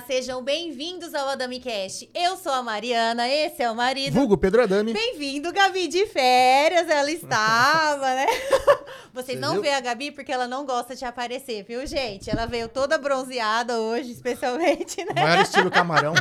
sejam bem-vindos ao AdamiCast. Eu sou a Mariana, esse é o marido. Vulgo Pedro Adami. Bem-vindo, Gabi de férias, ela estava, né? Vocês Você não viu? vê a Gabi porque ela não gosta de aparecer, viu, gente? Ela veio toda bronzeada hoje, especialmente, né? Maior estilo camarão.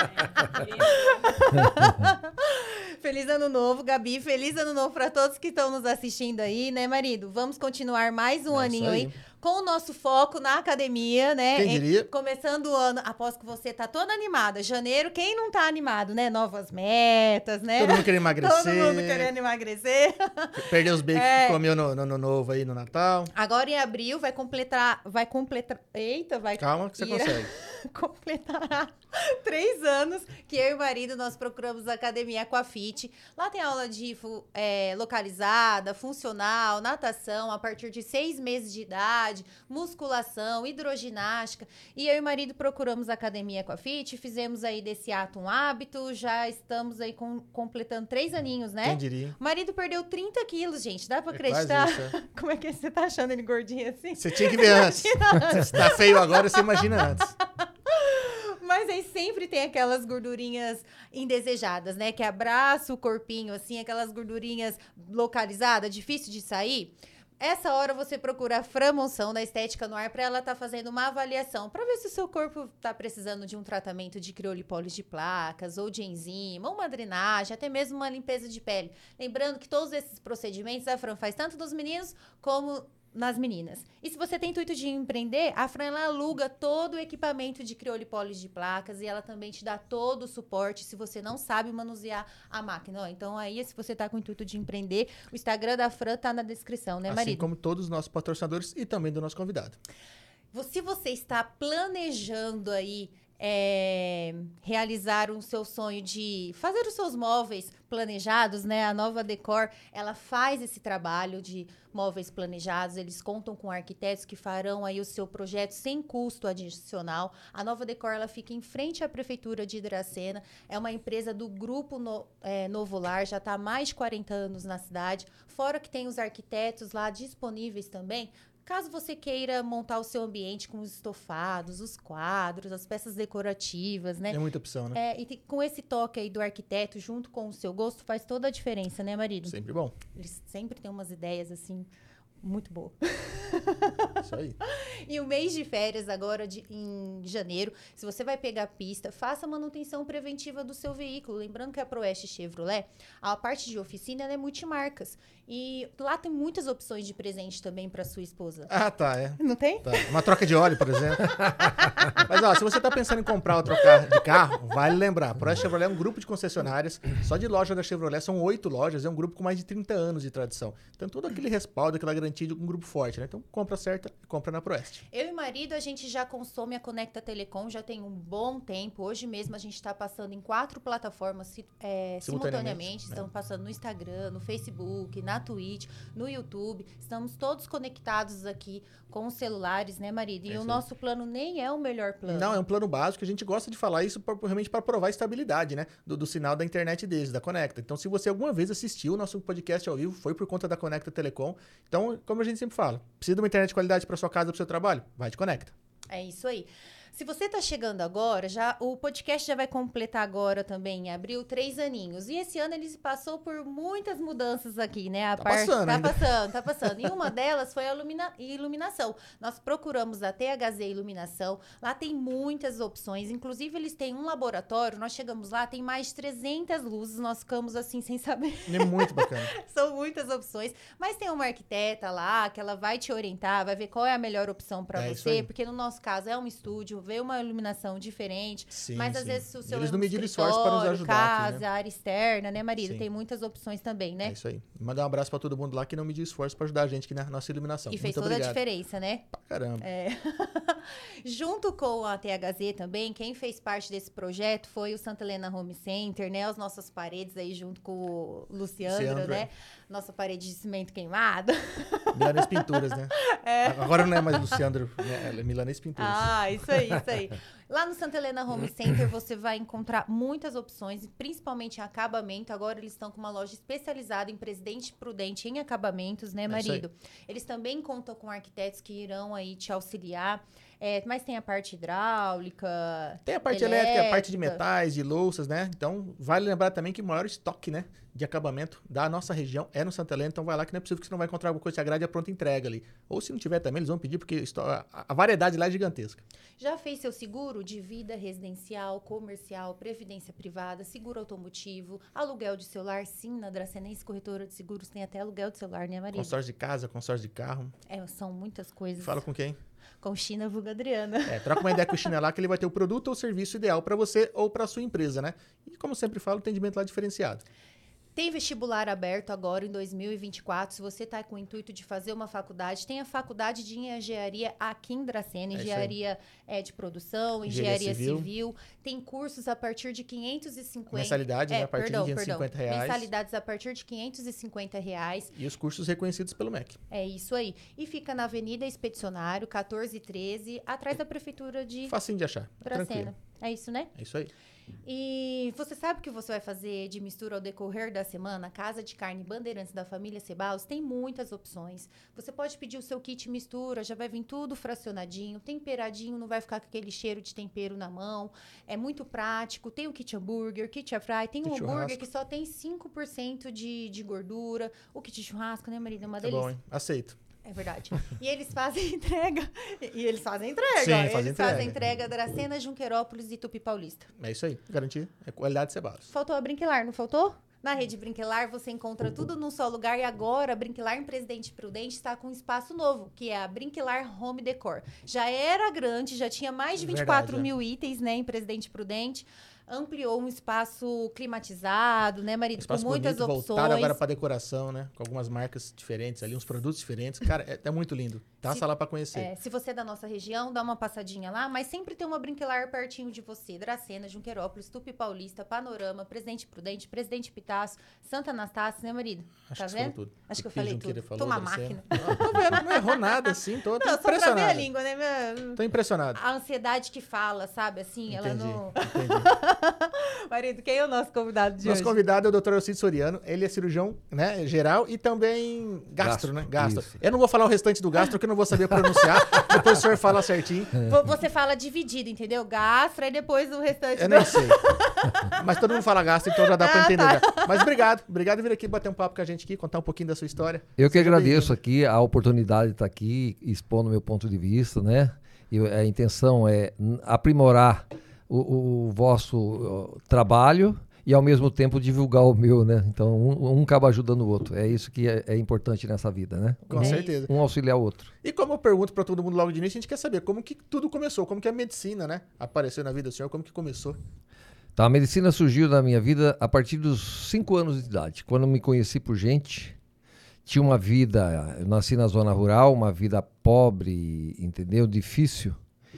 Feliz ano novo, Gabi. Feliz ano novo para todos que estão nos assistindo aí, né, marido? Vamos continuar mais um aninho aí com o nosso foco na academia, né? Quem diria? Começando o ano, aposto que você tá toda animada. Janeiro, quem não tá animado, né? Novas metas, né? Todo mundo querendo emagrecer. Todo mundo querendo emagrecer. Perder os bacon que comeu no ano novo aí no Natal. Agora em abril vai completar. Eita, vai. Calma que você consegue. Completará 3 anos que eu e o marido nós procuramos a Academia Aquafit. Lá tem aula de localizada, funcional, natação a partir de 6 meses de idade, musculação, hidroginástica. E eu e o marido procuramos a Academia Aquafit, fizemos aí desse ato um hábito, já estamos aí completando 3 aninhos, né? Quem diria? O marido perdeu 30 quilos, gente, dá pra acreditar? Quase isso, Como é que você tá achando ele gordinho assim? Você tinha que ver antes. Se tá feio agora, você imagina antes. Mas aí sempre tem aquelas gordurinhas indesejadas, né? Que abraça o corpinho, assim, aquelas gordurinhas localizadas, difícil de sair. Essa hora você procura a Fran Monção da Estética no Ar para ela estar fazendo uma avaliação, para ver se o seu corpo está precisando de um tratamento de criolipólise de placas, ou de enzima, ou uma drenagem, até mesmo uma limpeza de pele. Lembrando que todos esses procedimentos a Fran faz tanto nos meninos como nas meninas. E se você tem intuito de empreender, a Fran ela aluga todo o equipamento de criolipólise de placas e ela também te dá todo o suporte se você não sabe manusear a máquina. Ó, então aí, se você tá com o intuito de empreender, o Instagram da Fran tá na descrição, né, marido? Assim como todos os nossos patrocinadores e também do nosso convidado. Se você está planejando aí realizar o seu sonho de fazer os seus móveis planejados, né? A Nova Decor, ela faz esse trabalho de móveis planejados, eles contam com arquitetos que farão aí o seu projeto sem custo adicional. A Nova Decor, ela fica em frente à Prefeitura de Dracena, é uma empresa do grupo Novo Lar, já está há mais de 40 anos na cidade, fora que tem os arquitetos lá disponíveis também. Caso você queira montar o seu ambiente com os estofados, os quadros, as peças decorativas, né? É muita opção, né? E com esse toque aí do arquiteto, junto com o seu gosto, faz toda a diferença, né, marido? Sempre bom. Eles sempre têm umas ideias, assim, muito boas. Isso aí. E o mês de férias agora, em janeiro, se você vai pegar pista, faça a manutenção preventiva do seu veículo. Lembrando que a Proeste Chevrolet, a parte de oficina, ela é multimarcas. E lá tem muitas opções de presente também para sua esposa. Ah, tá, é. Não tem? Tá. Uma troca de óleo, por exemplo. Mas, ó, se você tá pensando em comprar ou trocar de carro, vale lembrar. A Proeste Chevrolet é um grupo de concessionárias. Só de loja da Chevrolet são 8 lojas. É um grupo com mais de 30 anos de tradição. Então, todo aquele respaldo, aquela garantia de um grupo forte, né? Então, compra certa e compra na Proeste. Eu e o marido, a gente já consome a Conecta Telecom já tem um bom tempo. Hoje mesmo a gente está passando em 4 plataformas simultaneamente. Estamos passando no Instagram, no Facebook, na Twitch, no YouTube. Estamos todos conectados aqui com os celulares, né, marido? E o nosso plano nem é o melhor plano. Não, é um plano básico. A gente gosta de falar isso realmente para provar a estabilidade, né? Do sinal da internet deles, da Conecta. Então, se você alguma vez assistiu o nosso podcast ao vivo, foi por conta da Conecta Telecom. Então, como a gente sempre fala, precisa de uma internet de qualidade para sua casa, para o seu trabalho? Vai de Conecta. É isso aí. Se você está chegando agora, o podcast já vai completar agora também, em abril, 3 aninhos. E esse ano ele passou por muitas mudanças aqui, né? Tá passando. E uma delas foi a iluminação. Nós procuramos a THZ Iluminação. Lá tem muitas opções. Inclusive, eles têm um laboratório. Nós chegamos lá, tem mais de 300 luzes. Nós ficamos assim, sem saber. É muito bacana. São muitas opções. Mas tem uma arquiteta lá, que ela vai te orientar, vai ver qual é a melhor opção para você. Porque no nosso caso é um estúdio, vê uma iluminação diferente, sim, mas às vezes o seu eles não mediram esforço para nos ajudar casa, aqui, né? área externa, né, marido? Sim. Tem muitas opções também, né? É isso aí. Mandar um abraço para todo mundo lá que não mediu esforço para ajudar a gente aqui na nossa iluminação. E fez Muito toda obrigado. a diferença, né? Pra caramba. Junto com a THZ também, quem fez parte desse projeto foi o Santa Helena Home Center, né? As nossas paredes aí junto com o Luciandro, né? Nossa parede de cimento queimado. Milanês Pinturas, né? Agora não é mais Luciandro, né? É Milanês Pinturas. Ah, isso aí. Lá no Santa Helena Home Center você vai encontrar muitas opções, principalmente em acabamento. Agora eles estão com uma loja especializada em Presidente Prudente em acabamentos, né, marido? Eles também contam com arquitetos que irão aí te auxiliar. Mas tem a parte hidráulica, Tem a parte elétrica, a parte de metais, de louças, né? Então, vale lembrar também que o maior estoque, né, de acabamento da nossa região é no Santa Helena. Então, vai lá que não é possível que você não vai encontrar alguma coisa que agrade a pronta entrega ali. Ou se não tiver também, eles vão pedir, porque a variedade lá é gigantesca. Já fez seu seguro de vida residencial, comercial, previdência privada, seguro automotivo, aluguel de celular? Sim, na Dracenense Corretora de Seguros tem até aluguel de celular, né, Maria? Consórcio de casa, consórcio de carro. São muitas coisas. Fala com quem? Com China vulgo Adriana. Troca uma ideia com o China lá que ele vai ter o produto ou serviço ideal para você ou para sua empresa, né? E como sempre falo, o atendimento lá é diferenciado. Tem vestibular aberto agora em 2024. Se você está com o intuito de fazer uma faculdade, tem a faculdade de engenharia aqui em Dracena. Engenharia de produção, engenharia civil. Tem cursos a partir de 550... Mensalidade, né? A partir de R$550. Mensalidades a partir de R$550. E os cursos reconhecidos pelo MEC. É isso aí. E fica na Avenida Expedicionário, 1413, atrás da Prefeitura de Facinho de achar. Dracena. Tranquilo. É isso, né? É isso aí. E você sabe o que você vai fazer de mistura ao decorrer da semana? Casa de Carne Bandeirantes da família Cebalos tem muitas opções. Você pode pedir o seu kit mistura, já vai vir tudo fracionadinho, temperadinho, não vai ficar com aquele cheiro de tempero na mão. É muito prático. Tem o kit hambúrguer, kit fry, tem um hambúrguer que só tem 5% de gordura. O kit churrasco, né, Marina? É uma delícia. Bom, hein? Aceito. É verdade. E eles fazem entrega. Sim, eles fazem entrega Dracena, Junquerópolis e Tupi Paulista. É isso aí. Garantir a qualidade de Cebalos. Faltou a Brinquelar, não faltou? Na rede Brinquelar você encontra tudo num só lugar. E agora a Brinquelar em Presidente Prudente está com um espaço novo, que é a Brinquelar Home Decor. Já era grande, já tinha mais de 24 mil itens, né, em Presidente Prudente. Ampliou um espaço climatizado, né, marido? Espaço com muitas bonito, opções. Voltado agora para decoração, né? Com algumas marcas diferentes ali, uns produtos diferentes. Cara, é muito lindo. Passa lá para conhecer. Se você é da nossa região, dá uma passadinha lá, mas sempre tem uma Brinquelar pertinho de você. Dracena, Junquerópolis, Tupi Paulista, Panorama, Presidente Prudente, Presidente Pitácio, Santa Anastácia, né, marido? Acho tá que vendo? tudo. Acho que eu falei tudo. Toma máquina. Tô vendo, não errou nada, assim. Tô impressionado. Só pra ver a língua, né? Tô impressionado. A ansiedade que fala, sabe? Assim, entendi, ela não... Entendi. Marido, quem é o nosso convidado de hoje? Nosso convidado é o Dr. Alcides Soriano. Ele é cirurgião, né, geral e também gastro, né? Gastro. Isso. Eu não vou falar o restante do gastro, porque eu não vou saber pronunciar. Depois o senhor fala certinho. Você fala dividido, entendeu? Gastro, e depois o restante... Eu nem sei. Mas todo mundo fala gastro, então já dá pra entender. Já. Mas obrigado. Obrigado por vir aqui bater um papo com a gente aqui, contar um pouquinho da sua história. Eu que agradeço aqui a oportunidade de estar aqui, expondo meu ponto de vista, né? E a intenção é aprimorar o vosso trabalho e ao mesmo tempo divulgar o meu, né? Então um acaba ajudando o outro. É isso que é importante nessa vida, né? Com certeza. Um auxiliar o outro. E como eu pergunto para todo mundo logo de início, a gente quer saber como que tudo começou, como que a medicina, né, apareceu na vida do senhor, como que começou? Tá, a medicina surgiu na minha vida a partir dos 5 anos de idade, quando eu me conheci por gente. Tinha uma vida, eu nasci na zona rural, uma vida pobre, entendeu? Difícil.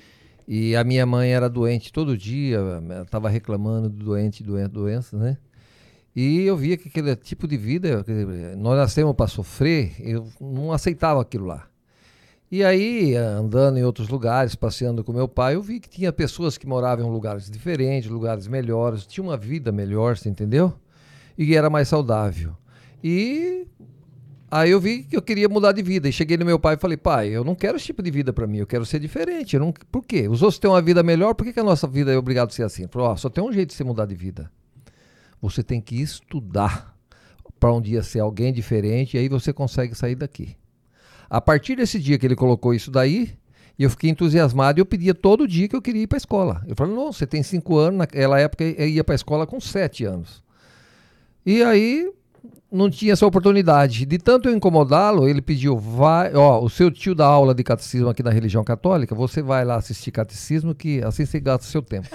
E a minha mãe era doente todo dia, estava reclamando de doença, né? E eu via que aquele tipo de vida, nós nascemos para sofrer, eu não aceitava aquilo lá. E aí, andando em outros lugares, passeando com meu pai, eu vi que tinha pessoas que moravam em lugares diferentes, lugares melhores, tinha uma vida melhor, você entendeu? E era mais saudável. E aí eu vi que eu queria mudar de vida. E cheguei no meu pai e falei, pai, eu não quero esse tipo de vida para mim, eu quero ser diferente. Por quê? Os outros têm uma vida melhor, por que a nossa vida é obrigada a ser assim? Ele falou, só tem um jeito de você mudar de vida. Você tem que estudar para um dia ser alguém diferente e aí você consegue sair daqui. A partir desse dia que ele colocou isso daí, eu fiquei entusiasmado e eu pedia todo dia que eu queria ir para a escola. Ele falou, não, você tem 5 anos, naquela época eu ia para a escola com 7 anos. E aí não tinha essa oportunidade. De tanto eu incomodá-lo, ele pediu, o seu tio dá aula de catecismo aqui na religião católica, você vai lá assistir catecismo que assim você gasta o seu tempo.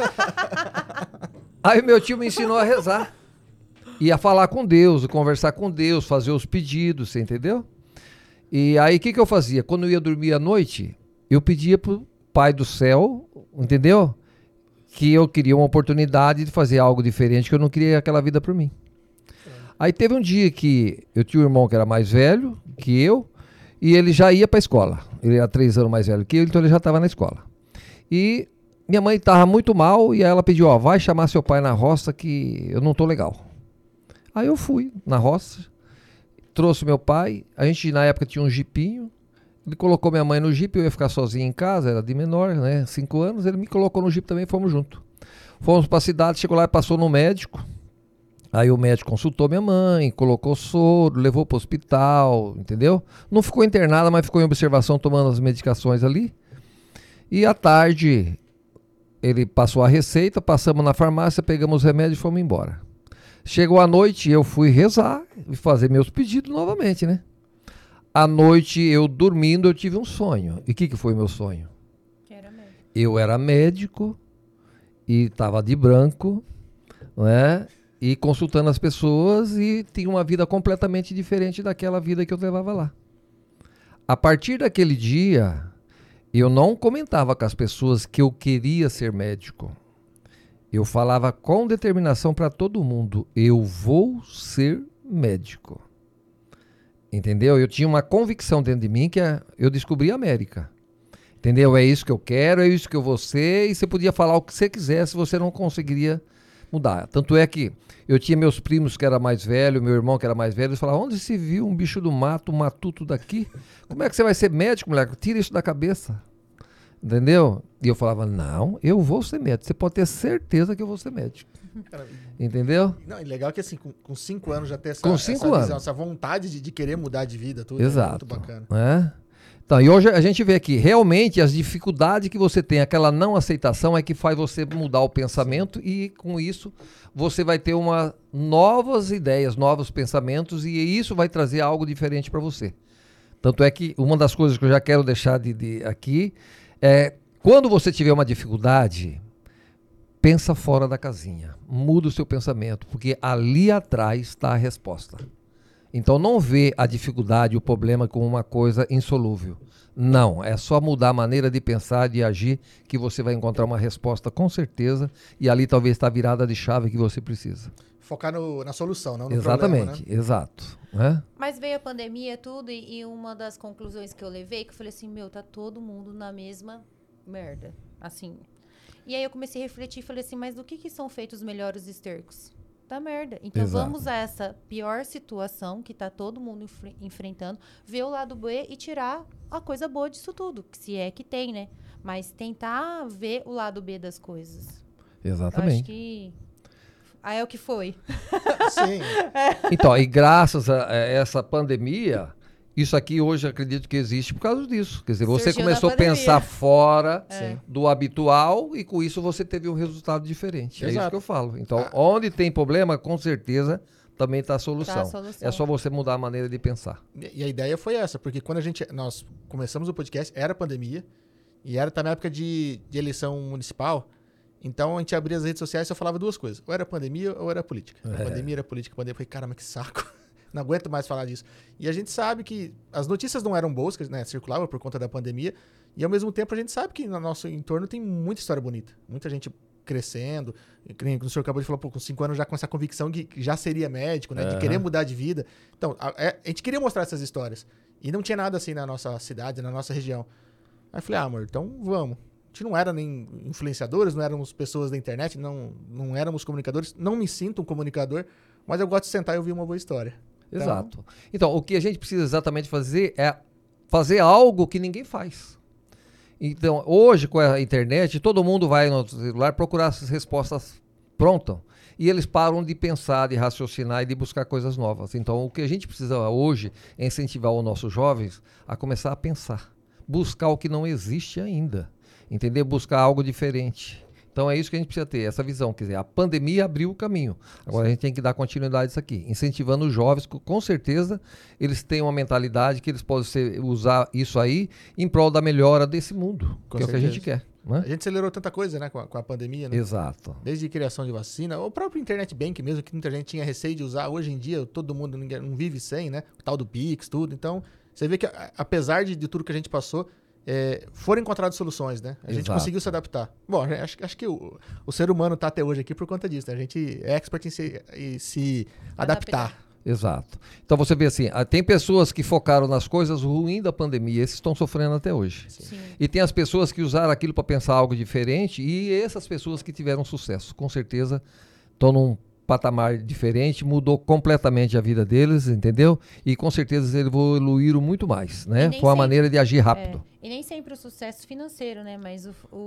Aí meu tio me ensinou a rezar. E a falar com Deus, conversar com Deus, fazer os pedidos, você entendeu? E aí o que eu fazia? Quando eu ia dormir à noite, eu pedia pro Pai do Céu, entendeu? Que eu queria uma oportunidade de fazer algo diferente, que eu não queria aquela vida para mim. Aí teve um dia que eu tinha um irmão que era mais velho que eu, e ele já ia para a escola. Ele era 3 anos mais velho que eu, então ele já estava na escola. E minha mãe estava muito mal, e ela pediu, vai chamar seu pai na roça que eu não tô legal. Aí eu fui na roça, trouxe meu pai, a gente na época tinha um jipinho, Ele colocou minha mãe no jipe, eu ia ficar sozinho em casa, era de menor, né? 5 anos, ele me colocou no jipe também, fomos juntos. Fomos pra cidade, chegou lá e passou no médico. Aí o médico consultou minha mãe, colocou soro, levou pro hospital, entendeu? Não ficou internada, mas ficou em observação tomando as medicações ali. E à tarde, ele passou a receita, passamos na farmácia, pegamos os remédios e fomos embora. Chegou a noite, eu fui rezar e fazer meus pedidos novamente, né? À noite, eu dormindo, eu tive um sonho. E o que foi meu sonho? Que era médico. Eu era médico e estava de branco, né? E consultando as pessoas e tinha uma vida completamente diferente daquela vida que eu levava lá. A partir daquele dia, eu não comentava com as pessoas que eu queria ser médico. Eu falava com determinação para todo mundo, eu vou ser médico. Entendeu? Eu tinha uma convicção dentro de mim que eu descobri a América. Entendeu? É isso que eu quero, é isso que eu vou ser, e você podia falar o que você quisesse, você não conseguiria mudar. Tanto é que eu tinha meus primos que era mais velho, meu irmão que era mais velho, eles falavam, onde se viu um bicho do mato, um matuto daqui? Como é que você vai ser médico, moleque? Tira isso da cabeça. Entendeu? E eu falava, não, eu vou ser médico. Você pode ter certeza que eu vou ser médico. Cara, Entendeu? não, e legal que assim, com 5 anos já ter Com 5 anos. essa vontade de querer mudar de vida, tudo. Exato. É muito bacana. É? Então, e hoje a gente vê que realmente as dificuldades que você tem, aquela não aceitação é que faz você mudar o pensamento e com isso você vai ter novas ideias, novos pensamentos e isso vai trazer algo diferente para você. Tanto é que uma das coisas que eu já quero deixar aqui é quando você tiver uma dificuldade, pensa fora da casinha, muda o seu pensamento, porque ali atrás está a resposta. Então não vê a dificuldade, o problema como uma coisa insolúvel. Não, é só mudar a maneira de pensar, de agir, que você vai encontrar uma resposta com certeza, e ali talvez está a virada de chave que você precisa. Focar na solução, não no Exatamente, problema, né? exato. Né? Mas veio a pandemia tudo e uma das conclusões que eu levei, que eu falei assim, tá todo mundo na mesma merda, assim. E aí eu comecei a refletir e falei assim, mas do que são feitos os melhores estercos? Da merda. Então Exato. vamos a essa pior situação que tá todo mundo enfrentando, ver o lado B e tirar a coisa boa disso tudo, que se é que tem, né? Mas tentar ver o lado B das coisas. Eu acho Exatamente. que... Ah, é o que foi. Sim. Então, e graças a essa pandemia, isso aqui hoje acredito que existe por causa disso. Quer dizer, você Surgiu começou na a pensar fora Sim. do habitual e com isso você teve um resultado diferente. É isso Exato. que eu falo. Então, onde tem problema, com certeza também está a solução. Tá a solução. É só você mudar a maneira de pensar. E a ideia foi essa, porque quando nós começamos o podcast, era pandemia, e era também na época de eleição municipal, então a gente abria as redes sociais e só falava duas coisas, ou era pandemia ou era política. Pandemia era política, pandemia. Eu falei, caramba, que saco, não aguento mais falar disso. E a gente sabe que as notícias não eram boas, né, circulavam por conta da pandemia, e ao mesmo tempo a gente sabe que no nosso entorno tem muita história bonita, muita gente crescendo, o senhor acabou de falar, pô, com 5 anos já com essa convicção que já seria médico, né, de querer mudar de vida. Então, a gente queria mostrar essas histórias. E não tinha nada assim na nossa cidade, na nossa região. Aí eu falei, amor, então vamos. A gente não era nem influenciadores, não éramos pessoas da internet, não éramos comunicadores. Não me sinto um comunicador, mas eu gosto de sentar e ouvir uma boa história. Então, Exato. Então, o que a gente precisa exatamente fazer é fazer algo que ninguém faz. Então, hoje, com a internet, todo mundo vai no celular procurar essas respostas prontas. E eles param de pensar, de raciocinar e de buscar coisas novas. Então, o que a gente precisa hoje é incentivar os nossos jovens a começar a pensar. Buscar o que não existe ainda. Entender? Buscar algo diferente. Então, é isso que a gente precisa ter, essa visão. Quer dizer, a pandemia abriu o caminho. Agora, a gente tem que dar continuidade a isso aqui. Incentivando os jovens, com certeza, eles têm uma mentalidade que eles podem usar isso aí em prol da melhora desse mundo. Com que é o que a certeza. gente quer. Né? A gente acelerou tanta coisa, né, com a pandemia, né? Exato. Desde criação de vacina, o próprio internet bank mesmo, que muita gente tinha receio de usar. Hoje em dia, todo mundo não vive sem, né? O tal do Pix, tudo. Então, você vê que apesar de tudo que a gente passou, foram encontradas soluções, né? A gente Exato. conseguiu se adaptar. Bom, acho que o ser humano está até hoje aqui por conta disso, né? A gente é expert em se adaptar. Exato. Então você vê assim, tem pessoas que focaram nas coisas ruins da pandemia, esses estão sofrendo até hoje. Sim. E tem as pessoas que usaram aquilo para pensar algo diferente e essas pessoas que tiveram sucesso, com certeza estão num patamar diferente, mudou completamente a vida deles, entendeu? E com certeza eles evoluíram muito mais, né? nem Foi uma sempre- maneira de agir rápido. E nem sempre o sucesso financeiro, né? Mas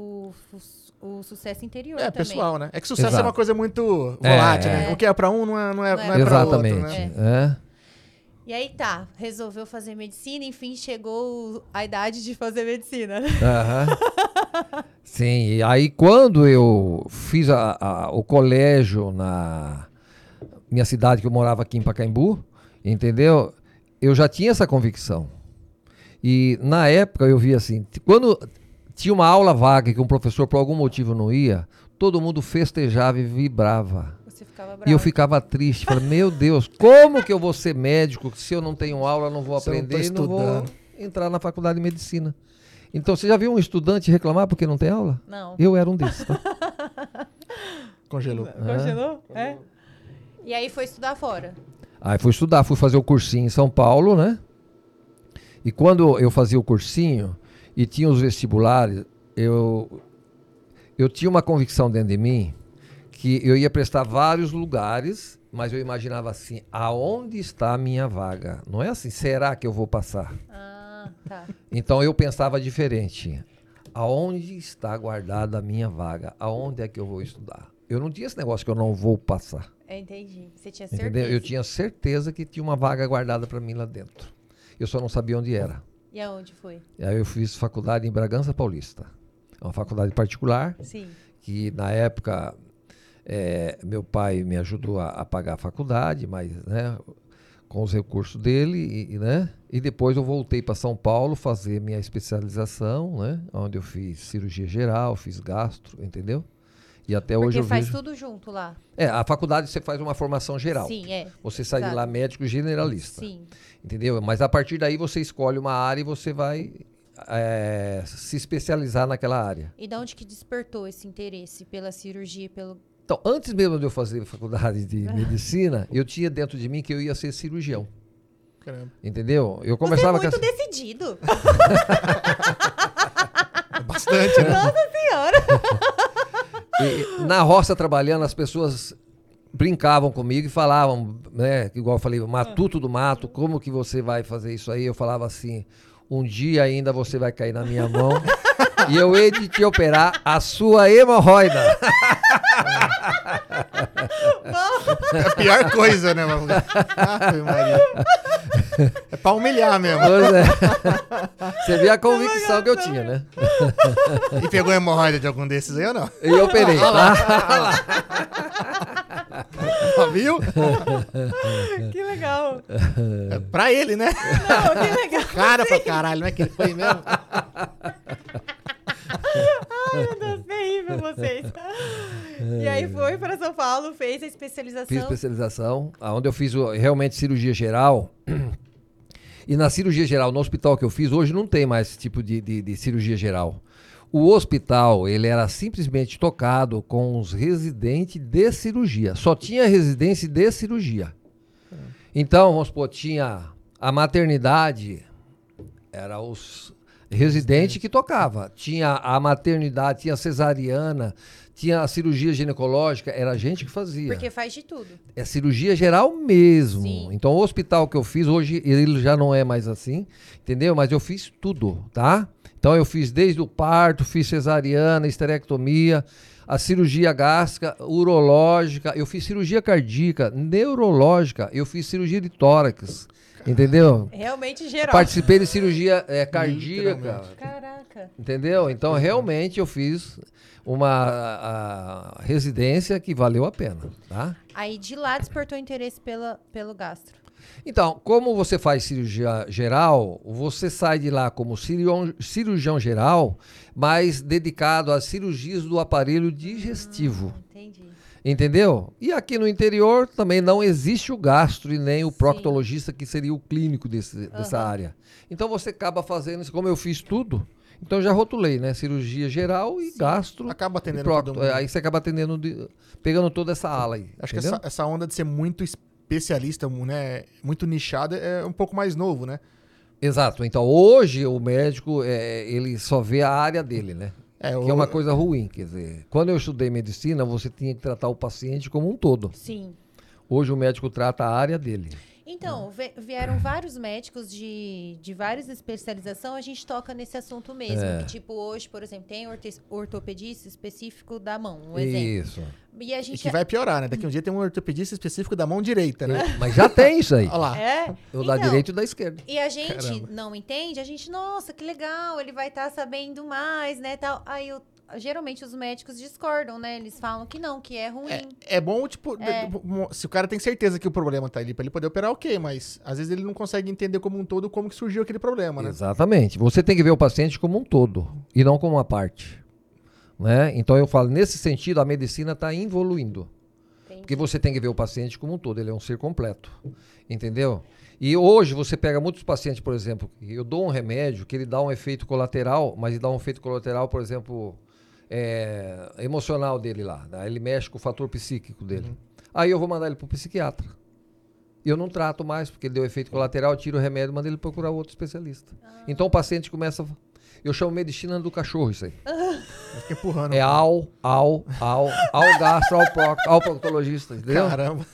o sucesso interior É, também. pessoal, né? É que sucesso é Exato. uma coisa muito volátil, É. né? O que é pra um não é pra Exatamente. outro, né? É. E aí tá, resolveu fazer medicina, enfim, chegou a idade de fazer medicina. Aham. Sim, e aí quando eu fiz o colégio na minha cidade, que eu morava aqui em Pacaembu, entendeu? Eu já tinha essa convicção. E na época eu vi assim, quando tinha uma aula vaga que um professor por algum motivo não ia, todo mundo festejava e vibrava. Você ficava bravo. E eu ficava triste, falei, meu Deus, como que eu vou ser médico se eu não tenho aula, não vou Se eu não tô aprender e não vou estudando. entrar na faculdade de medicina. Então, você já viu um estudante reclamar porque não tem aula? Não. Eu era um desses, tá? Congelou. Congelou? É. E aí foi estudar fora. Aí fui estudar, fui fazer o cursinho em São Paulo, né? E quando eu fazia o cursinho e tinha os vestibulares, eu tinha uma convicção dentro de mim que eu ia prestar vários lugares, mas eu imaginava assim, aonde está a minha vaga? Não é assim, será que eu vou passar? Ah, tá. Então eu pensava diferente. Aonde está guardada a minha vaga? Aonde é que eu vou estudar? Eu não tinha esse negócio que eu não vou passar. Entendi. Você tinha certeza. Entendeu? Eu tinha certeza que tinha uma vaga guardada para mim lá dentro. Eu só não sabia onde era. E aonde foi? E aí eu fiz faculdade em Bragança Paulista. É uma faculdade particular Sim. que na época meu pai me ajudou a pagar a faculdade, mas né, com os recursos dele, né? E depois eu voltei para São Paulo fazer minha especialização, né? Onde eu fiz cirurgia geral, fiz gastro, entendeu? E até hoje Porque eu faz vejo... tudo junto lá. A faculdade você faz uma formação geral. Sim, é. Você sai de Exato. lá médico generalista. Sim. Entendeu? Mas a partir daí você escolhe uma área e você vai se especializar naquela área. E de onde que despertou esse interesse pela cirurgia, pelo... Então, antes mesmo de eu fazer faculdade de medicina, eu tinha dentro de mim que eu ia ser cirurgião. Caramba. Entendeu? Eu Você é conversava muito com decidido. Bastante, né? Nossa senhora. na roça trabalhando, as pessoas brincavam comigo e falavam, né? Igual eu falei, matuto do mato, como que você vai fazer isso aí? Eu falava assim, um dia ainda você vai cair na minha mão e eu hei de te operar a sua hemorroida. É a pior coisa, né? Ave Maria. É pra humilhar mesmo. Pois é. Você vê a convicção que eu tinha, né? E pegou hemorroida de algum desses aí ou não? E eu operei, tá? Ó, viu? Que legal. É pra ele, né? Não, que legal. Cara pra caralho, não é que ele foi mesmo? Ai, meu Deus, terrível vocês. E aí foi para São Paulo, fez a especialização. Fiz especialização, onde eu fiz realmente cirurgia geral. E na cirurgia geral, no hospital que eu fiz, hoje não tem mais esse tipo de cirurgia geral. O hospital, ele era simplesmente tocado com os residentes de cirurgia. Só tinha residência de cirurgia. Então, vamos supor, tinha a maternidade, era os residentes que tocava. Tinha a maternidade, tinha a cesariana, tinha a cirurgia ginecológica, era a gente que fazia. Porque faz de tudo. É cirurgia geral mesmo. Sim. Então, o hospital que eu fiz, hoje ele já não é mais assim, entendeu? Mas eu fiz tudo, tá? Então, eu fiz desde o parto, fiz cesariana, esterectomia, a cirurgia gástrica, urológica, eu fiz cirurgia cardíaca, neurológica, eu fiz cirurgia de tórax, entendeu? Realmente geral. Participei de cirurgia cardíaca, Literalmente. Caraca. entendeu? Então, realmente, eu fiz uma residência que valeu a pena, tá? Aí de lá despertou interesse pelo gastro. Então, como você faz cirurgia geral, você sai de lá como cirurgião geral, mas dedicado às cirurgias do aparelho digestivo. Entendi. Entendeu? E aqui no interior também não existe o gastro e nem o Sim. proctologista, que seria o clínico dessa área. Então você acaba fazendo isso, como eu fiz tudo, então já rotulei, né? Cirurgia geral e gastro. Acaba e atendendo procto. todo mundo. Aí você acaba atendendo, pegando toda essa ala aí. Acho que entendeu? essa onda de ser muito especialista, né? Muito nichado, é um pouco mais novo, né? Exato. Então, hoje o médico, ele só vê a área dele, né? Que é uma coisa ruim. Quer dizer, quando eu estudei medicina, você tinha que tratar o paciente como um todo. Sim. Hoje o médico trata a área dele. Então, vieram vários médicos de várias especializações, a gente toca nesse assunto mesmo. Que, tipo, hoje, por exemplo, tem ortopedista específico da mão, um exemplo. Isso. E a E gente... que vai piorar, né? Daqui um dia tem um ortopedista específico da mão direita, né? Mas já tem isso aí. Olha lá. É? O da Então, direita e o da esquerda. E a gente Caramba. não entende, a gente, nossa, que legal, ele vai estar sabendo mais, né, tal. Aí, geralmente, os médicos discordam, né? Eles falam que não, que é ruim. É bom, tipo, se o cara tem certeza que o problema tá ali pra ele poder operar, ok, mas às vezes ele não consegue entender como um todo como que surgiu aquele problema, né? Exatamente. Você tem que ver o paciente como um todo e não como uma parte. Né? Então eu falo, nesse sentido, a medicina está evoluindo. Entendi. Porque você tem que ver o paciente como um todo, ele é um ser completo. Entendeu? E hoje você pega muitos pacientes, por exemplo, eu dou um remédio que ele dá um efeito colateral, mas ele dá um efeito colateral, por exemplo, emocional dele lá. Né? Ele mexe com o fator psíquico dele. Aí eu vou mandar ele para o psiquiatra. E eu não trato mais, porque ele deu efeito colateral, eu tiro o remédio e mando ele procurar outro especialista. Então o paciente começa... Eu chamo medicina do cachorro isso aí. Fica empurrando. É ao gastro, ao proctologista, entendeu? Caramba.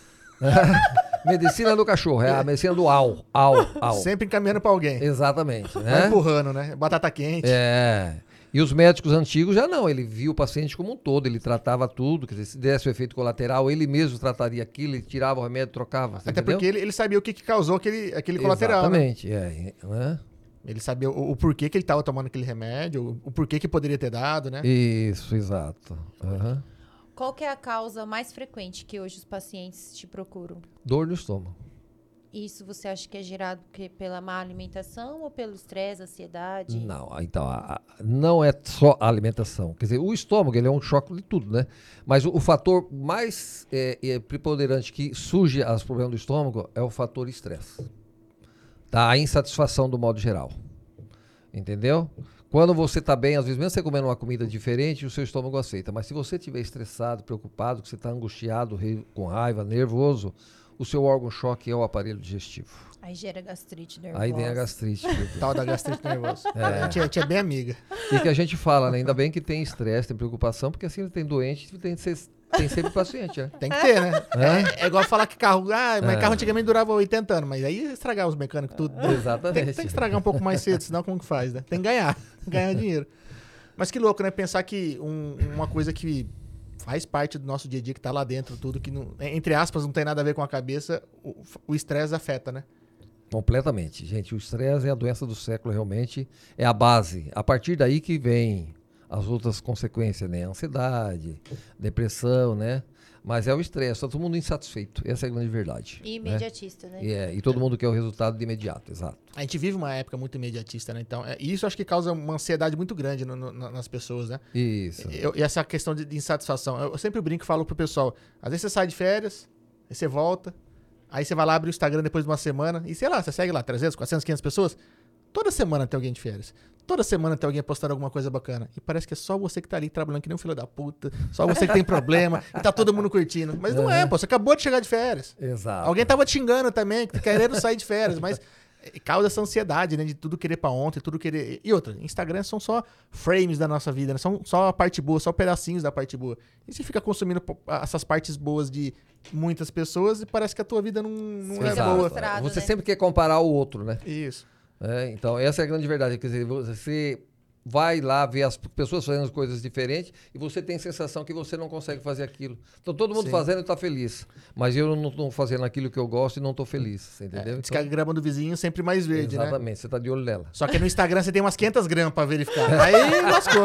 Medicina do cachorro, é a medicina do ao. Sempre encaminhando pra alguém. Exatamente, Vai né? empurrando, né? Batata quente. É. E os médicos antigos já não, ele via o paciente como um todo, ele tratava tudo, quer dizer, se desse o efeito colateral, ele mesmo trataria aquilo, ele tirava o remédio, trocava. Até entendeu? porque ele sabia o que causou aquele colateral, né? Exatamente, né? Ele sabia o porquê que ele estava tomando aquele remédio, o porquê que poderia ter dado, né? Isso, exato. Aham. Qual que é a causa mais frequente que hoje os pacientes te procuram? Dor no estômago. Isso você acha que é gerado pela má alimentação ou pelo estresse, ansiedade? Não, então, não é só a alimentação. Quer dizer, o estômago, ele é um choque de tudo, né? Mas o fator mais preponderante que surge os problemas do estômago é o fator estresse. Tá? A insatisfação do modo geral. Entendeu? Quando você está bem, às vezes mesmo você comendo uma comida diferente, o seu estômago aceita. Mas se você estiver estressado, preocupado, que você está angustiado, com raiva, nervoso, o seu órgão-choque é o aparelho digestivo. Aí gera gastrite nervosa. Aí vem a gastrite. Tal da gastrite nervosa. A gente é bem amiga. E que a gente fala, né? Ainda bem que tem estresse, tem preocupação, porque assim tem doente, tem sempre paciente, né? Tem que ter, né? É igual falar que carro... mas carro antigamente durava 80 anos, mas aí estragar os mecânicos tudo. Exatamente. Tem que estragar um pouco mais cedo, senão como que faz, né? Tem que ganhar dinheiro. Mas que louco, né? Pensar que uma coisa que faz parte do nosso dia a dia, que tá lá dentro, tudo que, não, entre aspas, não tem nada a ver com a cabeça, o estresse afeta, né? Completamente. Gente, o estresse é a doença do século, realmente. É a base. A partir daí que vem as outras consequências, né? Ansiedade, depressão, né? Mas é o estresse, tá todo mundo insatisfeito. Essa é a grande verdade. E imediatista, né? E todo mundo quer o resultado de imediato, exato. A gente vive uma época muito imediatista, né? Então, isso acho que causa uma ansiedade muito grande nas pessoas, né? Isso. E essa questão de insatisfação. Eu sempre brinco e falo pro pessoal, às vezes você sai de férias, aí você volta, aí você vai lá abrir o Instagram depois de uma semana, e sei lá, você segue lá 300, 400, 500 pessoas, toda semana tem alguém de férias. Toda semana tem alguém postando alguma coisa bacana. E parece que é só você que tá ali trabalhando que nem um filho da puta. Só você que tem problema. E tá todo mundo curtindo. Mas não é, pô. Você acabou de chegar de férias. Exato. Alguém tava te xingando também, querendo sair de férias. Mas causa essa ansiedade, né? De tudo querer pra ontem, tudo querer... E outra, Instagram são só frames da nossa vida, né? São só a parte boa, só pedacinhos da parte boa. E você fica consumindo essas partes boas de muitas pessoas e parece que a tua vida não é Exato. boa. Frustrado, Você né? sempre quer comparar o outro, né? Isso. Então, essa é a grande verdade. Quer dizer, você vai lá ver as pessoas fazendo coisas diferentes e você tem a sensação que você não consegue fazer aquilo. Então, todo mundo Sim. fazendo e está feliz. Mas eu não estou fazendo aquilo que eu gosto e não estou feliz. Você entendeu? Diz que a grama do vizinho sempre mais verde, né? Exatamente, você está de olho nela. Só que no Instagram você tem umas 500 gramas pra verificar. Aí lascou.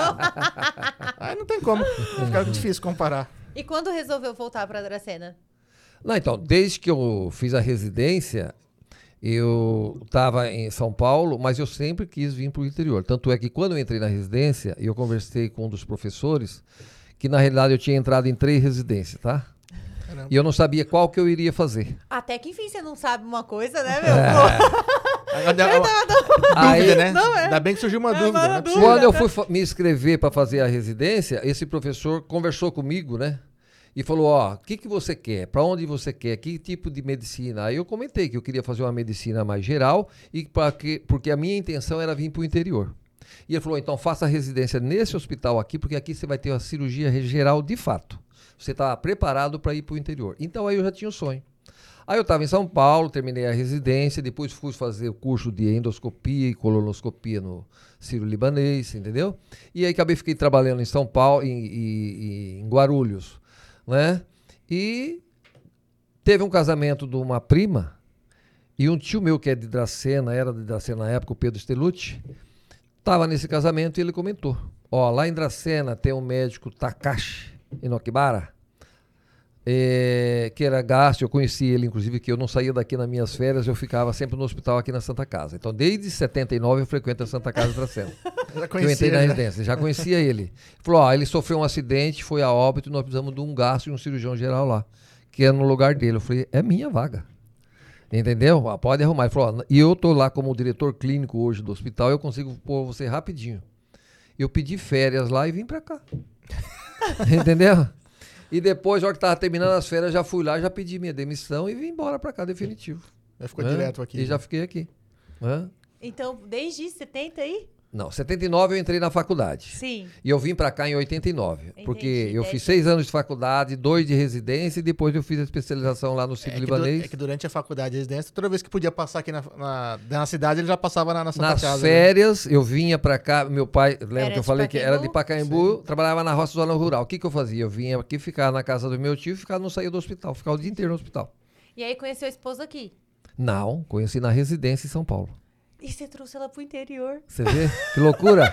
Aí não tem como. Fica difícil comparar. E quando resolveu voltar pra Dracena? Não, então, desde que eu fiz a residência, eu estava em São Paulo, mas eu sempre quis vir para o interior. Tanto é que quando eu entrei na residência, eu conversei com um dos professores, que na realidade eu tinha entrado em 3 residências, tá? Caramba. E eu não sabia qual que eu iria fazer. Até que enfim você não sabe uma coisa, né, meu? Aí, Dúvida, né? Ainda bem que surgiu uma dúvida. Não é possível. quando eu fui me inscrever para fazer a residência, esse professor conversou comigo, né? E falou, ó, o que você quer? Para onde você quer? Que tipo de medicina? Aí eu comentei que eu queria fazer uma medicina mais geral e porque a minha intenção era vir para o interior. E ele falou, então faça a residência nesse hospital aqui, porque aqui você vai ter uma cirurgia geral de fato. Você está preparado para ir para o interior. Então aí eu já tinha o sonho. Aí eu estava em São Paulo, terminei a residência, depois fui fazer o curso de endoscopia e colonoscopia no Sírio-Libanês, entendeu? E aí fiquei trabalhando em São Paulo, em Guarulhos, né? E teve um casamento de uma prima e um tio meu que é de Dracena, era de Dracena na época, o Pedro Stellucci, estava nesse casamento e ele comentou, ó, lá em Dracena tem um médico Takashi Inokibara, que era gastro, eu conheci ele, inclusive, que eu não saía daqui nas minhas férias, eu ficava sempre no hospital aqui na Santa Casa. Então, desde 79 eu frequento a Santa Casa de Dracena. Já Eu entrei na residência, já conhecia ele. Ele falou, ó, ele sofreu um acidente, foi a óbito, e nós precisamos de um gastro e um cirurgião geral lá, que é no lugar dele. Eu falei, é minha vaga. Entendeu? Pode arrumar. Ele falou, ó, e eu tô lá como diretor clínico hoje do hospital, eu consigo pôr você rapidinho. Eu pedi férias lá e vim pra cá. Entendeu? E depois, na hora que tava terminando as férias, já fui lá, já pedi minha demissão e vim embora pra cá, definitivo. Já ficou direto aqui. E já fiquei aqui. Então, desde 70 aí? Não, 79 eu entrei na faculdade. Sim. E eu vim pra cá em 89. Entendi. Porque eu fiz 6 anos de faculdade, 2 de residência e depois eu fiz a especialização lá no Sírio-Libanês. É que durante a faculdade de residência, toda vez que podia passar aqui na cidade, ele já passava na Santa Nas Casa. férias, eu vinha pra cá, meu pai, lembra Era que eu de falei que era de Pacaembu? Pacaembu, trabalhava na roça zona rural. O que eu fazia? Eu vinha aqui ficar na casa do meu tio e não saía do hospital, ficava o dia inteiro no hospital. E aí conheceu a esposa aqui? Não, conheci na residência em São Paulo. E você trouxe ela pro interior? Você vê? Que loucura!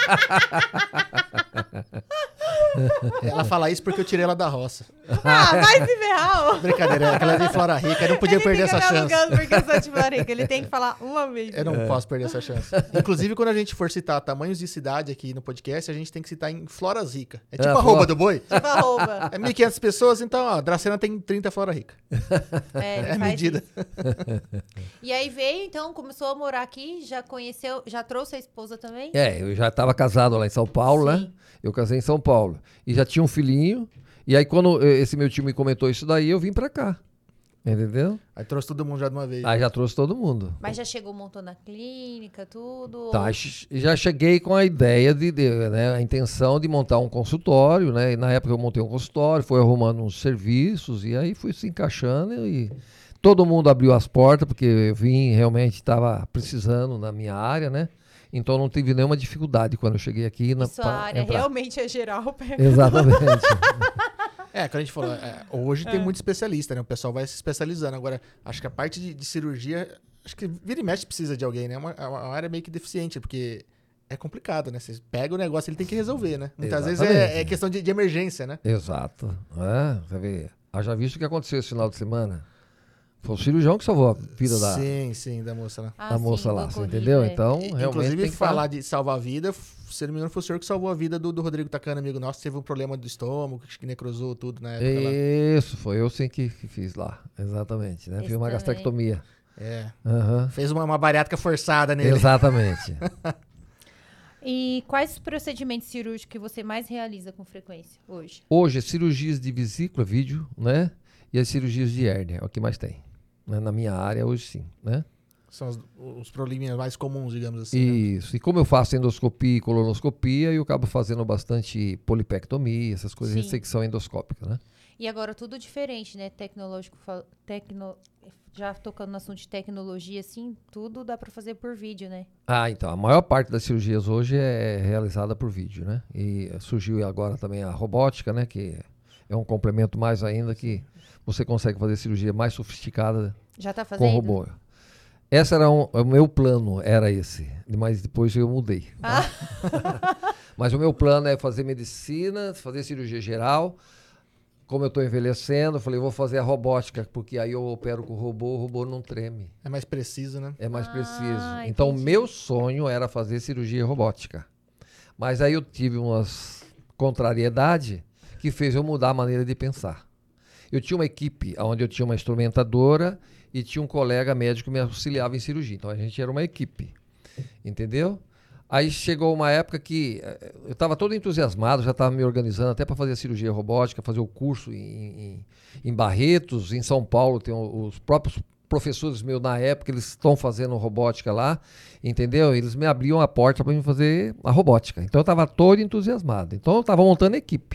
Ela fala isso porque eu tirei ela da roça. Ah, vai se ferrar! Ó. Brincadeira, é que ela é de Flora Rica, eu não podia perder essa chance. Porque eu sou de Florica. Ele tem que falar uma vez. Eu não posso perder essa chance. Inclusive, quando a gente for citar tamanhos de cidade aqui no podcast, a gente tem que citar em Floras Rica. É tipo arroba do boi. Tipo arroba. É 1.500 pessoas, então, ó, Dracena tem 30 Flora Rica. Ele É faz medida. isso. E aí veio, então, começou a morar aqui, já conheceu, já trouxe a esposa também? Eu já estava casado lá em São Paulo, Sim. né? Eu casei em São Paulo. E já tinha um filhinho. E aí, quando esse meu tio me comentou isso daí, eu vim pra cá. Entendeu? Aí trouxe todo mundo já de uma vez. Aí já trouxe todo mundo. Mas já chegou montando a clínica, tudo? Tá, já cheguei com a ideia né, a intenção de montar um consultório, né? E na época eu montei um consultório, fui arrumando uns serviços e aí fui se encaixando e todo mundo abriu as portas porque eu vim realmente estava precisando na minha área, né? Então não tive nenhuma dificuldade quando eu cheguei aqui. Sua área realmente é geral. Exatamente. Quando a gente falou, hoje tem muito especialista, né? O pessoal vai se especializando. Agora, acho que a parte de cirurgia, acho que vira e mexe precisa de alguém, né? É uma área meio que deficiente, porque é complicado, né? Você pega o negócio, ele tem que resolver, né? Muitas vezes é questão de emergência, né? Exato. Você vê, já visto o que aconteceu esse final de semana? Foi o cirurgião que salvou a vida da moça lá. da moça lá, você entendeu? Então, realmente inclusive, tem que falar de salvar a vida, se não me engano, foi o senhor que salvou a vida do Rodrigo Tacana, amigo nosso, teve um problema do estômago, que necrosou tudo na época lá. Isso, foi eu sim que fiz lá, exatamente, né? Fiz uma gastrectomia. Fez uma bariátrica forçada nele. Exatamente. E quais procedimentos cirúrgicos que você mais realiza com frequência hoje? Hoje, cirurgias de vesícula, vídeo, né? E as cirurgias de hérnia, é o que mais tem. Né? Na minha área, hoje sim, né? São os probleminhas mais comuns, digamos assim. Isso. Né? E como eu faço endoscopia e colonoscopia, eu acabo fazendo bastante polipectomia, essas coisas, ressecção endoscópica, né? E agora tudo diferente, né? Tecnológico, já tocando no assunto de tecnologia, assim, tudo dá para fazer por vídeo, né? Então, a maior parte das cirurgias hoje é realizada por vídeo, né? E surgiu agora também a robótica, né? Que é um complemento mais ainda que você consegue fazer cirurgia mais sofisticada já tá fazendo? com robô. Esse era o meu plano, era esse. Mas depois eu mudei. Tá? Mas o meu plano é fazer medicina, fazer cirurgia geral. Como eu estou envelhecendo, eu falei, vou fazer a robótica, porque aí eu opero com o robô não treme. É mais preciso, né? É mais preciso. Entendi. Então, o meu sonho era fazer cirurgia robótica. Mas aí eu tive umas contrariedades que fez eu mudar a maneira de pensar. Eu tinha uma equipe onde eu tinha uma instrumentadora e tinha um colega médico que me auxiliava em cirurgia. Então, a gente era uma equipe, entendeu? Aí chegou uma época que eu estava todo entusiasmado, já estava me organizando até para fazer a cirurgia robótica, fazer o curso em Barretos, em São Paulo, tem os próprios professores meus na época, eles estão fazendo robótica lá, entendeu? Eles me abriam a porta para me fazer a robótica. Então eu estava todo entusiasmado. Então eu estava montando equipe.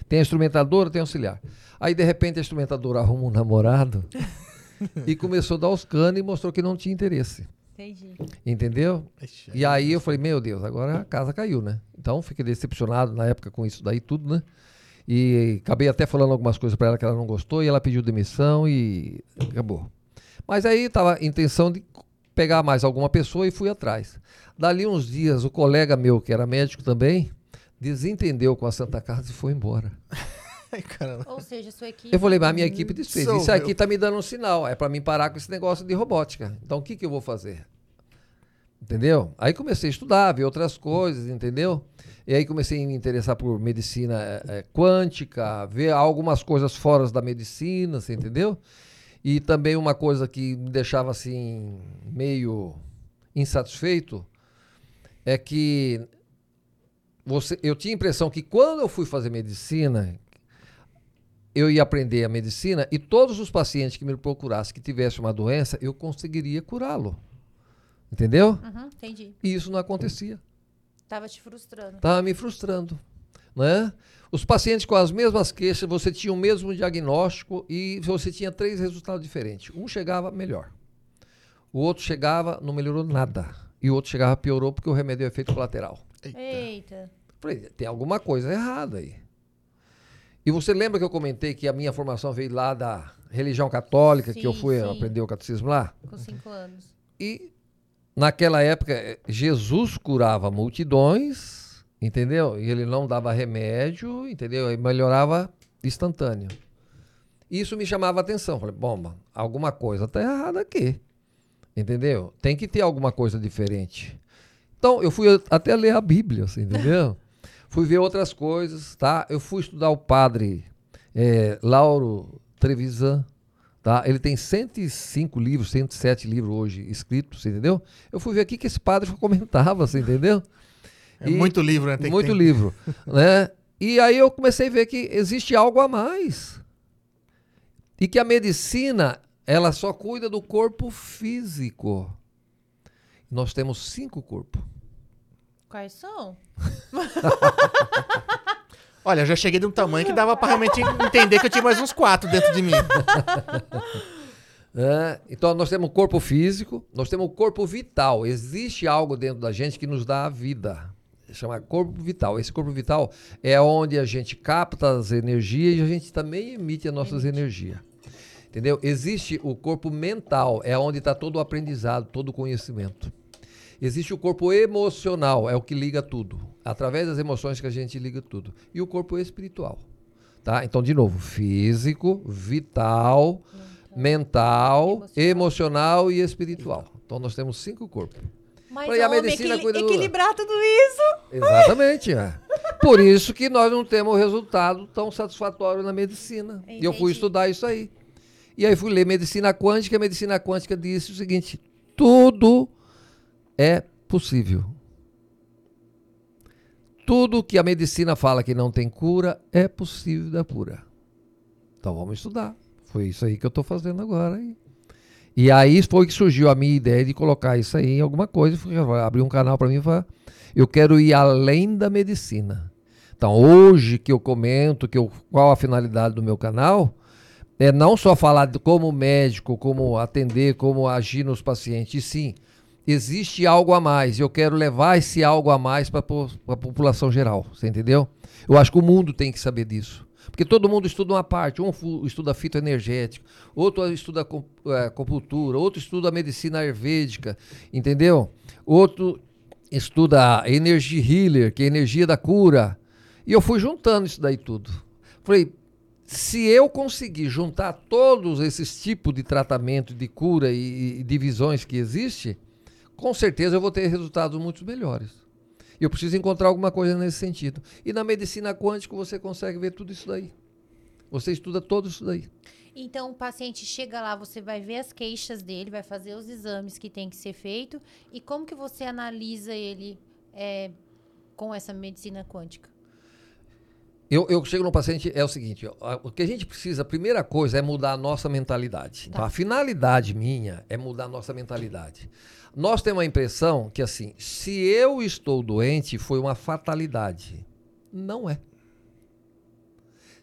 Tem a instrumentadora, tem a auxiliar. Aí, de repente, a instrumentadora arruma um namorado e começou a dar os canos e mostrou que não tinha interesse. Entendi. Entendeu? Ixi, E aí eu falei, meu Deus, agora a casa caiu, né? Então fiquei decepcionado na época com isso daí tudo, né? E acabei até falando algumas coisas pra ela que ela não gostou e ela pediu demissão e acabou. Mas aí tava a intenção de pegar mais alguma pessoa e fui atrás. Dali uns dias, o colega meu, que era médico também, desentendeu com a Santa Casa e foi embora. Ai, caramba. Ou seja, sua equipe... Eu falei, mas a minha equipe desfez. Isso Dissolveu. aqui tá me dando um sinal. É para mim parar com esse negócio de robótica. Então, o que que eu vou fazer? Entendeu? Aí comecei a estudar, ver outras coisas, entendeu? E aí comecei a me interessar por medicina quântica, ver algumas coisas fora da medicina, você entendeu? E também uma coisa que me deixava assim, meio insatisfeito, é que eu tinha a impressão que quando eu fui fazer medicina, eu ia aprender a medicina e todos os pacientes que me procurassem que tivessem uma doença, eu conseguiria curá-lo. Entendeu? Uhum, entendi. E isso não acontecia. Tava te frustrando. Estava me frustrando. Né? Os pacientes com as mesmas queixas, você tinha o mesmo diagnóstico e você tinha 3 resultados diferentes. Um chegava melhor. O outro chegava, não melhorou nada. E o outro chegava, piorou porque o remédio é efeito colateral. Eita. Falei, tem alguma coisa errada aí. E você lembra que eu comentei que a minha formação veio lá da religião católica, que eu Sim, fui sim. aprender o catecismo lá? Com 5 anos. E naquela época, Jesus curava multidões, entendeu? E ele não dava remédio, entendeu? E melhorava instantâneo. Isso me chamava a atenção. Falei, bom, alguma coisa está errada aqui, entendeu? Tem que ter alguma coisa diferente. Então, eu fui até ler a Bíblia, assim, entendeu? Fui ver outras coisas, tá? Eu fui estudar o padre Lauro Trevisan, tá? Ele tem 105 livros, 107 livros hoje escritos, você entendeu? Eu fui ver aqui que esse padre comentava, você entendeu? É muito livro, né? Tem muito que ter. livro, né? E aí eu comecei a ver que existe algo a mais. E que a medicina, ela só cuida do corpo físico. Nós temos 5 corpos. Quais são? Olha, eu já cheguei de um tamanho que dava pra realmente entender que eu tinha mais uns 4 dentro de mim. Então nós temos o corpo físico, nós temos o corpo vital. Existe algo dentro da gente que nos dá a vida. Chama corpo vital. Esse corpo vital é onde a gente capta as energias e a gente também emite as nossas energias. Entendeu? Existe o corpo mental, é onde está todo o aprendizado, todo o conhecimento. Existe o corpo emocional, é o que liga tudo. Através das emoções que a gente liga tudo. E o corpo espiritual. Tá? Então, de novo, físico, vital, mental, emocional e espiritual. Então, nós temos 5 corpos. Mas E a homem, medicina cuida do- equilibrar tudo isso. Exatamente, Por isso que nós não temos resultado tão satisfatório na medicina. E eu fui Entendi. estudar isso aí. E aí fui ler medicina quântica, e a medicina quântica disse o seguinte: tudo é possível. Tudo que a medicina fala que não tem cura, é possível da cura. Então vamos estudar. Foi isso aí que eu estou fazendo agora. E aí foi que surgiu a minha ideia de colocar isso aí em alguma coisa. Fui abrir um canal para mim e falar, eu quero ir além da medicina. Então hoje que eu comento qual a finalidade do meu canal, é não só falar de como médico, como atender, como agir nos pacientes, e sim, existe algo a mais. Eu quero levar esse algo a mais para a população geral, você entendeu? Eu acho que o mundo tem que saber disso. Porque todo mundo estuda uma parte, um estuda fitoenergético, outro estuda acupuntura, outro estuda medicina ayurvédica, entendeu? Outro estuda energy healer, que é a energia da cura. E eu fui juntando isso daí tudo. Falei, se eu conseguir juntar todos esses tipos de tratamento, de cura e divisões que existem, com certeza eu vou ter resultados muito melhores. Eu preciso encontrar alguma coisa nesse sentido. E na medicina quântica você consegue ver tudo isso daí. Você estuda todo isso daí. Então, o paciente chega lá, você vai ver as queixas dele, vai fazer os exames que tem que ser feito. E como que você analisa ele com essa medicina quântica? Eu chego no paciente, é o seguinte, ó, o que a gente precisa, a primeira coisa é mudar a nossa mentalidade. Tá. Então, a finalidade minha é mudar a nossa mentalidade. Nós temos a impressão que, assim, se eu estou doente, foi uma fatalidade. Não é.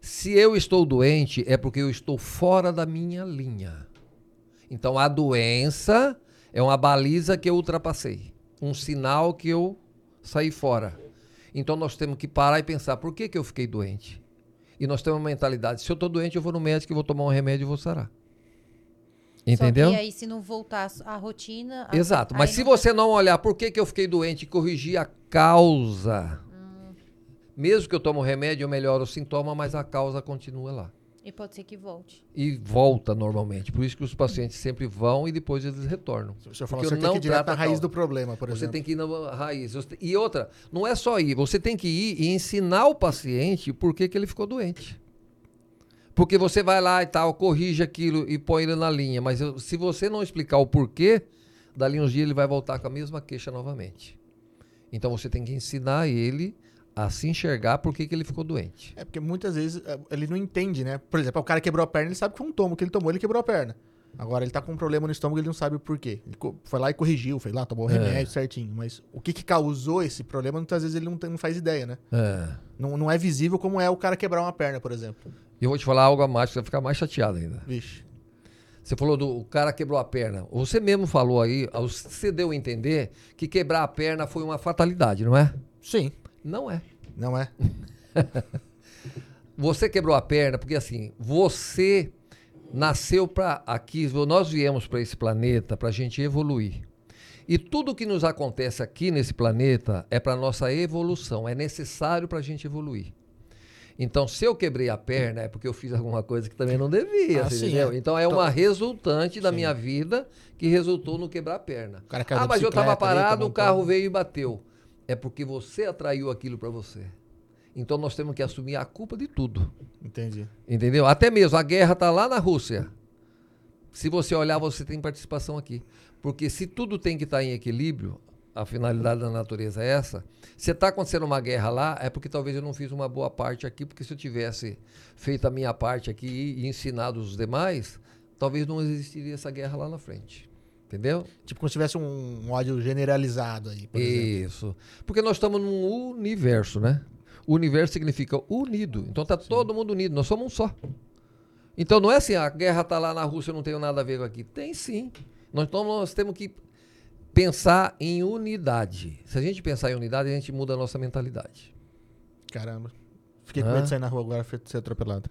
Se eu estou doente, é porque eu estou fora da minha linha. Então, a doença é uma baliza que eu ultrapassei. Um sinal que eu saí fora. Então, nós temos que parar e pensar, por que eu fiquei doente? E nós temos uma mentalidade, se eu estou doente, eu vou no médico, eu vou tomar um remédio e vou sarar. Entendeu? Só que aí, se não voltar a rotina... Exato, mas se você não olhar por que eu fiquei doente e corrigir a causa, mesmo que eu tomo remédio, eu melhoro o sintoma, mas a causa continua lá. E pode ser que volte. E volta normalmente. Por isso que os pacientes sempre vão e depois eles retornam. O senhor falou que você tem que ir direto na raiz do problema, por exemplo. Você exemplo. tem que ir na raiz. E outra, não é só ir, você tem que ir e ensinar o paciente por que ele ficou doente. Porque você vai lá e tal, corrige aquilo e põe ele na linha. Mas se você não explicar o porquê, dali uns dias ele vai voltar com a mesma queixa novamente. Então você tem que ensinar ele a se enxergar por que ele ficou doente. É porque muitas vezes ele não entende, né? Por exemplo, o cara quebrou a perna, ele sabe que foi um tombo que ele tomou, ele quebrou a perna. Agora ele tá com um problema no estômago, ele não sabe o porquê. Ele foi lá e corrigiu, foi lá, tomou o remédio certinho. Mas o que causou esse problema, muitas vezes ele não faz ideia, né? Não é visível como é o cara quebrar uma perna, por exemplo. E eu vou te falar algo a mais, você vai ficar mais chateado ainda. Vixe. Você falou do cara quebrou a perna. Você mesmo falou aí, você deu a entender que quebrar a perna foi uma fatalidade, não é? Sim. Não é. Não é? Você quebrou a perna porque assim, você nasceu para aqui, nós viemos para esse planeta para a gente evoluir. E tudo que nos acontece aqui nesse planeta é para nossa evolução, é necessário para a gente evoluir. Então, se eu quebrei a perna, é porque eu fiz alguma coisa que também não devia, sim, entendeu? Então, é uma resultante da sim. minha vida que resultou no quebrar a perna. O cara caiu da Mas eu estava bicicleta ali, parado, tomou o carro veio e bateu. É porque você atraiu aquilo para você. Então, nós temos que assumir a culpa de tudo. Entendi. Entendeu? Até mesmo, a guerra está lá na Rússia. Se você olhar, você tem participação aqui. Porque se tudo tem que estar em equilíbrio, a finalidade da natureza é essa, se está acontecendo uma guerra lá, é porque talvez eu não fiz uma boa parte aqui, porque se eu tivesse feito a minha parte aqui e ensinado os demais, talvez não existiria essa guerra lá na frente. Entendeu? Tipo como se tivesse um ódio generalizado aí, por exemplo. Isso. Porque nós estamos num universo, né? O universo significa unido. Então está todo mundo unido, nós somos um só. Então não é assim, a guerra está lá na Rússia, eu não tenho nada a ver com aqui. Tem sim. Nós temos que pensar em unidade. Se a gente pensar em unidade, a gente muda a nossa mentalidade. Caramba. Fiquei com medo de sair na rua agora e ser atropelado.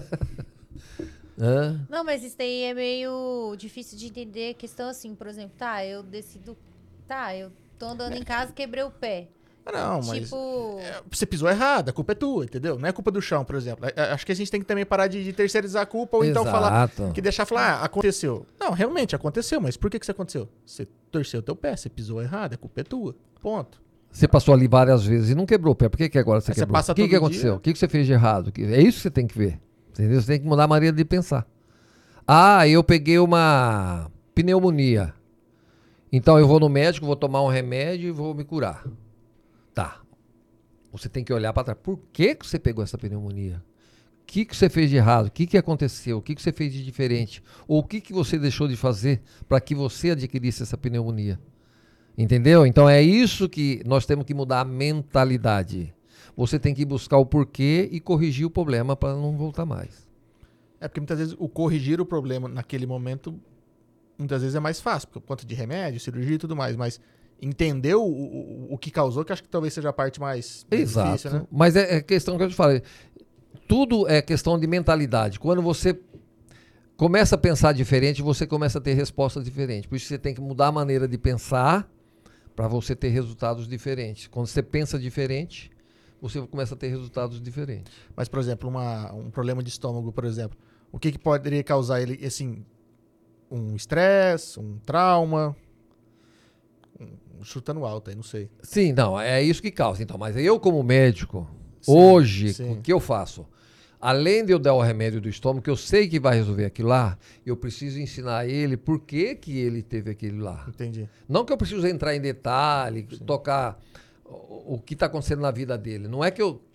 Não, mas isso daí é meio difícil de entender. A questão assim, por exemplo, eu tô andando em casa e quebrei o pé. Não, mas Tipo... você pisou errado, a culpa é tua, entendeu? Não é culpa do chão, por exemplo. Acho que a gente tem que também parar de terceirizar a culpa ou então falar, falar, aconteceu. Não, realmente aconteceu, mas por que isso aconteceu? Você torceu o teu pé, você pisou errado, a culpa é tua. Ponto. Você passou ali várias vezes e não quebrou o pé. Por que agora você quebrou? O que aconteceu? O que você fez de errado? É isso que você tem que ver. Entendeu? Você tem que mudar a maneira de pensar. Eu peguei uma pneumonia. Então eu vou no médico, vou tomar um remédio e vou me curar. Tá. Você tem que olhar para trás. Por que você pegou essa pneumonia? O que você fez de errado? O que aconteceu? O que você fez de diferente? Ou o que você deixou de fazer para que você adquirisse essa pneumonia? Entendeu? Então é isso que nós temos que mudar a mentalidade. Você tem que buscar o porquê e corrigir o problema para não voltar mais. É porque muitas vezes o corrigir o problema naquele momento, muitas vezes é mais fácil, por conta de remédio, cirurgia e tudo mais, mas entender o que causou, que acho que talvez seja a parte mais difícil, né? Mas é questão que eu te falei. Tudo é questão de mentalidade. Quando você começa a pensar diferente, você começa a ter respostas diferentes. Por isso você tem que mudar a maneira de pensar para você ter resultados diferentes. Quando você pensa diferente, você começa a ter resultados diferentes. Mas, por exemplo, um problema de estômago, por exemplo, o que poderia causar ele, assim, um estresse, um trauma? Chutando alto aí, não sei. Sim, não, é isso que causa. Então, mas eu como médico, hoje, o que eu faço? Além de eu dar o remédio do estômago, que eu sei que vai resolver aquilo lá, eu preciso ensinar ele por que ele teve aquele lá. Entendi. Não que eu preciso entrar em detalhe, tocar o que está acontecendo na vida dele. Não é que eu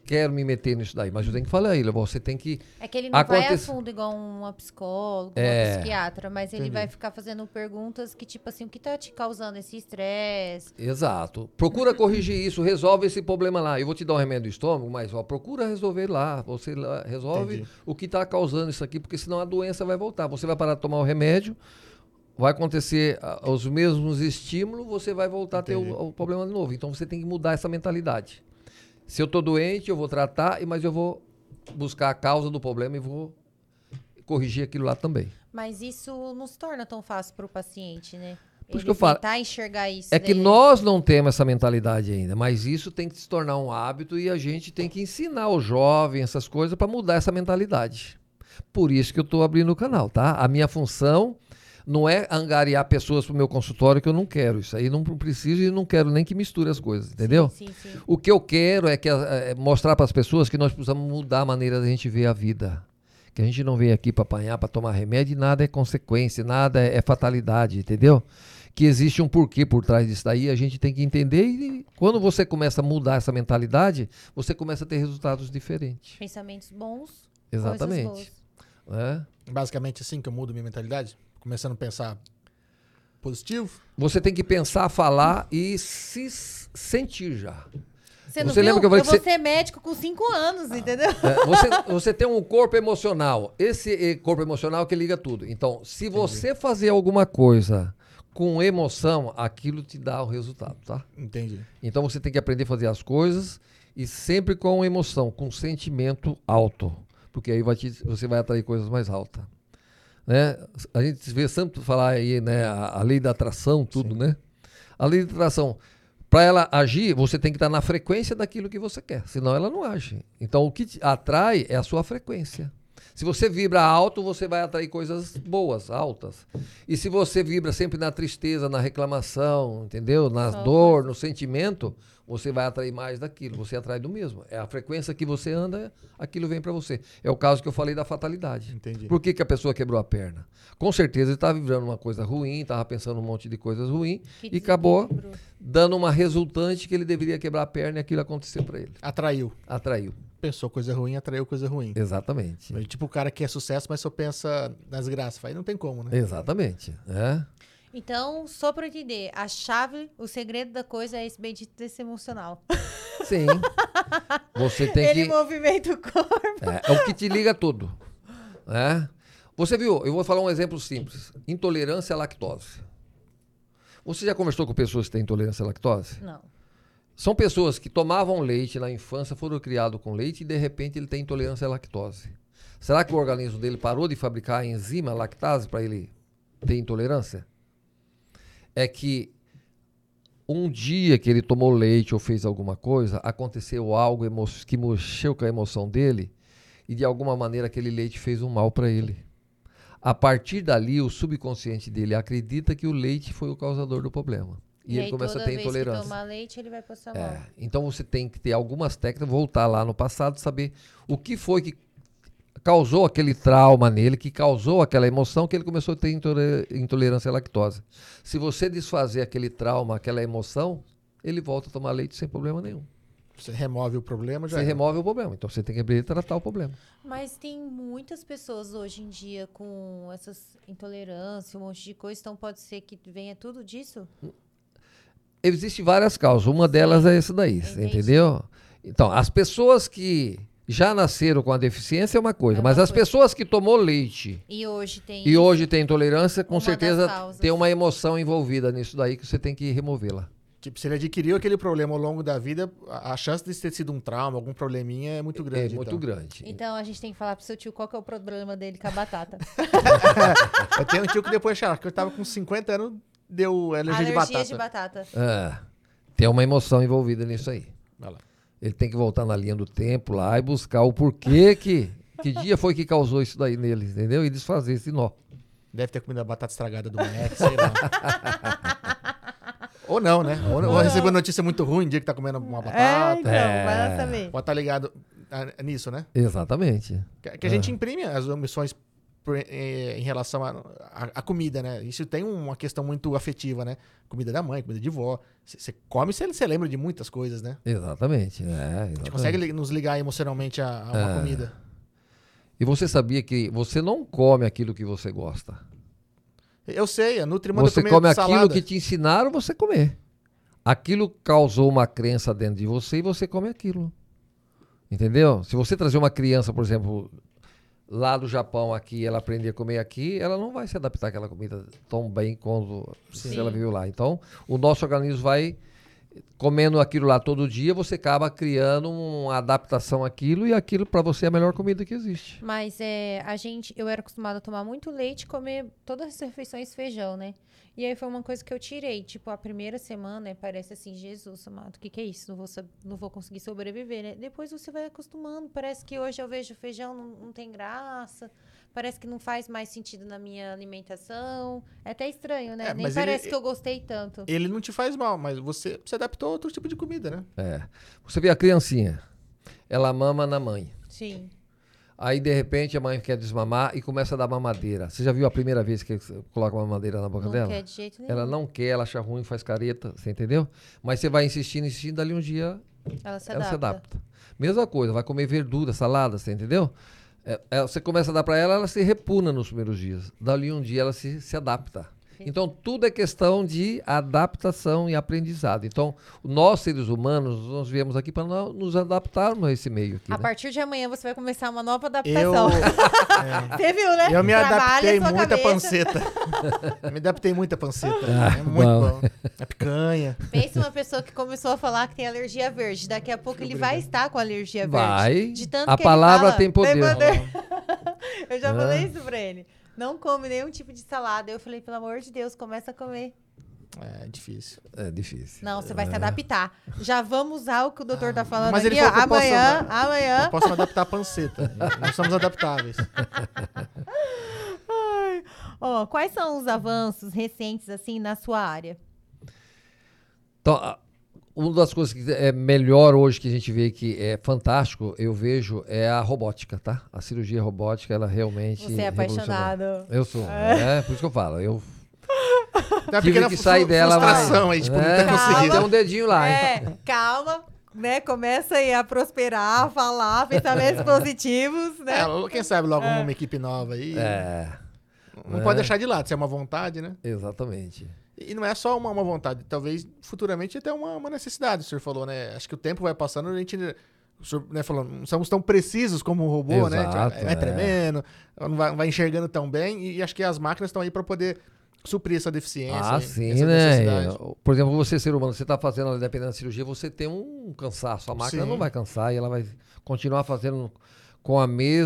quero me meter nisso daí, mas eu tenho que falar a ele, você tem que... É que ele não vai a Aconte- fundo igual uma psicóloga, É. uma psiquiatra, mas ele Entendi. vai ficar fazendo perguntas que, tipo assim, o que tá te causando esse estresse? Exato. Procura corrigir isso, resolve esse problema lá. Eu vou te dar um remédio do estômago, mas ó, procura resolver lá. Você lá resolve Entendi. o que está causando isso aqui, porque senão a doença vai voltar. Você vai parar de tomar o remédio, vai acontecer os mesmos estímulos, você vai voltar a ter Entendi. o problema de novo. Então você tem que mudar essa mentalidade. Se eu estou doente, eu vou tratar, mas eu vou buscar a causa do problema e vou corrigir aquilo lá também. Mas isso não se torna tão fácil para o paciente, né? Por isso que eu falo, tentar enxergar isso. É que daí. nós não temos essa mentalidade ainda, mas isso tem que se tornar um hábito e a gente tem que ensinar o jovem essas coisas para mudar essa mentalidade. Por isso que eu estou abrindo o canal, tá? A minha função não é angariar pessoas para o meu consultório que eu não quero. Isso aí não preciso e não quero nem que misture as coisas, entendeu? Sim, sim. O que eu quero é mostrar para as pessoas que nós precisamos mudar a maneira da gente ver a vida. Que a gente não veio aqui para apanhar, para tomar remédio, e nada é consequência, nada é fatalidade, entendeu? Que existe um porquê por trás disso daí, a gente tem que entender e quando você começa a mudar essa mentalidade, você começa a ter resultados diferentes. Pensamentos bons. Exatamente. Coisas boas. Né? Basicamente assim que eu mudo minha mentalidade. Começando a pensar positivo. Você tem que pensar, falar e se sentir já. Você não Você viu? lembra que eu falei que vou você- ser médico com 5 anos, entendeu? Você tem um corpo emocional. Esse corpo emocional que liga tudo. Então, se você fazer alguma coisa com emoção, aquilo te dá o resultado, tá? Entendi. Então você tem que aprender a fazer as coisas e sempre com emoção, com sentimento alto. Porque aí você vai atrair coisas mais altas. Né? A gente vê sempre falar aí, né, a lei da atração, tudo, né? A lei da atração, para ela agir, você tem que estar na frequência daquilo que você quer, senão ela não age. Então o que te atrai é a sua frequência. Se você vibra alto, você vai atrair coisas boas, altas. E se você vibra sempre na tristeza, na reclamação, entendeu? Na Só dor, no sentimento, você vai atrair mais daquilo. Você atrai do mesmo. É a frequência que você anda, aquilo vem para você. É o caso que eu falei da fatalidade. Entendi. Por que a pessoa quebrou a perna? Com certeza ele estava vibrando uma coisa ruim, estava pensando um monte de coisas ruins Que e acabou desequilíbrio. dando uma resultante que ele deveria quebrar a perna e aquilo aconteceu para ele. Atraiu. Atraiu. Pensou coisa ruim, atraiu coisa ruim. Exatamente. Tipo o cara que é sucesso, mas só pensa nas graças. Aí não tem como, né? Exatamente. É. Então, só para entender, a chave, o segredo da coisa é esse bendito desse emocional. Sim. Você tem Ele que. movimenta o corpo. É o que te liga tudo. Né? Você viu, eu vou falar um exemplo simples: intolerância à lactose. Você já conversou com pessoas que têm intolerância à lactose? Não. São pessoas que tomavam leite na infância, foram criados com leite e de repente ele tem intolerância à lactose. Será que o organismo dele parou de fabricar a enzima lactase para ele ter intolerância? É que um dia que ele tomou leite ou fez alguma coisa, aconteceu algo que mexeu com a emoção dele e de alguma maneira aquele leite fez um mal para ele. A partir dali, o subconsciente dele acredita que o leite foi o causador do problema. E ele aí, começa a toda ter vez que intolerância. tomar leite, ele vai passar mal. É, então você tem que ter algumas técnicas, voltar lá no passado, saber o que foi que causou aquele trauma nele, que causou aquela emoção que ele começou a ter intolerância à lactose. Se você desfazer aquele trauma, aquela emoção, ele volta a tomar leite sem problema nenhum. Você remove o problema, já Você era. remove o problema. Então você tem que abrir e tratar o problema. Mas tem muitas pessoas hoje em dia com essas intolerâncias, um monte de coisa, então pode ser que venha tudo disso? Existem várias causas. Uma delas é essa daí, Entendi. entendeu? Então, as pessoas que já nasceram com a deficiência é uma coisa, É mas uma as coisa. pessoas que tomou leite E hoje tem e isso? hoje tem intolerância, com Uma das certeza causas. tem uma emoção envolvida nisso daí que você tem que removê-la. Tipo, se ele adquiriu aquele problema ao longo da vida, a chance de ter sido um trauma, algum probleminha é muito grande. É muito então. grande. Então a gente tem que falar pro seu tio qual que é o problema dele com a batata. Eu tenho um tio que depois achava que eu tava com 50 anos, deu alergia de batata. de batata. É, tem uma emoção envolvida nisso aí. Vai lá. Ele tem que voltar na linha do tempo lá e buscar o porquê que dia foi que causou isso daí nele, entendeu? E desfazer esse nó. Deve ter comido a batata estragada do Mac, sei lá. Ou não, né? Ou recebeu uma notícia muito ruim, dia que tá comendo uma batata. vai lá saber. Pode estar ligado nisso, né? Exatamente. Que a gente imprime as emoções em relação à comida, né? Isso tem uma questão muito afetiva, né? Comida da mãe, comida de vó. Você come, você lembra de muitas coisas, né? Exatamente. A gente consegue nos ligar emocionalmente a uma comida. E você sabia que você não come aquilo que você gosta. Eu sei, a Nutri manda Você comer come aquilo salada. que te ensinaram você comer. Aquilo causou uma crença dentro de você e você come aquilo. Entendeu? Se você trazer uma criança, por exemplo, lá do Japão aqui, ela aprender a comer aqui, ela não vai se adaptar àquela comida tão bem quanto se ela viveu lá. Então, o nosso organismo vai comendo aquilo lá todo dia, você acaba criando uma adaptação àquilo e aquilo para você é a melhor comida que existe. Mas eu era acostumada a tomar muito leite e comer todas as refeições feijão, né? E aí foi uma coisa que eu tirei. Tipo, a primeira semana parece assim, Jesus amado, o que é isso? Não vou conseguir sobreviver, né? Depois você vai acostumando. Parece que hoje eu vejo feijão, não tem graça. Parece que não faz mais sentido na minha alimentação. É até estranho, né? Nem parece que eu gostei tanto. Ele não te faz mal, mas você se adaptou a outro tipo de comida, né? Você vê a criancinha, ela mama na mãe. Sim. Aí, de repente, a mãe quer desmamar e começa a dar mamadeira. Você já viu a primeira vez que coloca uma mamadeira na boca dela? Não quer de jeito nenhum. Ela não quer, ela acha ruim, faz careta, você entendeu? Mas você vai insistindo, dali um dia Ela se adapta. Mesma coisa, vai comer verdura, salada, você entendeu? Você começa a dar para ela, ela se repugna nos primeiros dias. Dali um dia ela se adapta. Então, tudo é questão de adaptação e aprendizado. Então, nós, seres humanos, nós viemos aqui para nos adaptarmos a esse meio aqui. A partir de amanhã você vai começar uma nova adaptação. Você viu, né? Eu me adaptei muito à cabeça. panceta. Me adaptei muito à panceta. É muito bom. A picanha. Pensa uma pessoa que começou a falar que tem alergia verde. Daqui a pouco ele vai estar com alergia verde. Vai. De tanto A que palavra ele fala, tem poder. Eu já falei isso pra ele. Não come nenhum tipo de salada. Eu falei, pelo amor de Deus, começa a comer. É difícil. É difícil. Não, você vai se adaptar. Já vamos usar o que o doutor tá falando mas aqui, ele falou que eu amanhã. Eu posso me adaptar à panceta. Nós somos adaptáveis. Ai. Ó, quais são os avanços recentes, assim, na sua área? Então, uma das coisas que é melhor hoje que a gente vê que é fantástico, eu vejo, é a robótica, tá? A cirurgia robótica, ela realmente Você é apaixonado. Eu sou. Por isso que eu falo. Eu Tem uma tive pequena que sair dela, frustração aí, tipo, não ter conseguido. Tem um dedinho lá, hein? Calma, né? Começa aí a prosperar, a falar, pensamentos positivos, né? Quem sabe logo uma equipe nova aí. Não pode deixar de lado, se é uma vontade, né? Exatamente. E não é só uma vontade, talvez futuramente até uma necessidade, o senhor falou, né? Acho que o tempo vai passando, a gente, o senhor, né, falou, não somos tão precisos como um robô, né? Vai tremendo, não vai enxergando tão bem, e acho que as máquinas estão aí para poder suprir essa deficiência. Sim, essa né? necessidade. Por exemplo, você, ser humano, você está fazendo, dependendo da cirurgia, você tem um cansaço. A máquina não vai cansar e ela vai continuar fazendo com a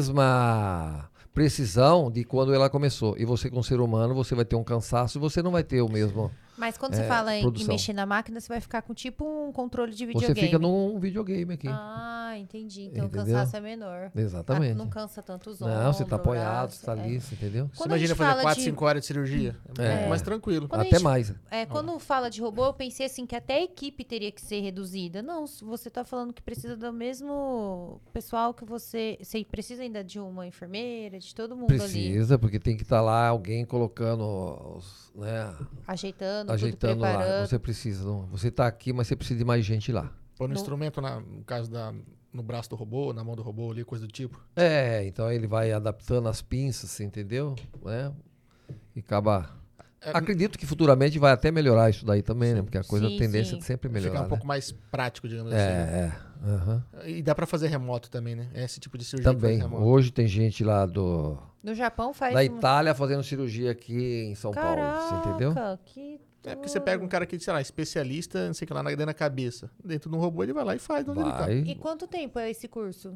mesma precisão de quando ela começou. E você, como ser humano, você vai ter um cansaço e você não vai ter o mesmo. Mas quando você fala em mexer na máquina, você vai ficar com tipo um controle de videogame. Você fica num videogame aqui. Ah, entendi. Então Entendeu? o cansaço é menor. Exatamente. Não cansa tanto os ombros. Não, você está apoiado, você está ali, você entendeu? Você imagina fazer 4, 5 horas de cirurgia? É mais tranquilo. Até mais. Quando fala de robô, eu pensei assim que até a equipe teria que ser reduzida. Não, você está falando que precisa do mesmo pessoal que você precisa ainda de uma enfermeira, de todo mundo ali. Precisa, porque tem que estar lá alguém colocando, né? Ajeitando tudo preparando. Lá. Você precisa, você está aqui, mas você precisa de mais gente lá. Pôr no instrumento, no caso no braço do robô, na mão do robô ali, coisa do tipo. Então ele vai adaptando as pinças, entendeu? Né? E acaba... Acredito que futuramente vai até melhorar isso daí também, né? Porque a tendência é sempre melhorar. Ficar um pouco mais prático, digamos assim. E dá pra fazer remoto também, né? Esse tipo de cirurgia. Também. Hoje tem gente lá no Japão faz. Da Itália fazendo cirurgia aqui em São Paulo. Você entendeu? Porque você pega um cara que, sei lá, especialista, não sei o que lá, dentro da cabeça. Dentro de um robô, ele vai lá e faz onde ele tá. E quanto tempo é esse curso?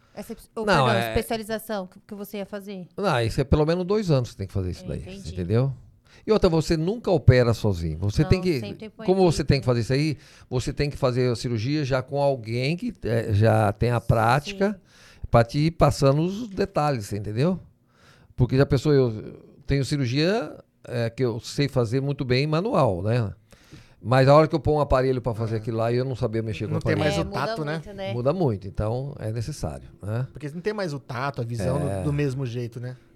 Especialização que você ia fazer? Não, isso é pelo menos 2 anos que você tem que fazer isso daí. Você entendeu? E outra, você nunca opera sozinho. Você tem que. Como você tem que fazer isso aí, você tem que fazer a cirurgia já com alguém que já tem a prática para te ir passando os detalhes, você entendeu? Porque já pensou, eu tenho cirurgia que eu sei fazer muito bem manual, né? Mas a hora que eu ponho um aparelho para fazer aquilo lá, eu não sabia mexer com o aparelho. Não tem mais o tato, né? Muda muito, então é necessário, né? Porque não tem mais o tato, a visão do mesmo jeito, né?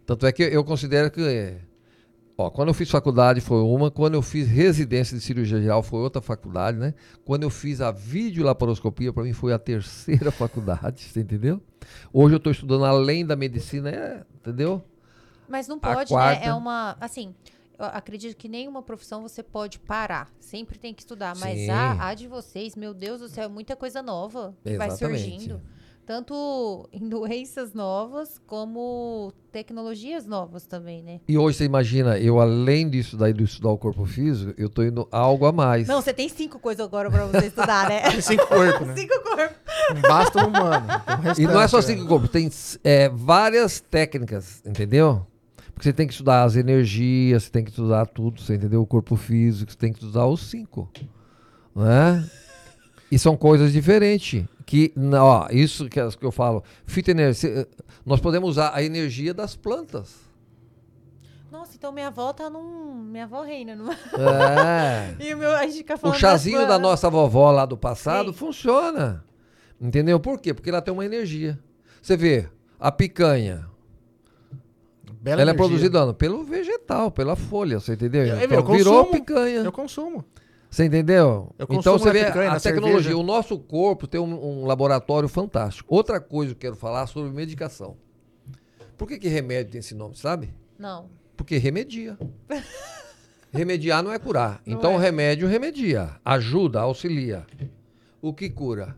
Tanto é que eu considero que... quando eu fiz faculdade foi uma, quando eu fiz residência de cirurgia geral foi outra faculdade, né? Quando eu fiz a videolaparoscopia, para mim foi a terceira faculdade, você entendeu? Hoje eu estou estudando além da medicina, entendeu? Mas não A pode, quarta- né? É uma, assim, eu acredito que nenhuma profissão você pode parar. Sempre tem que estudar. Mas Sim. a de vocês, meu Deus do céu, é muita coisa nova que vai Exatamente. surgindo. Tanto em doenças novas, como tecnologias novas também, né? E hoje você imagina, eu além disso daí de estudar o corpo físico, eu tô indo algo a mais. Não, você tem 5 coisas agora pra você estudar, né? Tem 5 corpos, né? 5 corpos. Não basta um humano. Tem E não é só restante, 5 né? corpos, tem várias técnicas, entendeu? Porque você tem que estudar as energias, você tem que estudar tudo, você entendeu? O corpo físico, você tem que estudar os 5, né? E são coisas diferentes. Que, isso que eu falo, fitoenergia, nós podemos usar a energia das plantas. Nossa, então minha avó tá Minha avó reina. E a gente fica O falando chazinho das da plantas. nossa vovó lá do passado Sim. funciona. Entendeu? Por quê? Porque ela tem uma energia. Você vê, a picanha, Bela ela é energia. produzida pelo vegetal, pela folha, você entendeu? Eu Então, consumo. virou picanha. Eu consumo. Você entendeu? Eu Então consumo você na vê picanha, a na tecnologia. cerveja. O nosso corpo tem um laboratório fantástico. Outra coisa que eu quero falar sobre medicação. Por que remédio tem esse nome, sabe? Não. Porque remedia. Remediar não é curar. Não Então é. o remédio remedia, ajuda, auxilia. O que cura?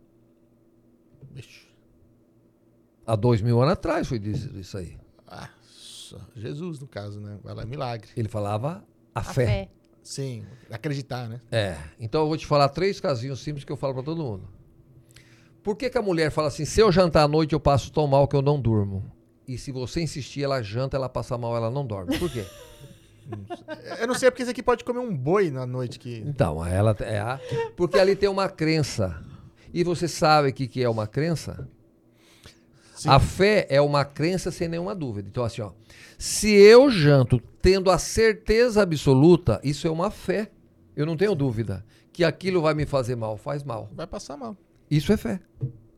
Vixe. Há 2000 anos atrás foi isso aí. Ah, Jesus, no caso, né? Vai lá, é milagre. Ele falava a A fé. fé. Sim, acreditar, né? Então eu vou te falar 3 casinhos simples que eu falo pra todo mundo. Por que a mulher fala assim, se eu jantar à noite eu passo tão mal que eu não durmo? E se você insistir, ela janta, ela passa mal, ela não dorme. Por quê? Eu não sei porque esse aqui pode comer um boi na noite que... Então, porque ali tem uma crença. E você sabe o que é uma crença? Sim. A fé é uma crença sem nenhuma dúvida. Então, assim, se eu janto tendo a certeza absoluta, isso é uma fé. Eu não tenho dúvida que aquilo vai me fazer mal, faz mal. Vai passar mal. Isso é fé.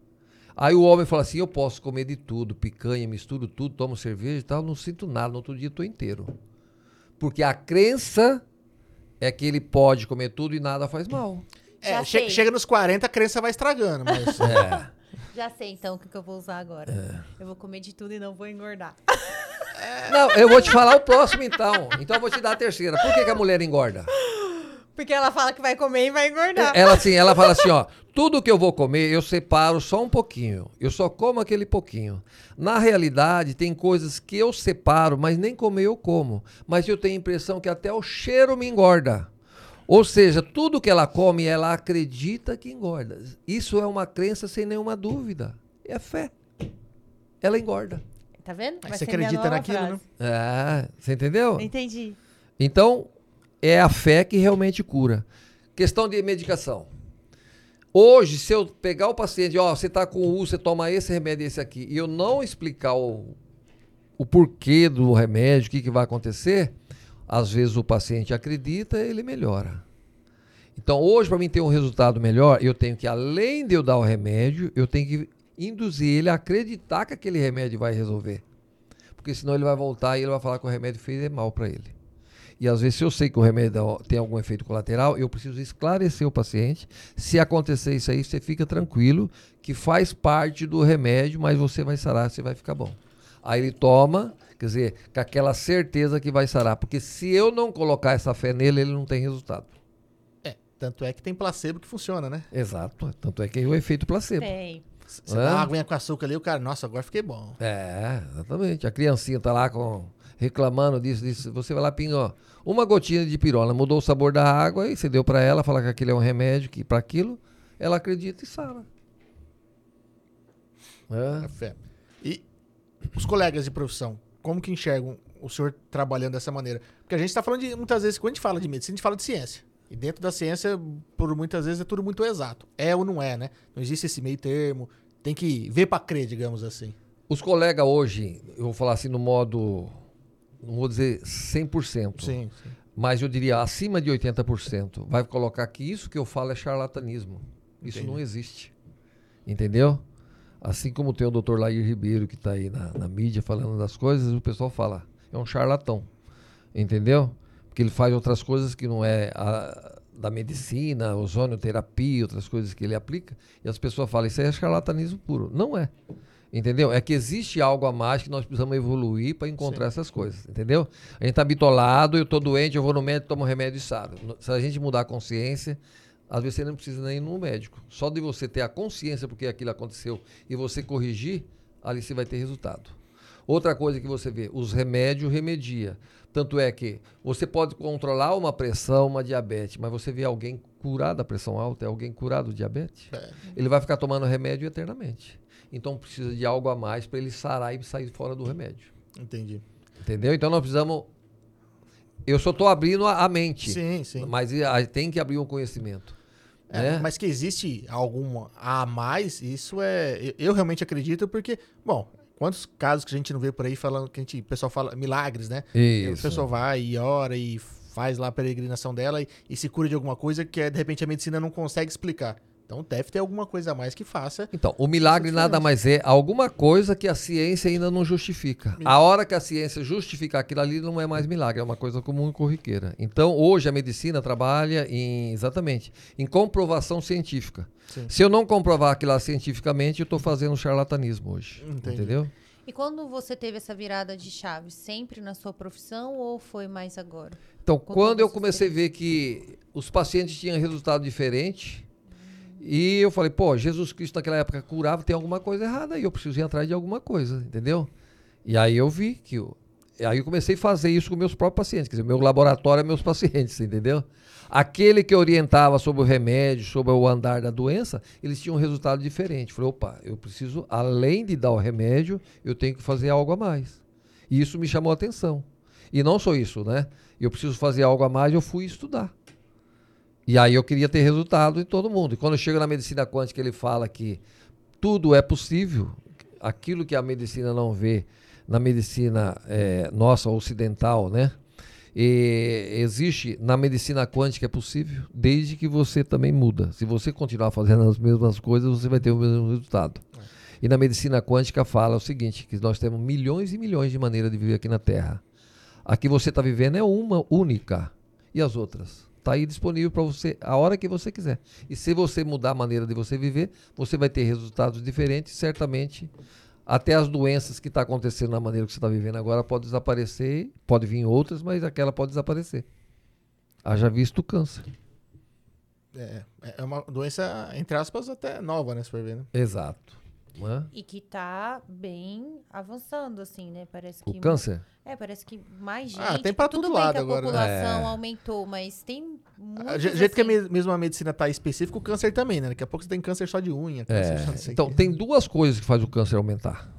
Aí o homem fala assim, eu posso comer de tudo, picanha, misturo tudo, tomo cerveja e tal, não sinto nada, no outro dia estou inteiro. Porque a crença é que ele pode comer tudo e nada faz mal. Já sei. Chega nos 40, a crença vai estragando, mas... Já sei, então, o que eu vou usar agora. Eu vou comer de tudo e não vou engordar. Não, eu vou te falar o próximo então. Então eu vou te dar a terceira. Por que a mulher engorda? Porque ela fala que vai comer e vai engordar. Ela fala assim, tudo que eu vou comer, eu separo só um pouquinho. Eu só como aquele pouquinho. Na realidade, tem coisas que eu separo, mas nem comer eu como. Mas eu tenho a impressão que até o cheiro me engorda. Ou seja, tudo que ela come, ela acredita que engorda. Isso é uma crença sem nenhuma dúvida. É fé. Ela engorda. Tá vendo? Aí Vai você ser minha acredita nova naquilo, frase. né? Você entendeu? Entendi. Então, é a fé que realmente cura. Questão de medicação. Hoje, se eu pegar o paciente, você tá com U, você toma esse remédio e esse aqui, e eu não explicar o porquê do remédio, o que vai acontecer, às vezes o paciente acredita e ele melhora. Então, hoje, para mim ter um resultado melhor, eu tenho que, além de eu dar o remédio, eu tenho que induzir ele a acreditar que aquele remédio vai resolver. Porque senão ele vai voltar e ele vai falar que o remédio fez mal para ele. E às vezes, se eu sei que o remédio tem algum efeito colateral, eu preciso esclarecer o paciente. Se acontecer isso aí, você fica tranquilo, que faz parte do remédio, mas você vai sarar, você vai ficar bom. Aí ele toma, quer dizer, com aquela certeza que vai sarar. Porque se eu não colocar essa fé nele, ele não tem resultado. Tanto é que tem placebo que funciona, né? Exato. Tanto é que é o efeito placebo. Tem. Você dá uma aguinha com açúcar ali, o cara, nossa, agora fiquei bom. Exatamente. A criancinha tá lá reclamando disso. Você vai lá, pinga, uma gotinha de pirona, mudou o sabor da água e você deu pra ela, fala que aquilo é um remédio, que para aquilo, ela acredita e sara. A fé. E os colegas de profissão, como que enxergam o senhor trabalhando dessa maneira? Porque a gente tá falando de, muitas vezes, quando a gente fala de medicina, a gente fala de ciência. E dentro da ciência, por muitas vezes, é tudo muito exato. É ou não é, né? Não existe esse meio termo. Tem que ver pra crer, digamos assim. Os colegas hoje, eu vou falar assim no modo, não vou dizer 100%, Sim. mas eu diria acima de 80%, vai colocar que isso que eu falo é charlatanismo. Isso Entendi. não existe. Entendeu? Assim como tem o Dr. Lair Ribeiro, que está aí na mídia falando das coisas, o pessoal fala, é um charlatão, entendeu? Porque ele faz outras coisas que não é da medicina, ozonioterapia, outras coisas que ele aplica, e as pessoas falam, isso aí é charlatanismo puro. Não é. Entendeu? É que existe algo a mais que nós precisamos evoluir para encontrar essas coisas, entendeu? A gente tá bitolado, eu tô doente, eu vou no médico, tomo remédio e saro. Se a gente mudar a consciência, às vezes você não precisa nem ir no médico. Só de você ter a consciência porque aquilo aconteceu e você corrigir, ali você vai ter resultado. Outra coisa que você vê, os remédios remedia. Tanto é que você pode controlar uma pressão, uma diabetes, mas você vê alguém curado da pressão alta, é alguém curado do diabetes, ele vai ficar tomando remédio eternamente. Então precisa de algo a mais para ele sarar e sair fora do remédio. Entendi. Entendeu? Então nós precisamos... Eu só estou abrindo a mente. Sim, sim. Mas tem que abrir um conhecimento. Né? Mas que existe alguma a mais, isso é... Eu realmente acredito porque... Bom, quantos casos que a gente não vê por aí falando... que o pessoal fala pessoal né? Isso. A pessoa vai e ora e faz lá a peregrinação dela e se cura de alguma coisa que de repente a medicina não consegue explicar. Então deve ter alguma coisa a mais que faça. Então, o milagre nada mais é alguma coisa que a ciência ainda não justifica. A hora que a ciência justificar aquilo ali não é mais milagre, é uma coisa comum e corriqueira. Então, hoje a medicina trabalha exatamente em comprovação científica. Sim. Se eu não comprovar aquilo lá cientificamente, eu estou fazendo charlatanismo hoje. Entendi. Entendeu? E quando você teve essa virada de chave, sempre na sua profissão ou foi mais agora? Então, quando eu comecei a ver que os pacientes tinham resultado diferente... E eu falei, pô, Jesus Cristo naquela época curava, tem alguma coisa errada aí, eu preciso ir atrás de alguma coisa, entendeu? E aí eu vi que... Aí eu comecei a fazer isso com meus próprios pacientes, quer dizer, meu laboratório é meus pacientes, entendeu? Aquele que orientava sobre o remédio, sobre o andar da doença, eles tinham um resultado diferente. Falei, opa, eu preciso, além de dar o remédio, eu tenho que fazer algo a mais. E isso me chamou a atenção. E não só isso, né? Eu preciso fazer algo a mais, eu fui estudar. E aí eu queria ter resultado em todo mundo. E quando eu chego na medicina quântica, ele fala que tudo é possível. Aquilo que a medicina não vê na medicina nossa ocidental, né? E existe na medicina quântica é possível, desde que você também muda. Se você continuar fazendo as mesmas coisas, você vai ter o mesmo resultado. E na medicina quântica fala o seguinte, que nós temos milhões e milhões de maneiras de viver aqui na Terra. A que você está vivendo é uma única. E as outras? Está aí disponível para você a hora que você quiser. E se você mudar a maneira de você viver, você vai ter resultados diferentes. Certamente, até as doenças que estão acontecendo na maneira que você está vivendo agora pode desaparecer. Pode vir outras, mas aquela pode desaparecer. Haja visto o câncer. É uma doença, entre aspas, até nova, né? Se for ver, né? Exato. E que tá bem avançando, assim, né? Parece que... O câncer? Parece que mais gente... tem pra todo lado que agora. A população aumentou, mas tem muitos, Do jeito que assim... mesmo a medicina tá específica, o câncer também, né? Daqui a pouco você tem câncer só de unha. Câncer só não sei Então, tem duas coisas que fazem o câncer aumentar.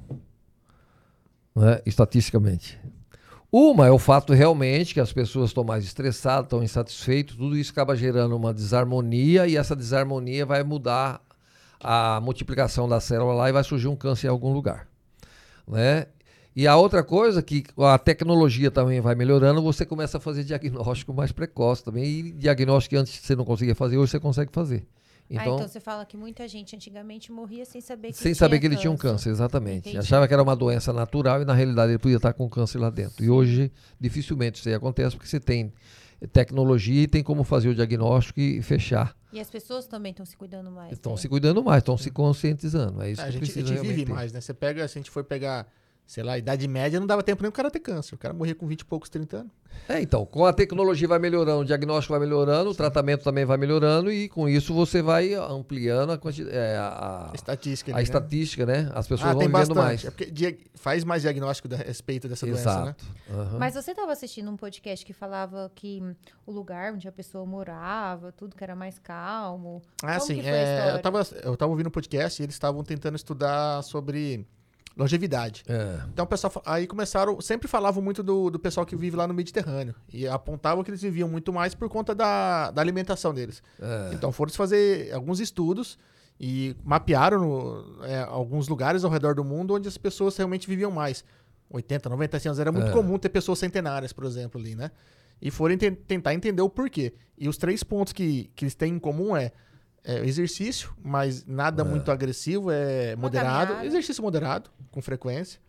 Né? Estatisticamente. Uma é o fato realmente que as pessoas estão mais estressadas, estão insatisfeitas, tudo isso acaba gerando uma desarmonia e essa desarmonia vai mudar a multiplicação da célula lá e vai surgir um câncer em algum lugar, né? E a outra coisa que a tecnologia também vai melhorando, você começa a fazer diagnóstico mais precoce também, e diagnóstico que antes você não conseguia fazer, hoje você consegue fazer. Então você fala que muita gente antigamente morria sem saber que ele tinha um câncer, exatamente. Entendi. Achava que era uma doença natural e na realidade ele podia estar com câncer lá dentro. E hoje dificilmente isso aí acontece porque você tem tecnologia e tem como fazer o diagnóstico e fechar. E as pessoas também estão se cuidando mais. Estão se cuidando mais, estão se conscientizando. É isso que a gente precisa vive mais, né? Você pega, se a gente for pegar, sei lá, a idade média, não dava tempo nem o cara ter câncer. O cara morria com 20 e poucos, 30 anos. Então, com a tecnologia vai melhorando, o diagnóstico vai melhorando, o tratamento também vai melhorando e com isso você vai ampliando a estatística. A estatística, né? As pessoas vão tem vivendo bastante. mais. É porque faz mais diagnóstico a respeito dessa doença, né? Uhum. Mas você estava assistindo um podcast que falava que o lugar onde a pessoa morava, tudo que era mais calmo. Como sim. que foi a história? Eu tava ouvindo um podcast e eles estavam tentando estudar sobre longevidade. Então o pessoal aí sempre falavam muito do pessoal que vive lá no Mediterrâneo e apontavam que eles viviam muito mais por conta da alimentação deles. Então foram fazer alguns estudos e mapearam alguns lugares ao redor do mundo onde as pessoas realmente viviam mais. 80, 90 anos. Era muito comum ter pessoas centenárias, por exemplo, ali, né? E foram tentar entender o porquê. E os 3 pontos que eles têm em comum exercício, mas nada muito agressivo, moderado. caminhada. Exercício moderado, com frequência.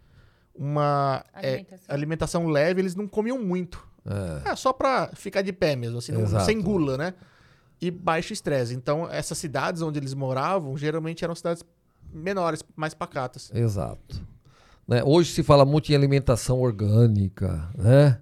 Uma alimentação leve, eles não comiam muito. Só pra ficar de pé mesmo, assim, sem gula, né? E baixo estresse. Então, essas cidades onde eles moravam, geralmente eram cidades menores, mais pacatas. Exato. Né? Hoje se fala muito em alimentação orgânica, né?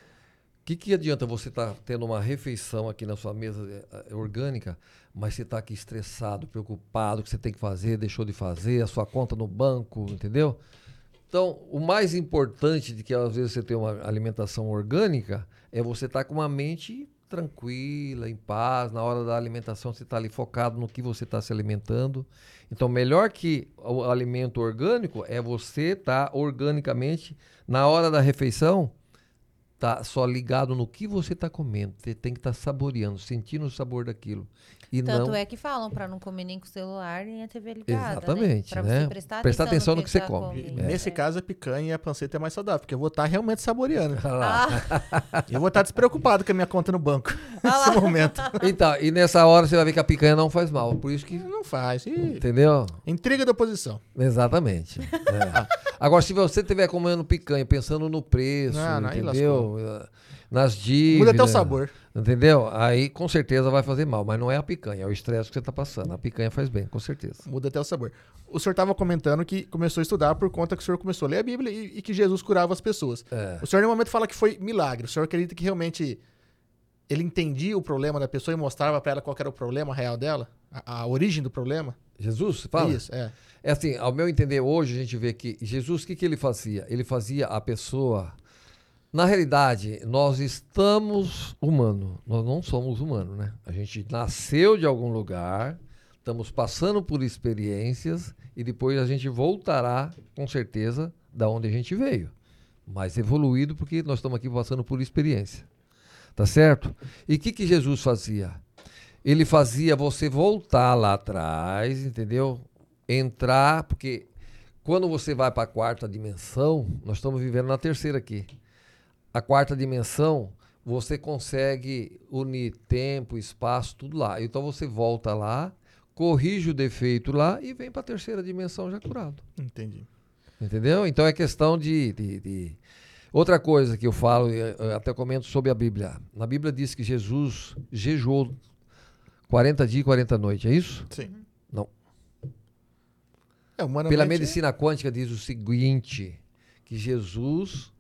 O que adianta você estar tendo uma refeição aqui na sua mesa orgânica, mas você está aqui estressado, preocupado, o que você tem que fazer, deixou de fazer, a sua conta no banco, entendeu? Então, o mais importante de que às vezes você tem uma alimentação orgânica é você estar com uma mente tranquila, em paz, na hora da alimentação você está ali focado no que você está se alimentando. Então, melhor que o alimento orgânico é você estar organicamente, na hora da refeição, tá só ligado no que você está comendo. Você tem que estar saboreando, sentindo o sabor daquilo. E Tanto é que falam para não comer nem com o celular nem a TV ligada. Exatamente, né? Pra né? você prestar atenção no que você come. comendo. Nesse caso, a picanha e a panceta é mais saudável, porque eu vou estar realmente saboreando. Ah, Eu vou estar despreocupado com a minha conta no banco nesse momento. Então, e nessa hora você vai ver que a picanha não faz mal. Por isso que. Não faz. Entendeu? Intriga da oposição. Exatamente. Agora, se você estiver comendo picanha, pensando no preço, aí entendeu? Nas dívidas. Muda até o sabor. Entendeu? Aí com certeza vai fazer mal, mas não é a picanha, é o estresse que você está passando. A picanha faz bem, com certeza. Muda até o sabor. O senhor estava comentando que começou a estudar por conta que o senhor começou a ler a Bíblia e que Jesus curava as pessoas. O senhor, em um momento, fala que foi milagre. O senhor acredita que realmente ele entendia o problema da pessoa e mostrava para ela qual era o problema real dela? A origem do problema? Jesus, fala? Isso, É assim, ao meu entender, hoje a gente vê que Jesus, o que ele fazia? Ele fazia a pessoa... Na realidade, nós estamos humanos, nós não somos humanos, né? A gente nasceu de algum lugar, estamos passando por experiências e depois a gente voltará, com certeza, da onde a gente veio. Mais evoluído porque nós estamos aqui passando por experiência. Tá certo? E o que Jesus fazia? Ele fazia você voltar lá atrás, entendeu? Entrar, porque quando você vai para a quarta dimensão, nós estamos vivendo na terceira aqui. A quarta dimensão, você consegue unir tempo, espaço, tudo lá. Então você volta lá, corrige o defeito lá e vem para a terceira dimensão já curado. Entendi. Entendeu? Então é questão de... Outra coisa que eu falo, eu até comento sobre a Bíblia. Na Bíblia diz que Jesus jejuou 40 dias e 40 noites, é isso? Sim. Não. Humanamente... Pela medicina quântica diz o seguinte, que Jesus...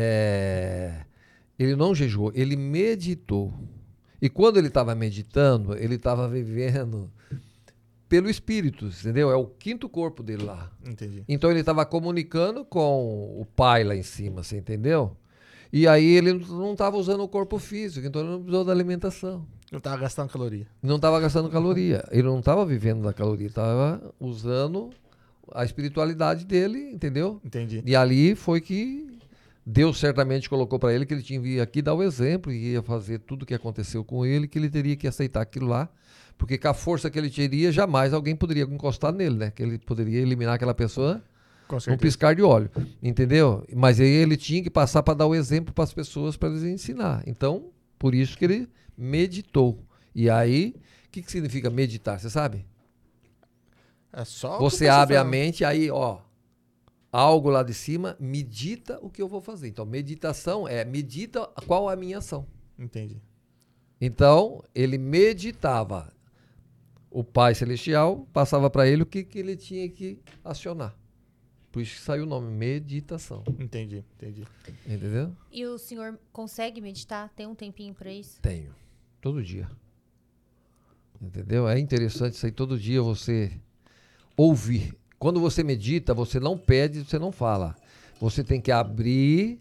ele não jejuou, ele meditou. E quando ele estava meditando, ele estava vivendo pelo Espírito, entendeu? É o quinto corpo dele lá. Entendi. Então ele estava comunicando com o Pai lá em cima, você entendeu? E aí ele não estava usando o corpo físico, então ele não precisou da alimentação. Não estava gastando caloria. Não estava gastando caloria. Ele não estava vivendo da caloria, estava usando a espiritualidade dele, entendeu? Entendi. E ali foi que Deus certamente colocou para ele que ele tinha que vir aqui dar o exemplo e ia fazer tudo o que aconteceu com ele, que ele teria que aceitar aquilo lá, porque com a força que ele teria, jamais alguém poderia encostar nele, né? Que ele poderia eliminar aquela pessoa num piscar de olho, entendeu? Mas aí ele tinha que passar para dar o exemplo para as pessoas, para eles ensinar. Então, por isso que ele meditou. E aí, o que significa meditar, você sabe? É só você abre a mente, aí, ó, algo lá de cima, medita o que eu vou fazer. Então, meditação medita qual é a minha ação. Entendi. Então, ele meditava. O Pai Celestial passava para ele o que ele tinha que acionar. Por isso que saiu o nome, meditação. Entendi. Entendeu? E o senhor consegue meditar? Tem um tempinho para isso? Tenho. Todo dia. Entendeu? É interessante isso aí, todo dia você ouvir. Quando você medita, você não pede, você não fala. Você tem que abrir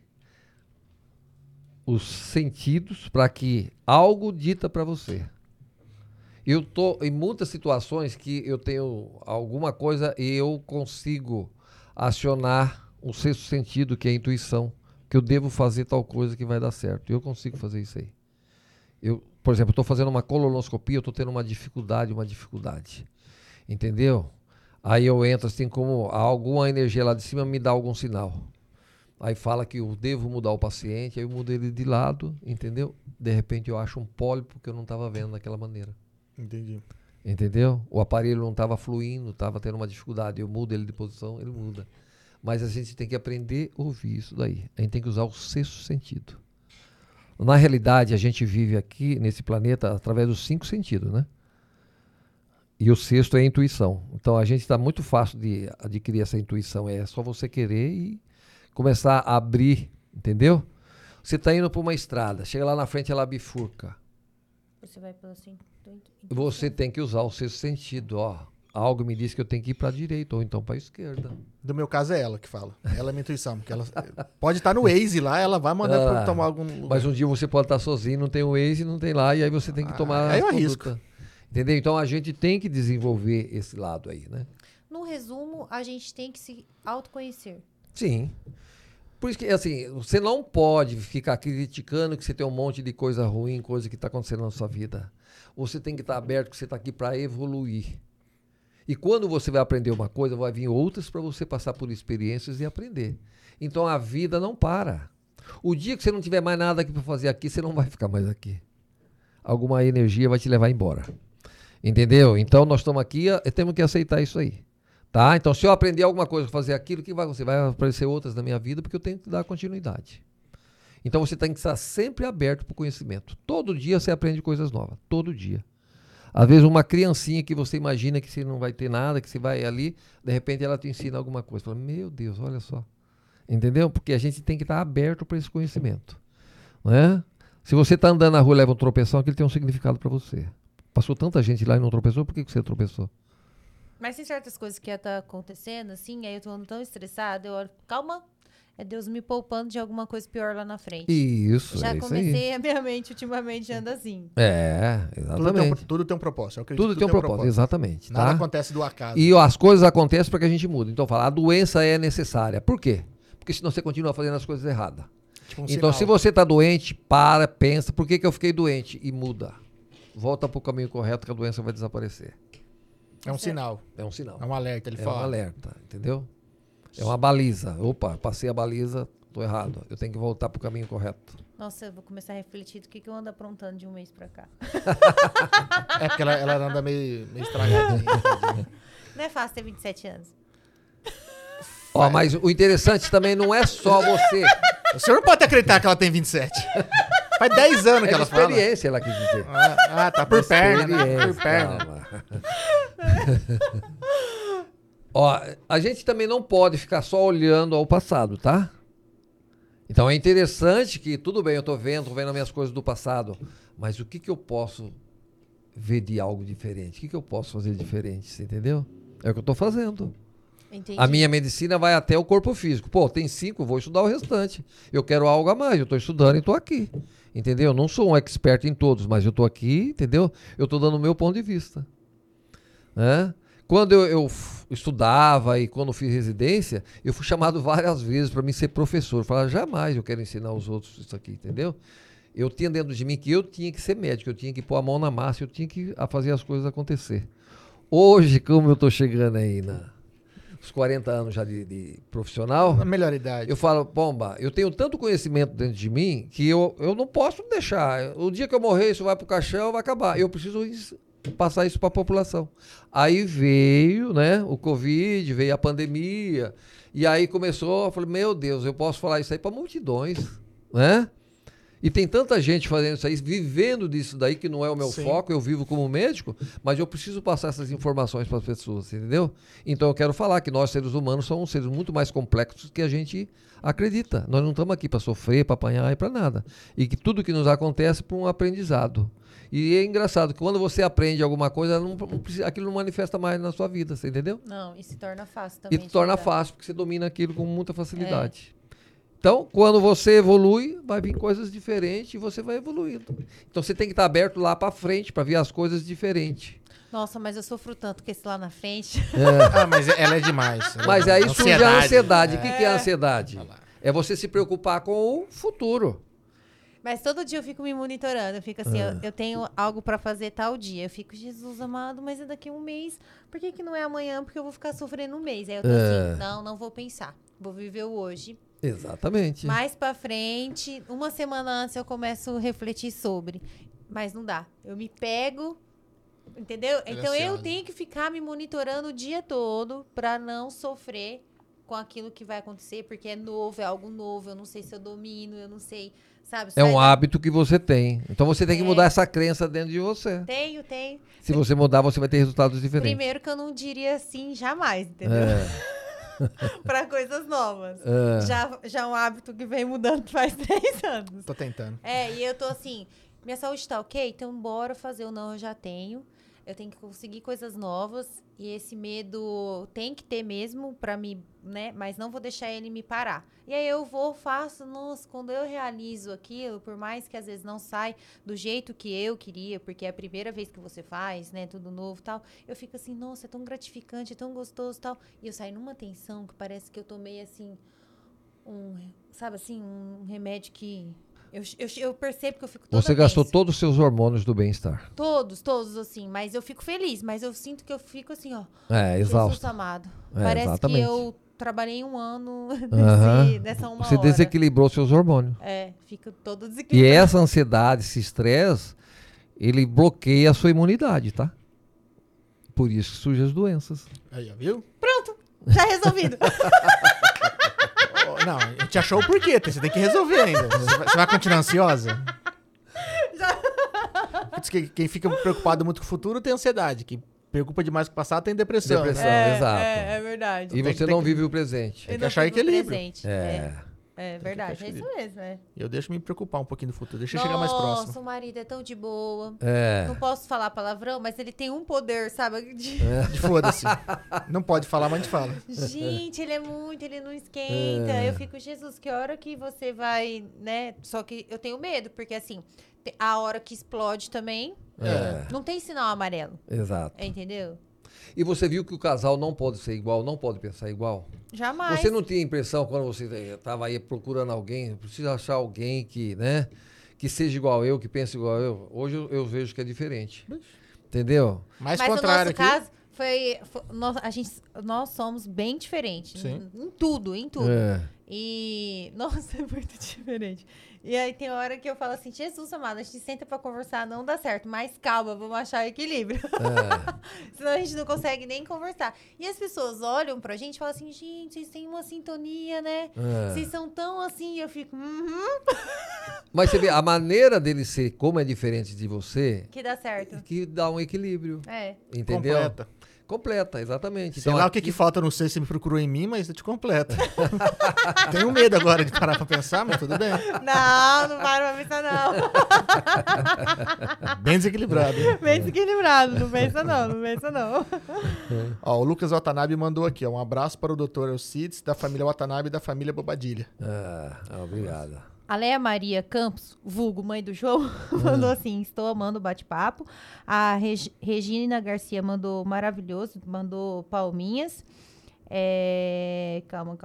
os sentidos para que algo dita para você. Eu estou em muitas situações que eu tenho alguma coisa e eu consigo acionar o sexto sentido, que é a intuição, que eu devo fazer tal coisa que vai dar certo. Eu consigo fazer isso aí. Por exemplo, estou fazendo uma colonoscopia, eu estou tendo uma dificuldade. Entendeu? Aí eu entro assim, como alguma energia lá de cima me dá algum sinal. Aí fala que eu devo mudar o paciente, aí eu mudo ele de lado, entendeu? De repente eu acho um pólipo que eu não estava vendo daquela maneira. Entendi. Entendeu? O aparelho não estava fluindo, estava tendo uma dificuldade. Eu mudo ele de posição, ele muda. Mas a gente tem que aprender a ouvir isso daí. A gente tem que usar o sexto sentido. Na realidade, a gente vive aqui nesse planeta através dos 5 sentidos, né? E o sexto é a intuição. Então a gente está muito fácil de adquirir essa intuição. É só você querer e começar a abrir, entendeu? Você está indo por uma estrada, chega lá na frente, ela bifurca. Você vai pelo assim. Você tem que usar o sexto sentido, ó. Algo me diz que eu tenho que ir para a direita ou então para a esquerda. Do meu caso é ela que fala. Ela é minha intuição. Porque ela pode estar no Waze lá, ela vai mandar pra eu tomar algum lugar. Mas um dia você pode estar sozinho, não tem o Waze, não tem lá, e aí você tem que tomar aí eu a arrisco. conduta. Entendeu? Então a gente tem que desenvolver esse lado aí, né? No resumo, a gente tem que se autoconhecer. Sim. Por isso que, assim, você não pode ficar criticando que você tem um monte de coisa ruim, coisa que está acontecendo na sua vida. Você tem que estar aberto, que você está aqui para evoluir. E quando você vai aprender uma coisa, vai vir outras para você passar por experiências e aprender. Então a vida não para. O dia que você não tiver mais nada aqui para fazer aqui, você não vai ficar mais aqui. Alguma energia vai te levar embora. Entendeu? Então nós estamos aqui, temos que aceitar isso aí. Tá? Então se eu aprender alguma coisa, fazer aquilo, o que vai acontecer? Vai aparecer outras na minha vida porque eu tenho que dar continuidade. Então você tem que estar sempre aberto para o conhecimento. Todo dia você aprende coisas novas. Todo dia. Às vezes uma criancinha que você imagina que você não vai ter nada, que você vai ali, de repente ela te ensina alguma coisa. Fala, meu Deus, olha só. Entendeu? Porque a gente tem que estar aberto para esse conhecimento. Não é? Se você está andando na rua e leva um tropeção, aquilo tem um significado para você. Passou tanta gente lá e não tropeçou, por que você tropeçou? Mas tem certas coisas que tá acontecendo, assim, aí eu tô tão estressada, eu olho, calma, é Deus me poupando de alguma coisa pior lá na frente. Isso, Já é isso comecei, aí. a minha mente ultimamente anda assim. É, exatamente. Tudo tem um propósito. Eu acredito Tudo que tem um propósito, exatamente. Nada Tá? acontece do acaso. E as coisas acontecem para que a gente mude. Então fala, a doença é necessária. Por quê? Porque senão você continua fazendo as coisas erradas. Tipo um Então sinal. se você está doente, para, pensa, por que eu fiquei doente? E muda. Volta para o caminho correto que a doença vai desaparecer. É um sinal. É um sinal. É um alerta. Ele É fala. um alerta, entendeu? É uma baliza. Opa, passei a baliza, tô errado. Eu tenho que voltar pro caminho correto. Nossa, eu vou começar a refletir do que eu ando aprontando de um mês pra cá. É porque ela anda meio estragadinha. tadinha. Não é fácil ter 27 anos. Ó, mas o interessante também não é só você. O senhor não pode acreditar que ela tem 27. Faz 10 anos É que de ela fala. experiência, ela quis dizer. Tá por perna, né? Experiência, Por perna. calma. Ó, a gente também não pode ficar só olhando ao passado, tá? Então é interessante que, tudo bem, eu tô vendo as minhas coisas do passado, mas o que eu posso ver de algo diferente? O que eu posso fazer diferente, você entendeu? É o que eu tô fazendo. Entendi. A minha medicina vai até o corpo físico. Pô, tem 5, vou estudar o restante. Eu quero algo a mais, eu tô estudando e tô aqui. Entendeu? Não sou um expert em todos, mas eu tô aqui, entendeu? Eu tô dando o meu ponto de vista. Né? Quando eu estudava e quando fiz residência, eu fui chamado várias vezes para mim ser professor. Eu falava, jamais eu quero ensinar os outros isso aqui, entendeu? Eu tinha dentro de mim que eu tinha que ser médico, eu tinha que pôr a mão na massa, eu tinha que fazer as coisas acontecer. Hoje, como eu tô chegando aí nos 40 anos já de profissional, Na melhor idade. eu falo, pomba, eu tenho tanto conhecimento dentro de mim que eu não posso deixar. O dia que eu morrer, isso vai pro caixão, vai acabar. Eu preciso passar isso para a população. Aí veio, né, o Covid, veio a pandemia, e aí começou, eu falei, meu Deus, eu posso falar isso aí para multidões, né? E tem tanta gente fazendo isso aí, vivendo disso daí, que não é o meu Sim. foco, eu vivo como médico, mas eu preciso passar essas informações para as pessoas, entendeu? Então eu quero falar que nós, seres humanos, somos seres muito mais complexos que a gente acredita. Nós não estamos aqui para sofrer, para apanhar e para nada. E que tudo que nos acontece é por um aprendizado. E é engraçado que quando você aprende alguma coisa, aquilo não manifesta mais na sua vida, você entendeu? Não, e se torna fácil E também. te torna de lidar. fácil, porque você domina aquilo com muita facilidade. Então, quando você evolui, vai vir coisas diferentes e você vai evoluindo. Então, você tem que estar aberto lá para frente para ver as coisas diferentes. Nossa, mas eu sofro tanto com esse lá na frente. Mas ela é demais. Mas aí surge a ansiedade. O que que é a ansiedade? Olha lá. É você se preocupar com o futuro. Mas todo dia eu fico me monitorando. Eu fico assim, eu tenho algo pra fazer tal dia. Eu fico, Jesus amado, mas é daqui a um mês. Por que não é amanhã? Porque eu vou ficar sofrendo um mês. Aí eu tô assim, não vou pensar. Vou viver o hoje. Exatamente. Mais pra frente, uma semana antes eu começo a refletir sobre. Mas não dá. Eu me pego Entendeu? Ela é Então eu ansiosa. tenho que ficar me monitorando o dia todo pra não sofrer com aquilo que vai acontecer, porque é novo, é algo novo, eu não sei se eu domino, eu não sei, sabe? É sai um da- hábito que você tem. Então você tem que mudar essa crença dentro de você. Tenho. Se você mudar, você vai ter resultados diferentes. Primeiro que eu não diria sim jamais, entendeu? Pra coisas novas. Já é um hábito que vem mudando faz 3 anos. Tô tentando. E eu tô assim, minha saúde tá ok? Então bora fazer o não, eu já tenho. Eu tenho que conseguir coisas novas. E esse medo tem que ter mesmo pra mim, né? Mas não vou deixar ele me parar. E aí eu vou, faço, nossa, quando eu realizo aquilo, por mais que às vezes não sai do jeito que eu queria, porque é a primeira vez que você faz, né? Tudo novo e tal. Eu fico assim, nossa, é tão gratificante, é tão gostoso e tal. E eu saio numa tensão que parece que eu tomei assim, sabe assim, um remédio que... Eu percebo que eu fico toda Você gastou tensa. todos os seus hormônios do bem-estar. Todos, assim. Mas eu fico feliz. Mas eu sinto que eu fico assim, ó. É, Jesus exausto. amado. É, Parece exatamente. que eu trabalhei 1 ano Aham. nessa uma Você hora. desequilibrou seus hormônios. Fico todo E desequilibrado. essa ansiedade, esse estresse, ele bloqueia a sua imunidade, tá? Por isso que surgem as doenças. Aí, ó, viu? Já resolvido. Oh, não, a gente achou o porquê, você tem que resolver ainda. Você vai continuar ansiosa? Diz que quem fica preocupado muito com o futuro tem ansiedade. Quem preocupa demais com o passado tem depressão. Depressão. Né? exato. É verdade. E Tem você que- não tem que- vive o presente. Eu que não achar vivo o equilíbrio. presente. É verdade. É isso mesmo, Eu deixo me preocupar um pouquinho no futuro. Deixa eu chegar mais próximo. Nossa, o marido é tão de boa. É. Não posso falar palavrão, mas ele tem um poder, sabe? De foda-se. Não pode falar, mas a gente fala. Gente, ele não esquenta. Eu fico, Jesus, que hora que você vai, né? Só que eu tenho medo, porque assim, a hora que explode também, não tem sinal amarelo. Exato. Entendeu? E você viu que o casal não pode ser igual, não pode pensar igual? Jamais. Você não tinha impressão quando você estava aí procurando alguém, precisa achar alguém que, né, que seja igual eu, que pense igual eu. Hoje eu vejo que é diferente. Entendeu? Mais Mas no contrário nosso aqui. caso, nós somos bem diferentes. Sim. Em tudo. É. E, nossa, é muito diferente. E aí tem hora que eu falo assim, Jesus amado, a gente senta pra conversar, não dá certo, mas calma, vamos achar o equilíbrio. Senão a gente não consegue nem conversar. E as pessoas olham pra gente e falam assim, gente, vocês têm uma sintonia, né? Vocês são tão assim, e eu fico, Mas você vê, a maneira dele ser, como é diferente de você, que dá certo. que dá um equilíbrio. É. Entendeu? Completa. Completa, exatamente. Sei Então, lá o que falta, não sei se me procurou em mim, mas eu te completo. Tenho medo agora de parar pra pensar, mas tudo bem. Não para pra pensar, não. Bem desequilibrado. Bem desequilibrado, não pensa não. Ó, o Lucas Watanabe mandou aqui, ó, um abraço para o Dr. Alcides, da família Watanabe e da família Bobadilha. obrigado. A Leia Maria Campos, vulgo mãe do João, mandou assim, estou amando o bate-papo. A Regina Garcia mandou maravilhoso, mandou palminhas. Calma.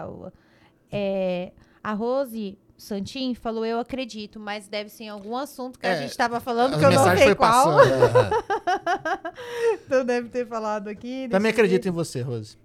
A Rose Santin falou, eu acredito, mas deve ser em algum assunto que a gente estava falando, A que eu não mensagem sei foi qual. passando. Então deve ter falado aqui. Também deixa eu ver. acredito em você, Rose.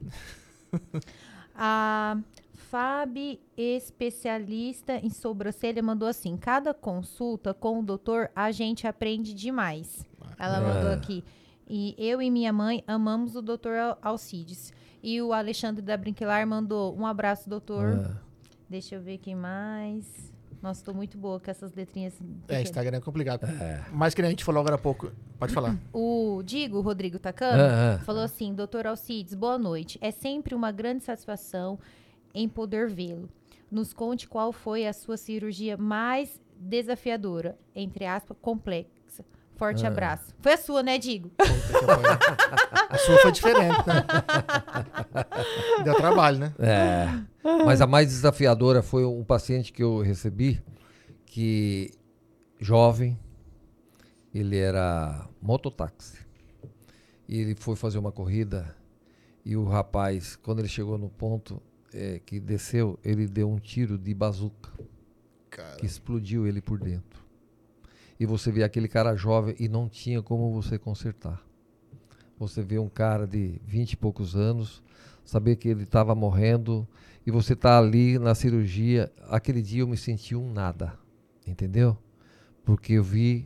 A Fabi, especialista em sobrancelha, mandou assim: cada consulta com o doutor a gente aprende demais. Ela mandou aqui. E eu e minha mãe amamos o doutor Alcides. E o Alexandre da Brinquilar mandou um abraço, doutor. Deixa eu ver quem mais. Nossa, tô muito boa com essas letrinhas. Instagram é complicado. Mas que nem a gente falou agora há pouco. Pode falar. O Rodrigo Takano, falou assim: doutor Alcides, boa noite. É sempre uma grande satisfação em poder vê-lo. Nos conte qual foi a sua cirurgia mais desafiadora, entre aspas, complexa. Forte abraço. Foi a sua, né, Digo? A sua foi diferente, né? Deu trabalho, né? Mas a mais desafiadora foi um paciente que eu recebi, que jovem, ele era mototáxi. E ele foi fazer uma corrida e o rapaz, quando ele chegou no ponto que desceu, ele deu um tiro de bazuca que explodiu ele por dentro. E você vê aquele cara jovem e não tinha como você consertar. Você vê um cara de 20 e poucos anos, saber que ele estava morrendo e você tá ali na cirurgia. Aquele dia eu me senti um nada, entendeu? Porque eu vi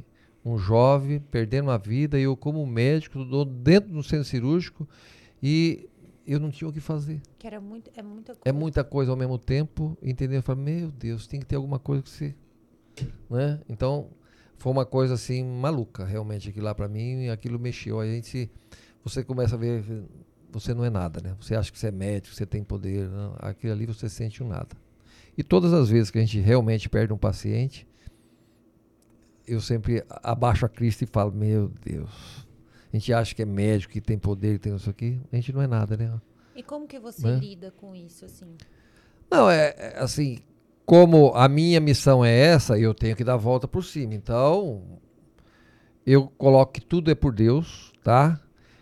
um jovem perdendo a vida, eu como médico, dentro do centro cirúrgico, e eu não tinha o que fazer. Que é muita coisa. É muita coisa ao mesmo tempo, entendeu? Eu falei, meu Deus, tem que ter alguma coisa que você... Né? Então, foi uma coisa assim, maluca, realmente, aquilo lá pra mim, e aquilo mexeu. Aí você começa a ver, você não é nada, né? Você acha que você é médico, você tem poder, não. Aquilo ali você sente um nada. E todas as vezes que a gente realmente perde um paciente, eu sempre abaixo a Cristo e falo, meu Deus, a gente acha que é médico, que tem poder, que tem isso aqui, a gente não é nada, né? E como que você Né? lida com isso, assim? Não, assim, como a minha missão é essa, eu tenho que dar a volta por cima. Então, eu coloco que tudo é por Deus, tá?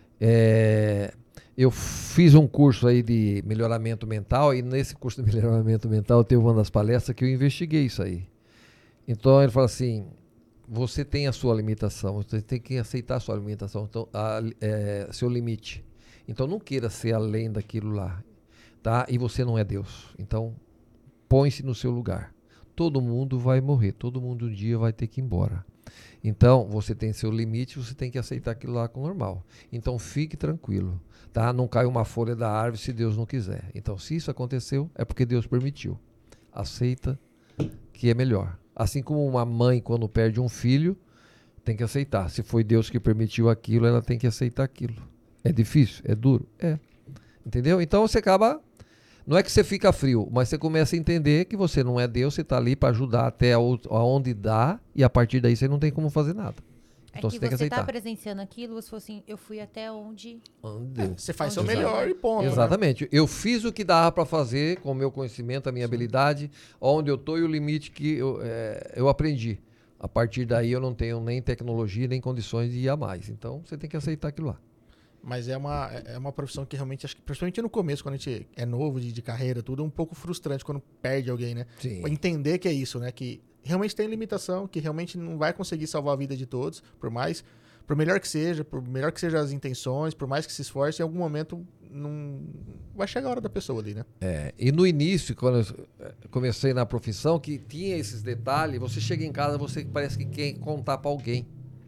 Eu fiz um curso aí de melhoramento mental, e nesse curso de melhoramento mental teve uma das palestras que eu investiguei isso aí. Então, ele fala assim, você tem a sua limitação, você tem que aceitar a sua limitação, então, seu limite. Então, não queira ser além daquilo lá, tá? E você não é Deus. Então, põe-se no seu lugar. Todo mundo vai morrer, todo mundo um dia vai ter que ir embora. Então, você tem seu limite, você tem que aceitar aquilo lá como normal. Então, fique tranquilo, tá? Não cai uma folha da árvore se Deus não quiser. Então, se isso aconteceu, é porque Deus permitiu. Aceita que é melhor. Assim como uma mãe, quando perde um filho, tem que aceitar. Se foi Deus que permitiu aquilo, ela tem que aceitar aquilo. É difícil? É duro? É. Entendeu? Então, você acaba... Não é que você fica frio, mas você começa a entender que você não é Deus, você está ali para ajudar até aonde dá, e a partir daí você não tem como fazer nada. Então que você tem que você aceitar. tá presenciando aquilo, você falou assim, eu fui até onde... Você faz seu Onde melhor e ponto. né? Exatamente. Eu fiz o que dava para fazer com o meu conhecimento, a minha habilidade, onde eu estou e o limite que eu aprendi. A partir daí eu não tenho nem tecnologia, nem condições de ir a mais. Então você tem que aceitar aquilo lá. Mas é uma profissão que realmente, acho que principalmente no começo, quando a gente é novo de carreira, tudo, é um pouco frustrante quando perde alguém, né? Sim. Entender que é isso, né? Que realmente tem limitação, que realmente não vai conseguir salvar a vida de todos, por melhor que seja, por melhor que sejam as intenções, por mais que se esforce, em algum momento não vai chegar a hora da pessoa ali, né? E no início, quando eu comecei na profissão, que tinha esses detalhes, você chega em casa, você parece que quer contar para alguém.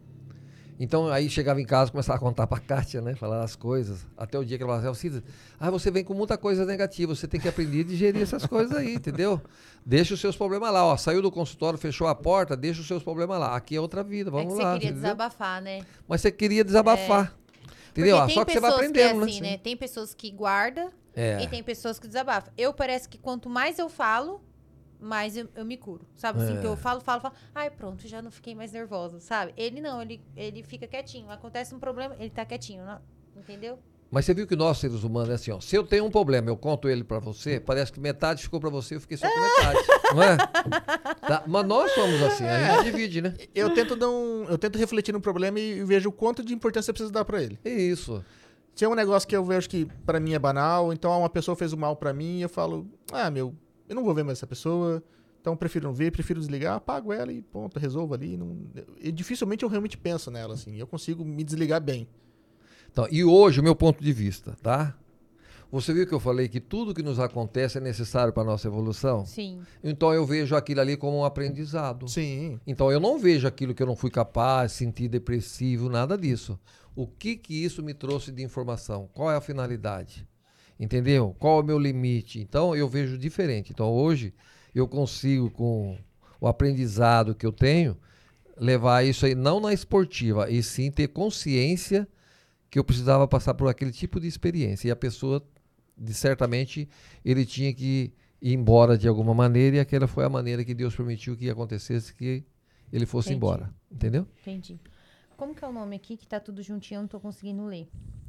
Então, aí chegava em casa, começava a contar pra Kátia, né? Falar as coisas. Até o dia que ela falava assim, você vem com muita coisa negativa, você tem que aprender a digerir essas coisas aí, entendeu? Deixa os seus problemas lá, ó. Saiu do consultório, fechou a porta, deixa os seus problemas lá. Aqui é outra vida, vamos lá. É que você queria entendeu? desabafar, né? Mas você queria desabafar. Entendeu? Porque tem Só que você vai pessoas aprendendo, que é assim, né? Tem pessoas que guardam e tem pessoas que desabafam. Eu parece que quanto mais eu falo, mais eu me curo. Sabe assim, que eu falo. Ai, pronto, já não fiquei mais nervosa, sabe? Ele não, ele fica quietinho. Acontece um problema, ele tá quietinho, não, entendeu? Mas você viu que nós, seres humanos, é assim, ó. Se eu tenho um problema, eu conto ele pra você, parece que metade ficou pra você, eu fiquei só com metade. Não é? Tá? Mas nós somos assim, a gente divide, né? Eu tento refletir no problema e vejo o quanto de importância você precisa dar pra ele. É isso. Se é um negócio que eu vejo que pra mim é banal, então uma pessoa fez o mal pra mim, eu falo, eu não vou ver mais essa pessoa, então prefiro não ver, prefiro desligar, apago ela e ponto, resolvo ali. E dificilmente eu realmente penso nela, assim, eu consigo me desligar bem. Então, e hoje, o meu ponto de vista, tá? Você viu que eu falei que tudo que nos acontece é necessário para a nossa evolução? Sim. Então eu vejo aquilo ali como um aprendizado. Sim. Então eu não vejo aquilo que eu não fui capaz, sentir depressivo, nada disso. O que isso me trouxe de informação? Qual é a finalidade? Entendeu? Qual é o meu limite? Então eu vejo diferente. Então hoje eu consigo, com o aprendizado que eu tenho, levar isso aí não na esportiva, e sim ter consciência que eu precisava passar por aquele tipo de experiência. E a pessoa, certamente, ele tinha que ir embora de alguma maneira, e aquela foi a maneira que Deus permitiu que acontecesse, que ele fosse embora. Entendeu? Entendi. Como que é o nome aqui, que tá tudo juntinho, eu não tô conseguindo ler.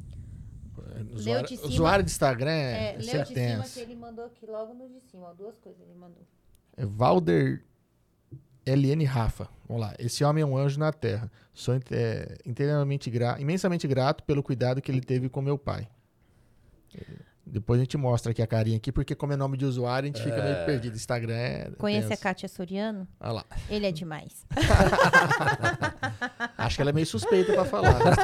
Usuário de Instagram leu de cima tenso. que ele mandou aqui, logo no de cima, ó, 2 coisas ele mandou. É Valder LN Rafa. Vamos lá. Esse homem é um anjo na terra. Sou imensamente grato pelo cuidado que ele teve com meu pai. Depois a gente mostra aqui a carinha aqui, porque como é nome de usuário, a gente fica meio perdido. Instagram é Conhece tenso. a Kátia Soriano? Olha lá. Ele é demais. Acho que ela é meio suspeita pra falar, mas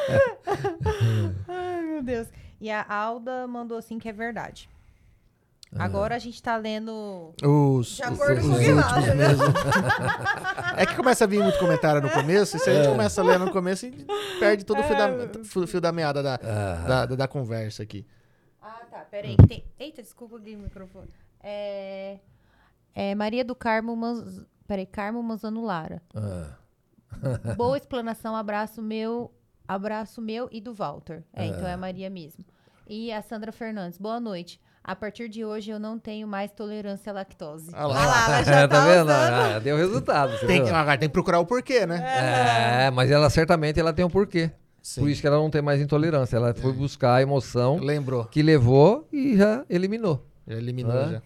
tudo bem. Ai, meu Deus. E a Alda mandou assim que é verdade. Agora a gente tá lendo Os de acordo com o últimos que fala, né? mesmo. É que começa a vir muito comentário no começo, e se a gente começa a ler no começo, a gente perde todo o fio da meada da conversa aqui. Ah, tá. Peraí. Que tem... Eita, desculpa aqui o microfone. Maria do Carmo... Peraí, Carmo Manzano Lara. Boa explanação, abraço meu e do Walter. Então é a Maria mesmo. E a Sandra Fernandes, boa noite. A partir de hoje eu não tenho mais tolerância à lactose. Ah lá. Ah lá, ela já tá vendo? usando. Deu resultado. você Tem viu? agora tem que procurar o porquê, né? Mas ela certamente ela tem um porquê. Sim. Por isso que ela não tem mais intolerância. Ela foi buscar a emoção Lembrou. que levou e já eliminou. Já eliminou, já.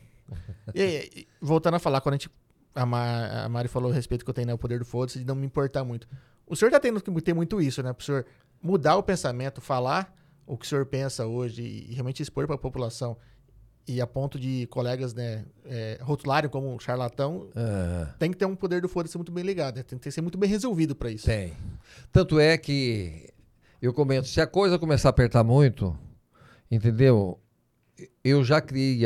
E voltando a falar, quando a Mari falou a respeito que eu tenho, né, o poder do foda-se, de não me importar muito. O senhor tá tendo que ter muito isso, né? Pro senhor mudar o pensamento, falar o que o senhor pensa hoje e realmente expor para a população. E a ponto de colegas, né, rotularem como charlatão, tem que ter um poder do foda-se muito bem ligado. Né? Tem que ser muito bem resolvido para isso. Tem. Tanto é que eu comento, se a coisa começar a apertar muito, entendeu? Eu já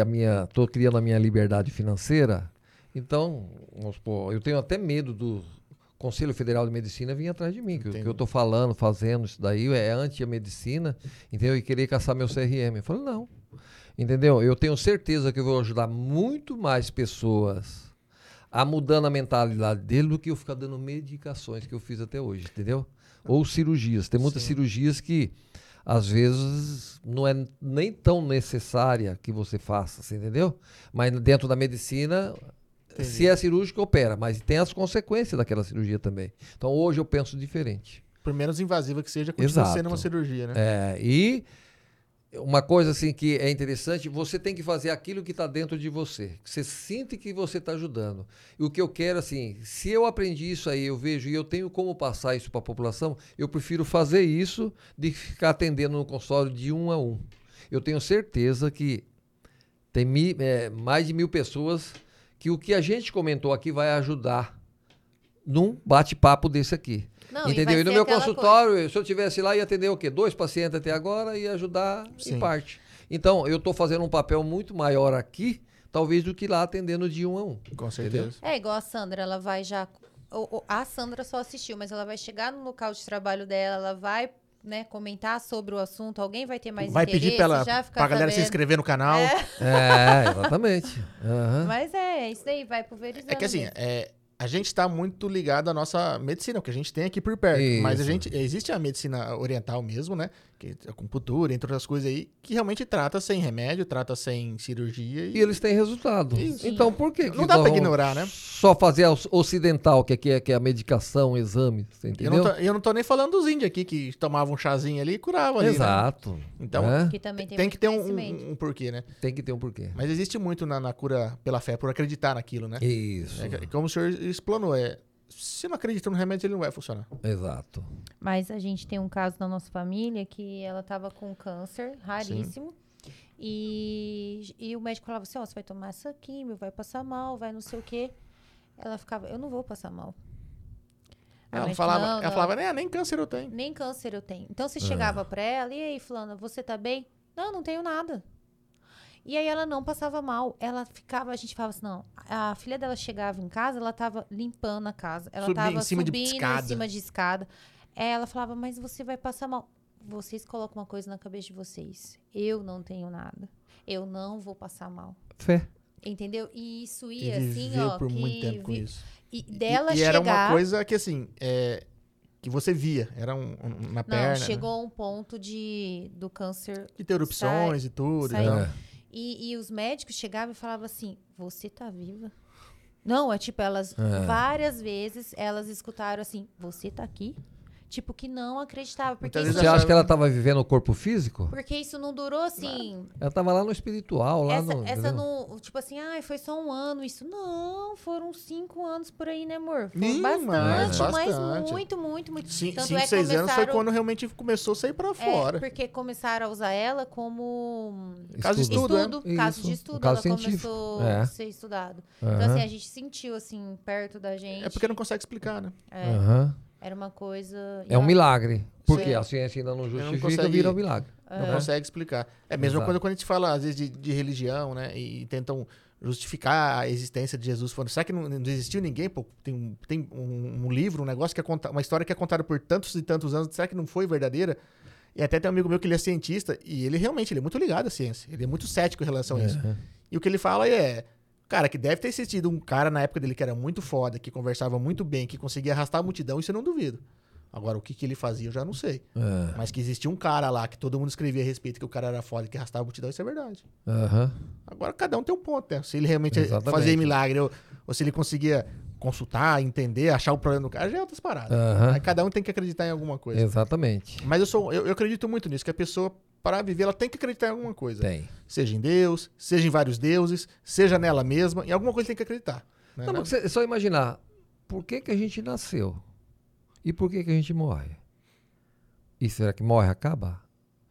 tô criando a minha liberdade financeira, então, vamos supor, eu tenho até medo do Conselho Federal de Medicina vir atrás de mim, que eu tô falando, fazendo isso daí, é anti a medicina, entendeu? E querer caçar meu CRM. Eu falo, não. Entendeu? Eu tenho certeza que eu vou ajudar muito mais pessoas a mudando a mentalidade dele do que eu ficar dando medicações que eu fiz até hoje, entendeu? Ou cirurgias. Tem muitas cirurgias que, às vezes, não é nem tão necessária que você faça, você entendeu? Mas dentro da medicina, se é cirúrgico, opera. Mas tem as consequências daquela cirurgia também. Então, hoje eu penso diferente. Por menos invasiva que seja, continua Exato. sendo uma cirurgia, né? E uma coisa assim que é interessante, você tem que fazer aquilo que está dentro de você. Que você sente que você está ajudando. E o que eu quero, assim, se eu aprendi isso aí, eu vejo e eu tenho como passar isso para a população, eu prefiro fazer isso de ficar atendendo no consultório de 1 a 1. Eu tenho certeza que tem mais de 1.000 pessoas que o que a gente comentou aqui vai ajudar num bate-papo desse aqui. Não, entendeu? E no meu consultório, se eu tivesse lá, ia atender o quê? 2 pacientes até agora e ajudar em parte. Então, eu estou fazendo um papel muito maior aqui, talvez, do que lá atendendo de 1 a 1. Com certeza. Entendeu? É igual a Sandra, ela vai já... A Sandra só assistiu, mas ela vai chegar no local de trabalho dela, ela vai, né, comentar sobre o assunto, alguém vai ter mais Vai interesse, pedir pra galera se sabendo. inscrever no canal. Exatamente. Mas isso daí, vai pulverizando. É que assim, mesmo. a gente está muito ligado à nossa medicina, o que a gente tem aqui por perto. Isso. Mas existe a medicina oriental mesmo, né? Que a acupuntura, entre outras coisas aí, que realmente trata sem remédio, trata sem cirurgia. E eles têm resultado. Isso. Então, por que Não dá nós pra vamos ignorar, né? Só fazer a ocidental, que é a medicação, o exame, você entendeu? Eu não tô nem falando dos índios aqui, que tomavam um chazinho ali e curavam ali. Exato. Né? Então, Que também tem tem muito que ter conhecimento. um porquê, né? Tem que ter um porquê. Mas existe muito na cura pela fé, por acreditar naquilo, né? Isso. Como o senhor explanou, se não acredita no remédio, ele não vai funcionar. Exato. Mas a gente tem um caso na nossa família que ela tava com câncer raríssimo. E o médico falava assim, você vai tomar essa químio, vai passar mal, vai não sei o quê. Ela ficava, eu não vou passar mal. Ela falava, nem câncer eu tenho. Nem câncer eu tenho. Então você chegava pra ela, e aí, fulana, você tá bem? Não tenho nada. E aí ela não passava mal. Ela ficava, a gente falava assim, não. A filha dela chegava em casa, ela tava limpando a casa. Ela tava subindo em cima de escada. Ela falava, mas você vai passar mal. Vocês colocam uma coisa na cabeça de vocês. Eu não tenho nada. Eu não vou passar mal. Fé. Entendeu? E isso ia E assim, viveu ó. por muito tempo com isso. E dela e chegar... era uma coisa que, assim, que você via. Era na perna. Não, chegou um ponto do câncer... De ter erupções e tudo. saiu. Então. E os médicos chegavam e falavam assim, você tá viva? Não, tipo, elas... Várias vezes, elas escutaram assim, você tá aqui? Tipo, que não acreditava. Porque Muitas isso, Você acha que ela estava vivendo o corpo físico? porque isso não durou assim... Ela estava lá no espiritual, lá no... Essa entendeu? não... Tipo assim, foi só 1 ano. Isso não, foram 5 anos por aí, né, amor? Foi Ih, bastante, bastante. mas muito, muito, muito. 5, Tanto 6 anos foi começaram- quando realmente começou a sair pra fora. porque começaram a usar ela como... Caso de estudo, né? Caso Isso, de um estudo, caso ela científico. começou É. a ser estudado. Então, Aham. assim, a gente sentiu, assim, perto da gente. É porque não consegue explicar, né? Aham. Era uma coisa... É um milagre. Porque Sim. a ciência ainda não não justifica, consegue- vira um milagre. Não consegue explicar. É a mesma Exato. coisa quando a gente fala, às vezes, de religião, né? E tentam justificar a existência de Jesus. Falando, será que não existiu ninguém? Pô, tem um livro, um negócio que é uma história que é contada por tantos e tantos anos. Será que não foi verdadeira? E até tem um amigo meu que ele é cientista e ele realmente ele é muito ligado à ciência. Ele é muito cético em relação a isso. E o que ele fala é... Cara, que deve ter existido um cara na época dele que era muito foda, que conversava muito bem, que conseguia arrastar a multidão, isso eu não duvido. Agora, o que ele fazia eu já não sei. É. Mas que existia um cara lá, que todo mundo escrevia a respeito, que o cara era foda, que arrastava a multidão, isso é verdade. Aham. Agora, cada um tem um ponto, né? Se ele realmente Exatamente. fazia milagre, ou se ele conseguia consultar, entender, achar o problema do cara, já é outras paradas. Aham. Aí cada um tem que acreditar em alguma coisa. Exatamente. Mas eu acredito muito nisso, que a pessoa, para viver, ela tem que acreditar em alguma coisa. Tem. Seja em Deus, seja em vários deuses, seja nela mesma, em alguma coisa tem que acreditar. Né? Não, mas é só imaginar, por que a gente nasceu? E por que a gente morre? E será que morre, acaba?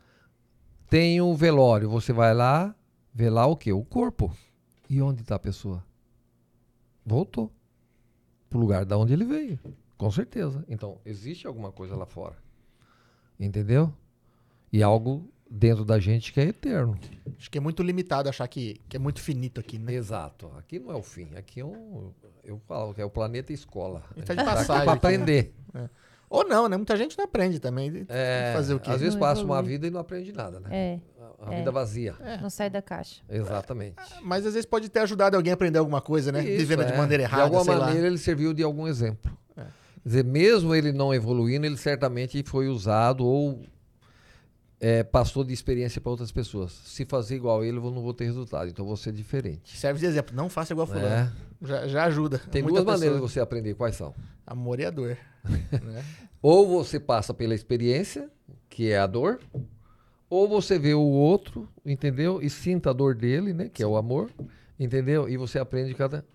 Tem um velório, você vai lá, vê lá o quê? O corpo. E onde está a pessoa? Voltou. Pro lugar da onde ele veio. Com certeza. Então, existe alguma coisa lá fora. Entendeu? E algo dentro da gente que é eterno. Acho que é muito limitado achar que é muito finito aqui, né? Exato. Aqui não é o fim. Aqui é eu falo que é o planeta escola. A gente tá de aqui passagem para aqui, né? aprender. Ou não, né? Muita gente não aprende também. Tem que fazer o quê? Às vezes Não passa uma evolui. vida e não aprende nada, né? É, A vida vazia. não sai da caixa. Exatamente. Mas às vezes pode ter ajudado alguém a aprender alguma coisa, né? Isso, Vivendo de maneira errada, de alguma sei maneira lá. ele serviu de algum exemplo. Quer dizer, mesmo ele não evoluindo, ele certamente foi usado ou passou de experiência para outras pessoas. Se fazer igual ele, eu não vou ter resultado. Então, eu vou ser diferente. Serve de exemplo. Não faça igual fulano. É. Já ajuda. Tem muita duas maneiras de pessoa. você aprender. Quais são? Amor e a dor. né? Ou você passa pela experiência, que é a dor, ou você vê o outro, entendeu? E sinta a dor dele, né? Que é o amor, entendeu? E você aprende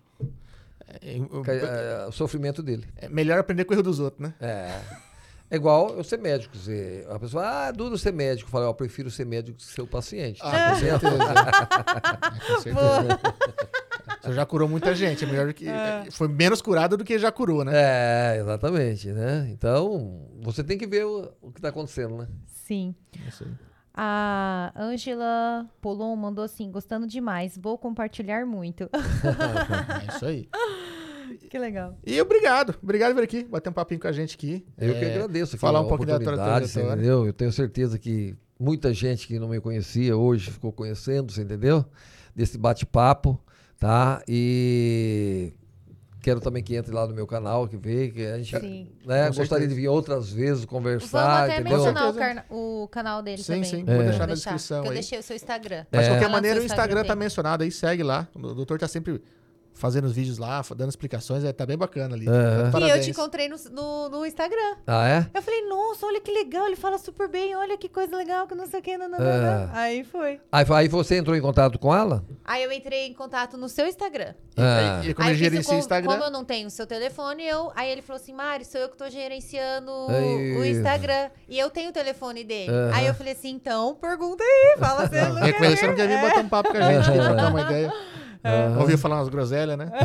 o sofrimento dele. É melhor aprender com o erro dos outros, né? É igual eu ser médico. Quer dizer, a pessoa, é duro ser médico. Eu falo, eu prefiro ser médico que ser o paciente. Com certeza. Com certeza. Você já curou muita gente. É melhor que. Foi menos curado do que já curou, né? Exatamente, né? Então, você tem que ver o que está acontecendo, né? Sim. Isso aí. A Ângela Polon mandou assim, gostando demais, vou compartilhar muito. É isso aí. Que legal. E obrigado. Obrigado por vir aqui, bater um papinho com a gente aqui. Eu que agradeço aqui falar um a pouquinho da oportunidade, você trajetória. entendeu? Eu tenho certeza que muita gente que não me conhecia hoje ficou conhecendo, você entendeu? Desse bate-papo, tá? E quero também que entre lá no meu canal, que veja, que a gente Sim. né, Com gostaria certeza. de vir outras vezes Vamos conversar, até entendeu? mencionar certeza. o canal dele Sim, também. sim. Vou deixar na descrição que eu aí. deixei o seu Instagram. Mas de qualquer Lá no maneira, o seu Instagram tá tem. mencionado aí, segue lá. O doutor tá sempre fazendo os vídeos lá, dando explicações, tá bem bacana ali. E eu Parabéns. te encontrei no Instagram. Ah, é? Eu falei, nossa, olha que legal, ele fala super bem, olha que coisa legal, que não sei o que, Aí foi. Aí você entrou em contato com ela? Aí eu entrei em contato no seu Instagram. E como Aí ele eu fiz gerencia o Instagram, Como eu não tenho o seu telefone, aí ele falou assim, Mari, sou eu que tô gerenciando Aí. o Instagram. E eu tenho o telefone dele. Aham. Aí eu falei assim, então, pergunta aí, fala se ele não quer reconhecer, ver. não quer vir bater um papo com a gente, aqui, trocar uma ideia. Ouviu falar umas groselhas, né?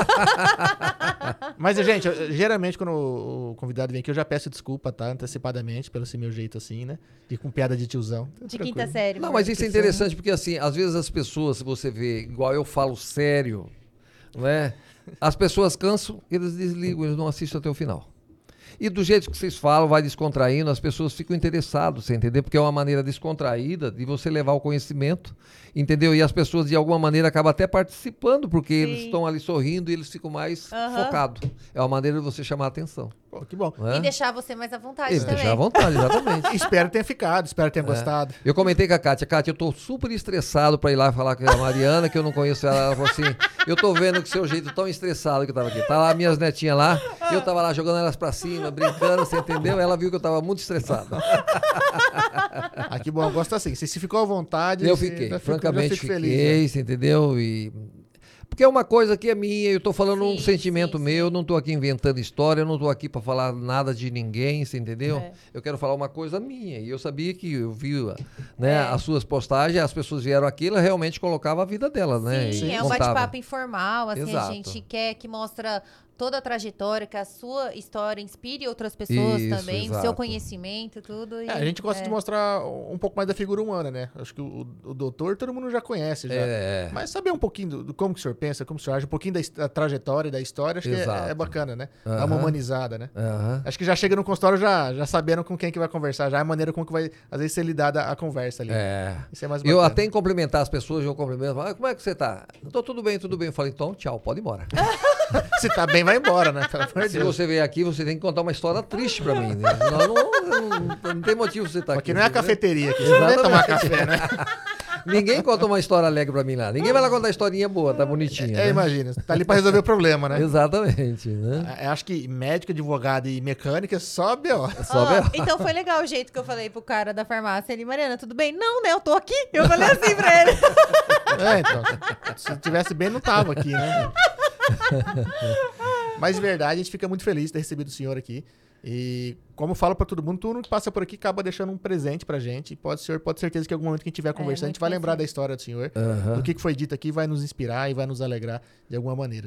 Mas, gente, geralmente quando o convidado vem aqui, eu já peço desculpa, tá? Antecipadamente, pelo esse meu jeito assim, né? De com piada de tiozão. Tá De tranquilo. quinta série. Não, amor. mas isso é interessante porque, assim, às vezes as pessoas, se você vê, igual eu falo sério, não é? As pessoas cansam, eles desligam, eles não assistem até o final. E do jeito que vocês falam, vai descontraindo, as pessoas ficam interessadas, você entendeu? Porque é uma maneira descontraída de você levar o conhecimento, entendeu? E as pessoas, de alguma maneira, acabam até participando, porque eles Sim. estão ali sorrindo e eles ficam mais focados. É uma maneira de você chamar a atenção. Pô, que bom. Não é? E deixar você mais à vontade E também. deixar à vontade, exatamente. Espero que tenha ficado, espero que tenha gostado. Eu comentei com a Kátia, eu tô super estressado pra ir lá falar com a Mariana, que eu não conheço ela. Ela falou assim, eu tô vendo que o seu jeito tão estressado que eu tava aqui. Tá lá minhas netinhas lá, eu tava lá jogando elas pra cima, brincando, você entendeu? Ela viu que eu tava muito estressado. Ah, que bom, eu gosto assim. Se ficou à vontade, Eu você- fiquei, já francamente fico fiquei, feliz, né? você entendeu? Porque é uma coisa que é minha, eu tô falando um Sim, sentimento sim, meu, sim. eu não tô aqui inventando história, eu não tô aqui pra falar nada de ninguém, você entendeu? É. Eu quero falar uma coisa minha, e eu sabia que eu vi, né, É. as suas postagens, as pessoas vieram aqui, ela realmente colocava a vida delas, né? Sim, e é um contava. bate-papo informal, assim, Exato. a gente quer que mostra toda a trajetória, que a sua história inspire outras pessoas Isso, também, o seu exato. conhecimento, tudo. E, A gente gosta de mostrar um pouco mais da figura humana, né? Acho que o doutor todo mundo já conhece, já. Mas saber um pouquinho do como que o senhor pensa, como que o senhor age, um pouquinho da trajetória, da história, acho que Exato. é bacana, né? Dá uma humanizada, né? Aham. Acho que já chega no consultório já sabendo com quem que vai conversar, já é a maneira como que vai, às vezes, ser lidada a conversa ali. Isso é mais bacana. Eu até em cumprimentar as pessoas, eu cumprimento, falo, como é que você tá? Tô tudo bem, tudo bem. Eu falei, então tchau, pode ir embora. Se tá bem, vai embora, né? Pelo amor de Se Deus. você veio aqui, você tem que contar uma história triste pra mim. Né? Senão não tem motivo você estar aqui. Aqui não é a entendeu? cafeteria, aqui você não vai tomar café, né? Ninguém conta uma história alegre pra mim lá. Ninguém vai lá contar historinha boa, tá bonitinha. né? Imagina, tá ali pra resolver o problema, né? Exatamente, né? Acho que médico, advogado e mecânica sobe, ó. Só Ó, ver- então foi legal o jeito que eu falei pro cara da farmácia. Ele, Mariana, tudo bem? Não, né? Eu tô aqui. Eu falei assim pra ele. Então, se tivesse bem, não tava aqui, né? Mas de verdade, a gente fica muito feliz de ter recebido o senhor aqui. E como eu falo pra todo mundo que passa por aqui acaba deixando um presente pra gente. E o senhor pode ter certeza que em algum momento que a gente estiver conversando, a gente muito vai lembrar bem, da história do senhor, Aham. do que foi dito aqui, vai nos inspirar e vai nos alegrar de alguma maneira.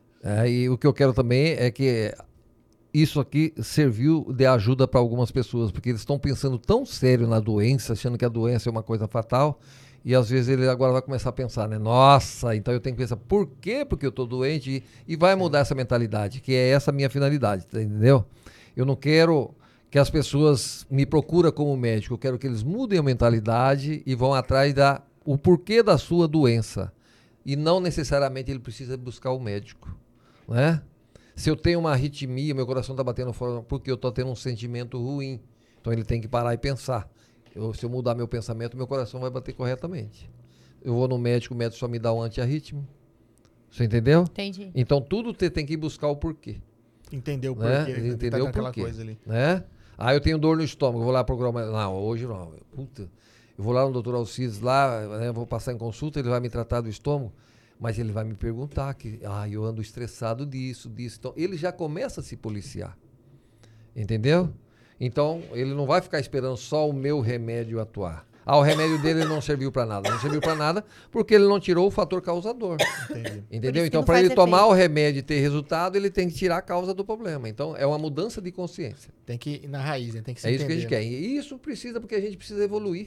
E o que eu quero também é que isso aqui serviu de ajuda para algumas pessoas, porque eles estão pensando tão sério na doença, achando que a doença é uma coisa fatal, e às vezes ele agora vai começar a pensar, né? Nossa, então eu tenho que pensar, por quê? Porque eu estou doente, e vai mudar essa mentalidade, que é essa a minha finalidade, tá, entendeu? Eu não quero que as pessoas me procurem como médico, eu quero que eles mudem a mentalidade e vão atrás o porquê da sua doença. E não necessariamente ele precisa buscar o médico, né? Se eu tenho uma arritmia, meu coração está batendo fora porque eu estou tendo um sentimento ruim. Então ele tem que parar e pensar. Se eu mudar meu pensamento, meu coração vai bater corretamente. Eu vou no médico, o médico só me dá um antiarrítmico. Você entendeu? Entendi. Então tudo tem que buscar o porquê. Entendeu por Né? quê? Entendeu aquela por quê? coisa ali. Né? Ah, eu tenho dor no estômago, vou lá procurar uma... Não, hoje não. Puta, eu vou lá no doutor Alcides, lá, né, vou passar em consulta, ele vai me tratar do estômago, mas ele vai me perguntar que, eu ando estressado disso. Então, ele já começa a se policiar. Entendeu? Então, ele não vai ficar esperando só o meu remédio atuar. O remédio dele não serviu para nada. Não serviu para nada porque ele não tirou o fator causador. Entendi. Entendeu? que Então, não para faz ele tomar efeito. o remédio e ter resultado, ele tem que tirar a causa do problema. Então, é uma mudança de consciência. Tem que ir na raiz, né? Tem que se É isso que a gente entender, quer. E isso precisa porque a gente precisa evoluir.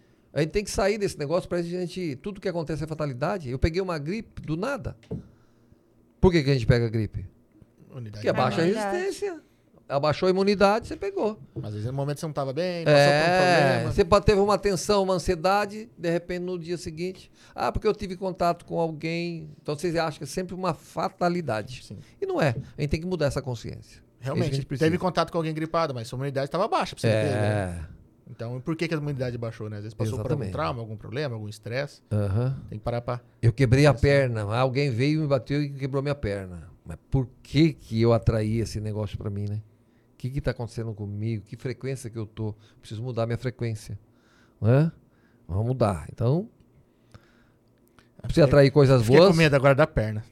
A gente tem que sair desse negócio para a gente... Tudo que acontece é fatalidade. Eu peguei uma gripe do nada. Por que a gente pega gripe? Unidade. Porque abaixa a imunidade. resistência. Abaixou a imunidade, você pegou. Mas às vezes no momento você não estava bem, passou por um problema. Você teve uma tensão, uma ansiedade, de repente no dia seguinte, porque eu tive contato com alguém. Então vocês acham que é sempre uma fatalidade. Sim. E não é. A gente tem que mudar essa consciência. É isso que a Realmente, gente precisa. teve contato com alguém gripado, mas sua imunidade estava baixa pra você ter, né? Então, por que a imunidade baixou, né? Às vezes passou por algum Exatamente. trauma, algum problema, algum estresse. Aham. Tem que parar pra... Eu quebrei a perna. Alguém veio, me bateu e quebrou minha perna. Mas por que eu atraí esse negócio pra mim, né? O que está acontecendo comigo? Que frequência que eu tô? Preciso mudar minha frequência. Né? Vamos mudar. Então, precisa atrair coisas Fiquei boas. com medo agora da perna.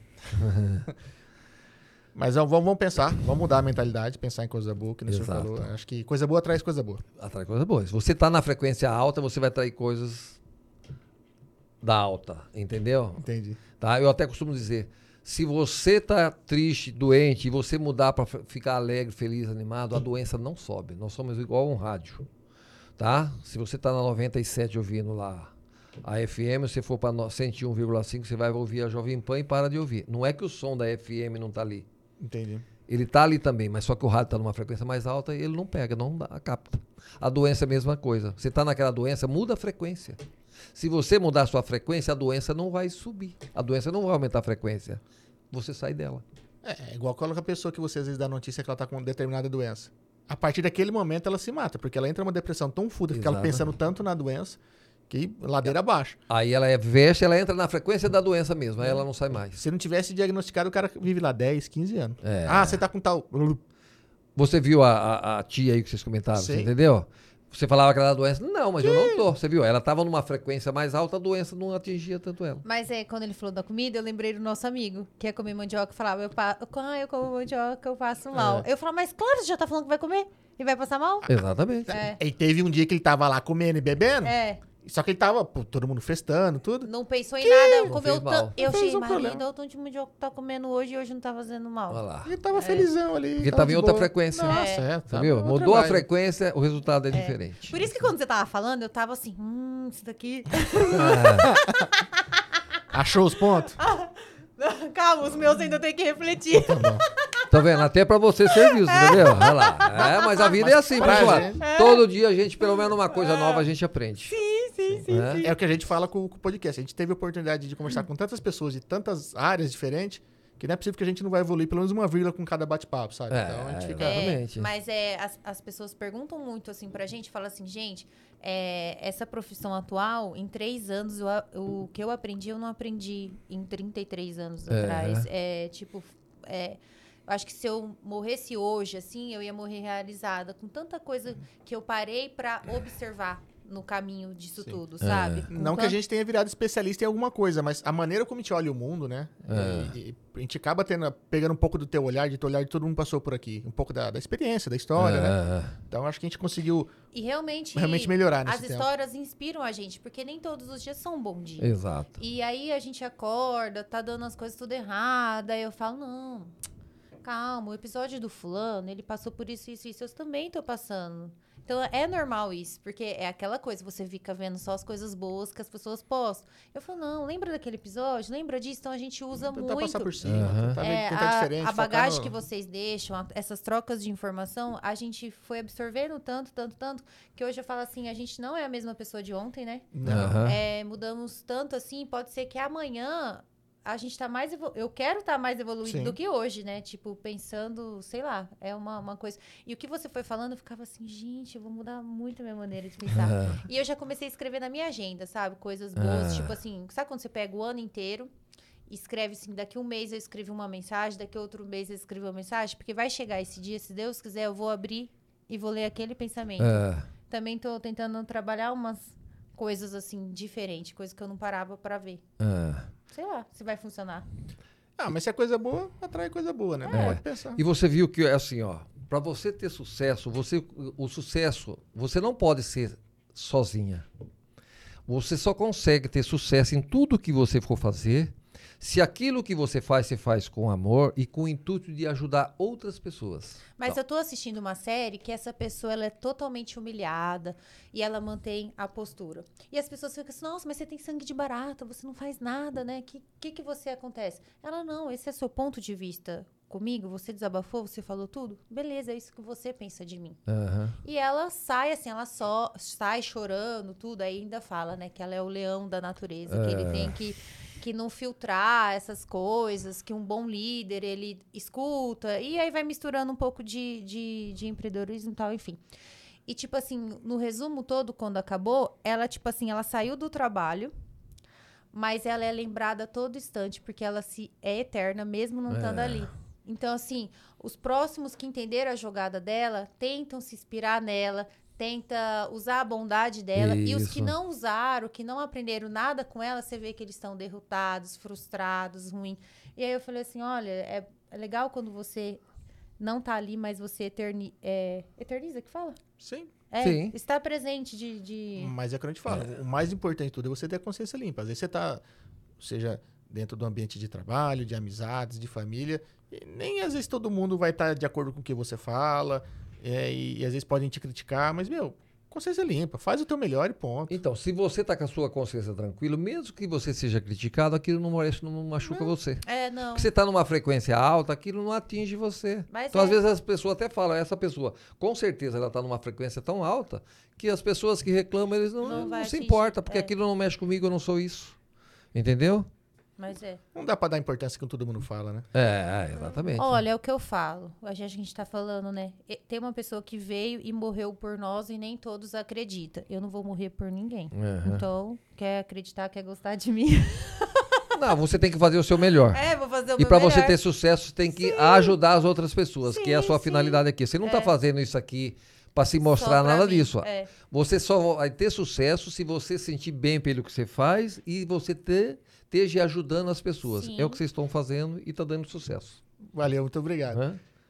Mas vamos pensar, vamos mudar a mentalidade, pensar em coisa boa, que o senhor Exato. falou. Acho que coisa boa traz coisa boa. Atrai coisas boas. Se você está na frequência alta, você vai atrair coisas da alta. Entendeu? Entendi. Tá? Eu até costumo dizer, se você está triste, doente, e você mudar para ficar alegre, feliz, animado, a doença não sobe. Nós somos igual a um rádio. Tá? Se você está na 97 ouvindo lá a FM, se for para 101,5, você vai ouvir a Jovem Pan e para de ouvir. Não é que o som da FM não está ali. Entendi. Ele está ali também, mas só que o rádio está numa frequência mais alta e ele não pega, não capta. A doença é a mesma coisa. Você está naquela doença, muda a frequência. Se você mudar a sua frequência, a doença não vai subir. A doença não vai aumentar a frequência. Você sai dela. É igual aquela pessoa que você às vezes dá notícia que ela tá com determinada doença. A partir daquele momento ela se mata, porque ela entra numa depressão tão fuda, fica ela Exatamente. pensando tanto na doença, que ladeira abaixo. Aí ela ela entra na frequência da doença mesmo, aí ela não sai mais. Se não tivesse diagnosticado, o cara vive lá 10, 15 anos. É. Você tá com tal... Você viu a tia aí que vocês comentaram, Sim. você entendeu? Você falava que era doença. Não, mas eu não tô. Você viu? Ela estava numa frequência mais alta, a doença não atingia tanto ela. Mas quando ele falou da comida, eu lembrei do nosso amigo, que ia comer mandioca, e falava, eu como mandioca, eu passo mal. Eu falava, mas claro, você já tá falando que vai comer e vai passar mal? Exatamente. É. E teve um dia que ele tava lá comendo e bebendo, Só que ele tava, pô, todo mundo festando, tudo. Não pensou em nada, Não comeu fez mal. tanto. Eu Não fez achei, um marido, problema. olha o tanto de mandioca que tá comendo hoje e hoje não tá fazendo mal. Olha lá. Ele tava felizão ali. Porque tava tava em de outra boa. frequência. Nossa, Você tava viu? em outra Mudou a vibe. frequência, o resultado é diferente. Por isso que quando você tava falando, eu tava assim, isso daqui... Achou os pontos? Calma, os meus ainda tem que refletir. Tá vendo? Até pra você serviu, você entendeu? Olha lá. É, mas a vida é assim, pra pessoal. gente- Todo dia a gente, pelo menos uma coisa nova, a gente aprende. Sim. Né? É o que a gente fala com o podcast. A gente teve a oportunidade de conversar com tantas pessoas de tantas áreas diferentes que não é possível que a gente não vai evoluir pelo menos uma vírgula com cada bate-papo, sabe? É, Então a gente fica... Exatamente. Mas as pessoas perguntam muito assim pra gente, falam assim, gente, essa profissão atual, em 3 anos, o que eu aprendi, eu não aprendi em 33 anos atrás. Eu acho que se eu morresse hoje, assim, eu ia morrer realizada com tanta coisa que eu parei pra observar no caminho disso Sim. tudo, sabe? Com Não que a gente tenha virado especialista em alguma coisa, mas a maneira como a gente olha o mundo, né? E a gente acaba pegando um pouco do teu olhar de todo mundo passou por aqui. Um pouco da experiência, da história, né? Então acho que a gente conseguiu E realmente melhorar nesse as tempo. histórias inspiram a gente, porque nem todos os dias são um bom dia. Exato. E aí a gente acorda, tá dando as coisas tudo errada, aí eu falo, não, calma, o episódio do fulano, ele passou por isso, eu também tô passando. Então é normal isso, porque é aquela coisa, você fica vendo só as coisas boas que as pessoas postam. Eu falo, não, lembra daquele episódio? Lembra disso? Então a gente usa tentar muito. passar por cima, tentar diferente. A bagagem focar que vocês deixam, essas trocas de informação, a gente foi absorvendo tanto, que hoje eu falo assim, a gente não é a mesma pessoa de ontem, né? Não. Aham. Mudamos tanto assim, pode ser que amanhã a gente tá mais... Eu quero estar mais evoluído Sim. do que hoje, né? Tipo, pensando, sei lá, é uma coisa... E o que você foi falando, eu ficava assim, gente, eu vou mudar muito a minha maneira de pensar. E eu já comecei a escrever na minha agenda, sabe? Coisas boas, tipo assim, sabe quando você pega o ano inteiro e escreve assim, daqui um mês eu escrevo uma mensagem, daqui outro mês eu escrevo uma mensagem, porque vai chegar esse dia, se Deus quiser, eu vou abrir e vou ler aquele pensamento. Também tô tentando trabalhar umas coisas assim, diferentes, coisas que eu não parava pra ver. Sei lá, se vai funcionar. Ah, mas se é coisa boa, atrai coisa boa, né? Não pode pensar. E você viu que é assim, ó, para você ter sucesso, o sucesso, você não pode ser sozinha. Você só consegue ter sucesso em tudo que você for fazer se aquilo que você faz com amor e com o intuito de ajudar outras pessoas. Mas eu tô assistindo uma série que essa pessoa ela é totalmente humilhada e ela mantém a postura. E as pessoas ficam assim, nossa, mas você tem sangue de barata, você não faz nada, né? Que você acontece? Ela, não, esse é seu ponto de vista comigo, você desabafou, você falou tudo? Beleza, é isso que você pensa de mim. E ela sai assim, ela só sai chorando, tudo, aí ainda fala, né, que ela é o leão da natureza, que ele tem que não filtrar essas coisas, que um bom líder, ele escuta, e aí vai misturando um pouco de empreendedorismo e tal, enfim. E, tipo assim, no resumo todo, quando acabou, ela, tipo assim, ela saiu do trabalho, mas ela é lembrada a todo instante, porque ela é eterna, mesmo não estando ali. Então, assim, os próximos que entenderam a jogada dela, tentam se inspirar nela, tenta usar a bondade dela. E os que Isso. não usaram, que não aprenderam nada com ela, você vê que eles estão derrotados, frustrados, ruins. E aí eu falei assim, olha, é legal quando você não tá ali, mas você eterniza, que fala? Sim. Sim. Está presente de... Mas é o que a gente fala. O mais importante de tudo é você ter a consciência limpa. Às vezes você tá, seja dentro do ambiente de trabalho, de amizades, de família, e nem às vezes todo mundo vai estar de acordo com o que você fala, e às vezes podem te criticar, mas, consciência limpa, faz o teu melhor e ponto. Então, se você tá com a sua consciência tranquila, mesmo que você seja criticado, aquilo não machuca você. não. Porque você tá numa frequência alta, aquilo não atinge você. Mas Então, às vezes, as pessoas até falam, essa pessoa, com certeza, ela tá numa frequência tão alta que as pessoas que reclamam, eles Não vai se atingir, importam, porque aquilo não mexe comigo, eu não sou isso. Entendeu? Mas Não dá pra dar importância que todo mundo fala, né? Exatamente. Olha, é o que eu falo. A gente tá falando, né? Tem uma pessoa que veio e morreu por nós e nem todos acreditam. Eu não vou morrer por ninguém. Então, quer acreditar, quer gostar de mim? Não, você tem que fazer o seu melhor. Vou fazer o E meu para você melhor. ter sucesso, você tem que ajudar as outras pessoas, que é a sua sim. finalidade aqui. Você não tá fazendo isso aqui para se mostrar Só pra nada mim, disso. Você Você só vai ter sucesso se você se sentir bem pelo que você faz e você esteja ajudando as pessoas. Sim. É o que vocês estão fazendo e tá dando sucesso. Valeu, muito obrigado. Hã? E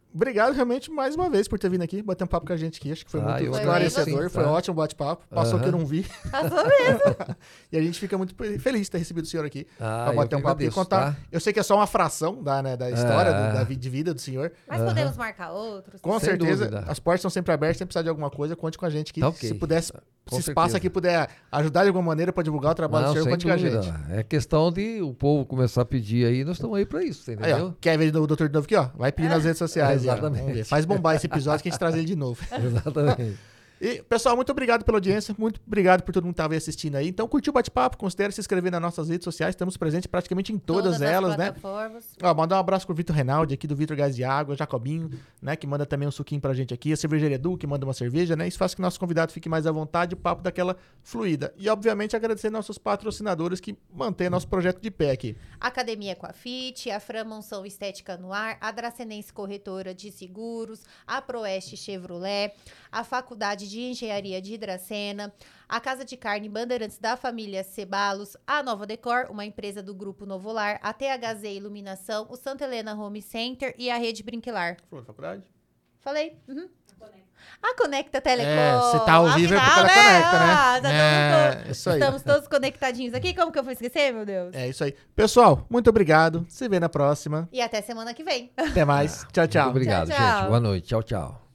obrigado realmente mais uma vez por ter vindo aqui, bater um papo com a gente aqui. Acho que foi muito eu esclarecedor, agradeço, foi tá? ótimo o bate-papo. Passou que eu não vi. Passou mesmo. E a gente fica muito feliz de ter recebido o senhor aqui. Ah, Pra eu bater que um papo e agradeço, contar. tá? Eu sei que é só uma fração da história, É. de vida do senhor. Mas podemos marcar outros. Com Sem certeza, dúvida. as portas estão sempre abertas, sempre precisar de alguma coisa, conte com a gente aqui. Tá ok. Se pudesse, Com se espaço certeza. aqui puder ajudar de alguma maneira para divulgar o trabalho do Não, senhor, sem conte com a dúvida. gente. É questão de o povo começar a pedir aí, nós estamos aí pra isso, Aí, ó, entendeu? quer ver o doutor de novo aqui, ó? Vai pedir nas redes sociais. Ó. Exatamente. Vamos ver. Faz bombar esse episódio que a gente traz ele de novo. Exatamente. E, pessoal, muito obrigado pela audiência, muito obrigado por todo mundo que estava aí assistindo aí. Então, curtiu o bate-papo, considere se inscrever nas nossas redes sociais, estamos presentes praticamente em todas elas, as né? plataformas. Ó, mandar um abraço pro Vitor Reinaldi aqui do Vitor Gás de Água, Jacobinho, né, que manda também um suquinho pra gente aqui, a Cervejaria Edu, que manda uma cerveja, né? Isso faz com que o nosso convidado fique mais à vontade, o papo daquela fluida. E, obviamente, agradecer nossos patrocinadores que mantêm nosso projeto de pé aqui. Academia Coafit, a Fran Mansão Estética no Ar, a Dracenense Corretora de Seguros, a Proeste Chevrolet, a Faculdade de Engenharia de Dracena, a Casa de Carne Bandeirantes da família Cebalos, a Nova Decor, uma empresa do Grupo Novolar, a THZ Iluminação, o Santa Helena Home Center e a Rede Brinquilar. Falou da faculdade? Falei? Uhum. A Conecta Telecom. É, você tá ao vivo é porque ela Afinal, conecta, né? Ah, tá todo mundo- Isso aí. Estamos todos conectadinhos aqui. Como que eu fui esquecer, meu Deus? É isso aí. Pessoal, muito obrigado. Se vê na próxima. E até semana que vem. Até mais. Tchau, tchau. Muito obrigado, Tchau, tchau. gente. Boa noite. Tchau, tchau.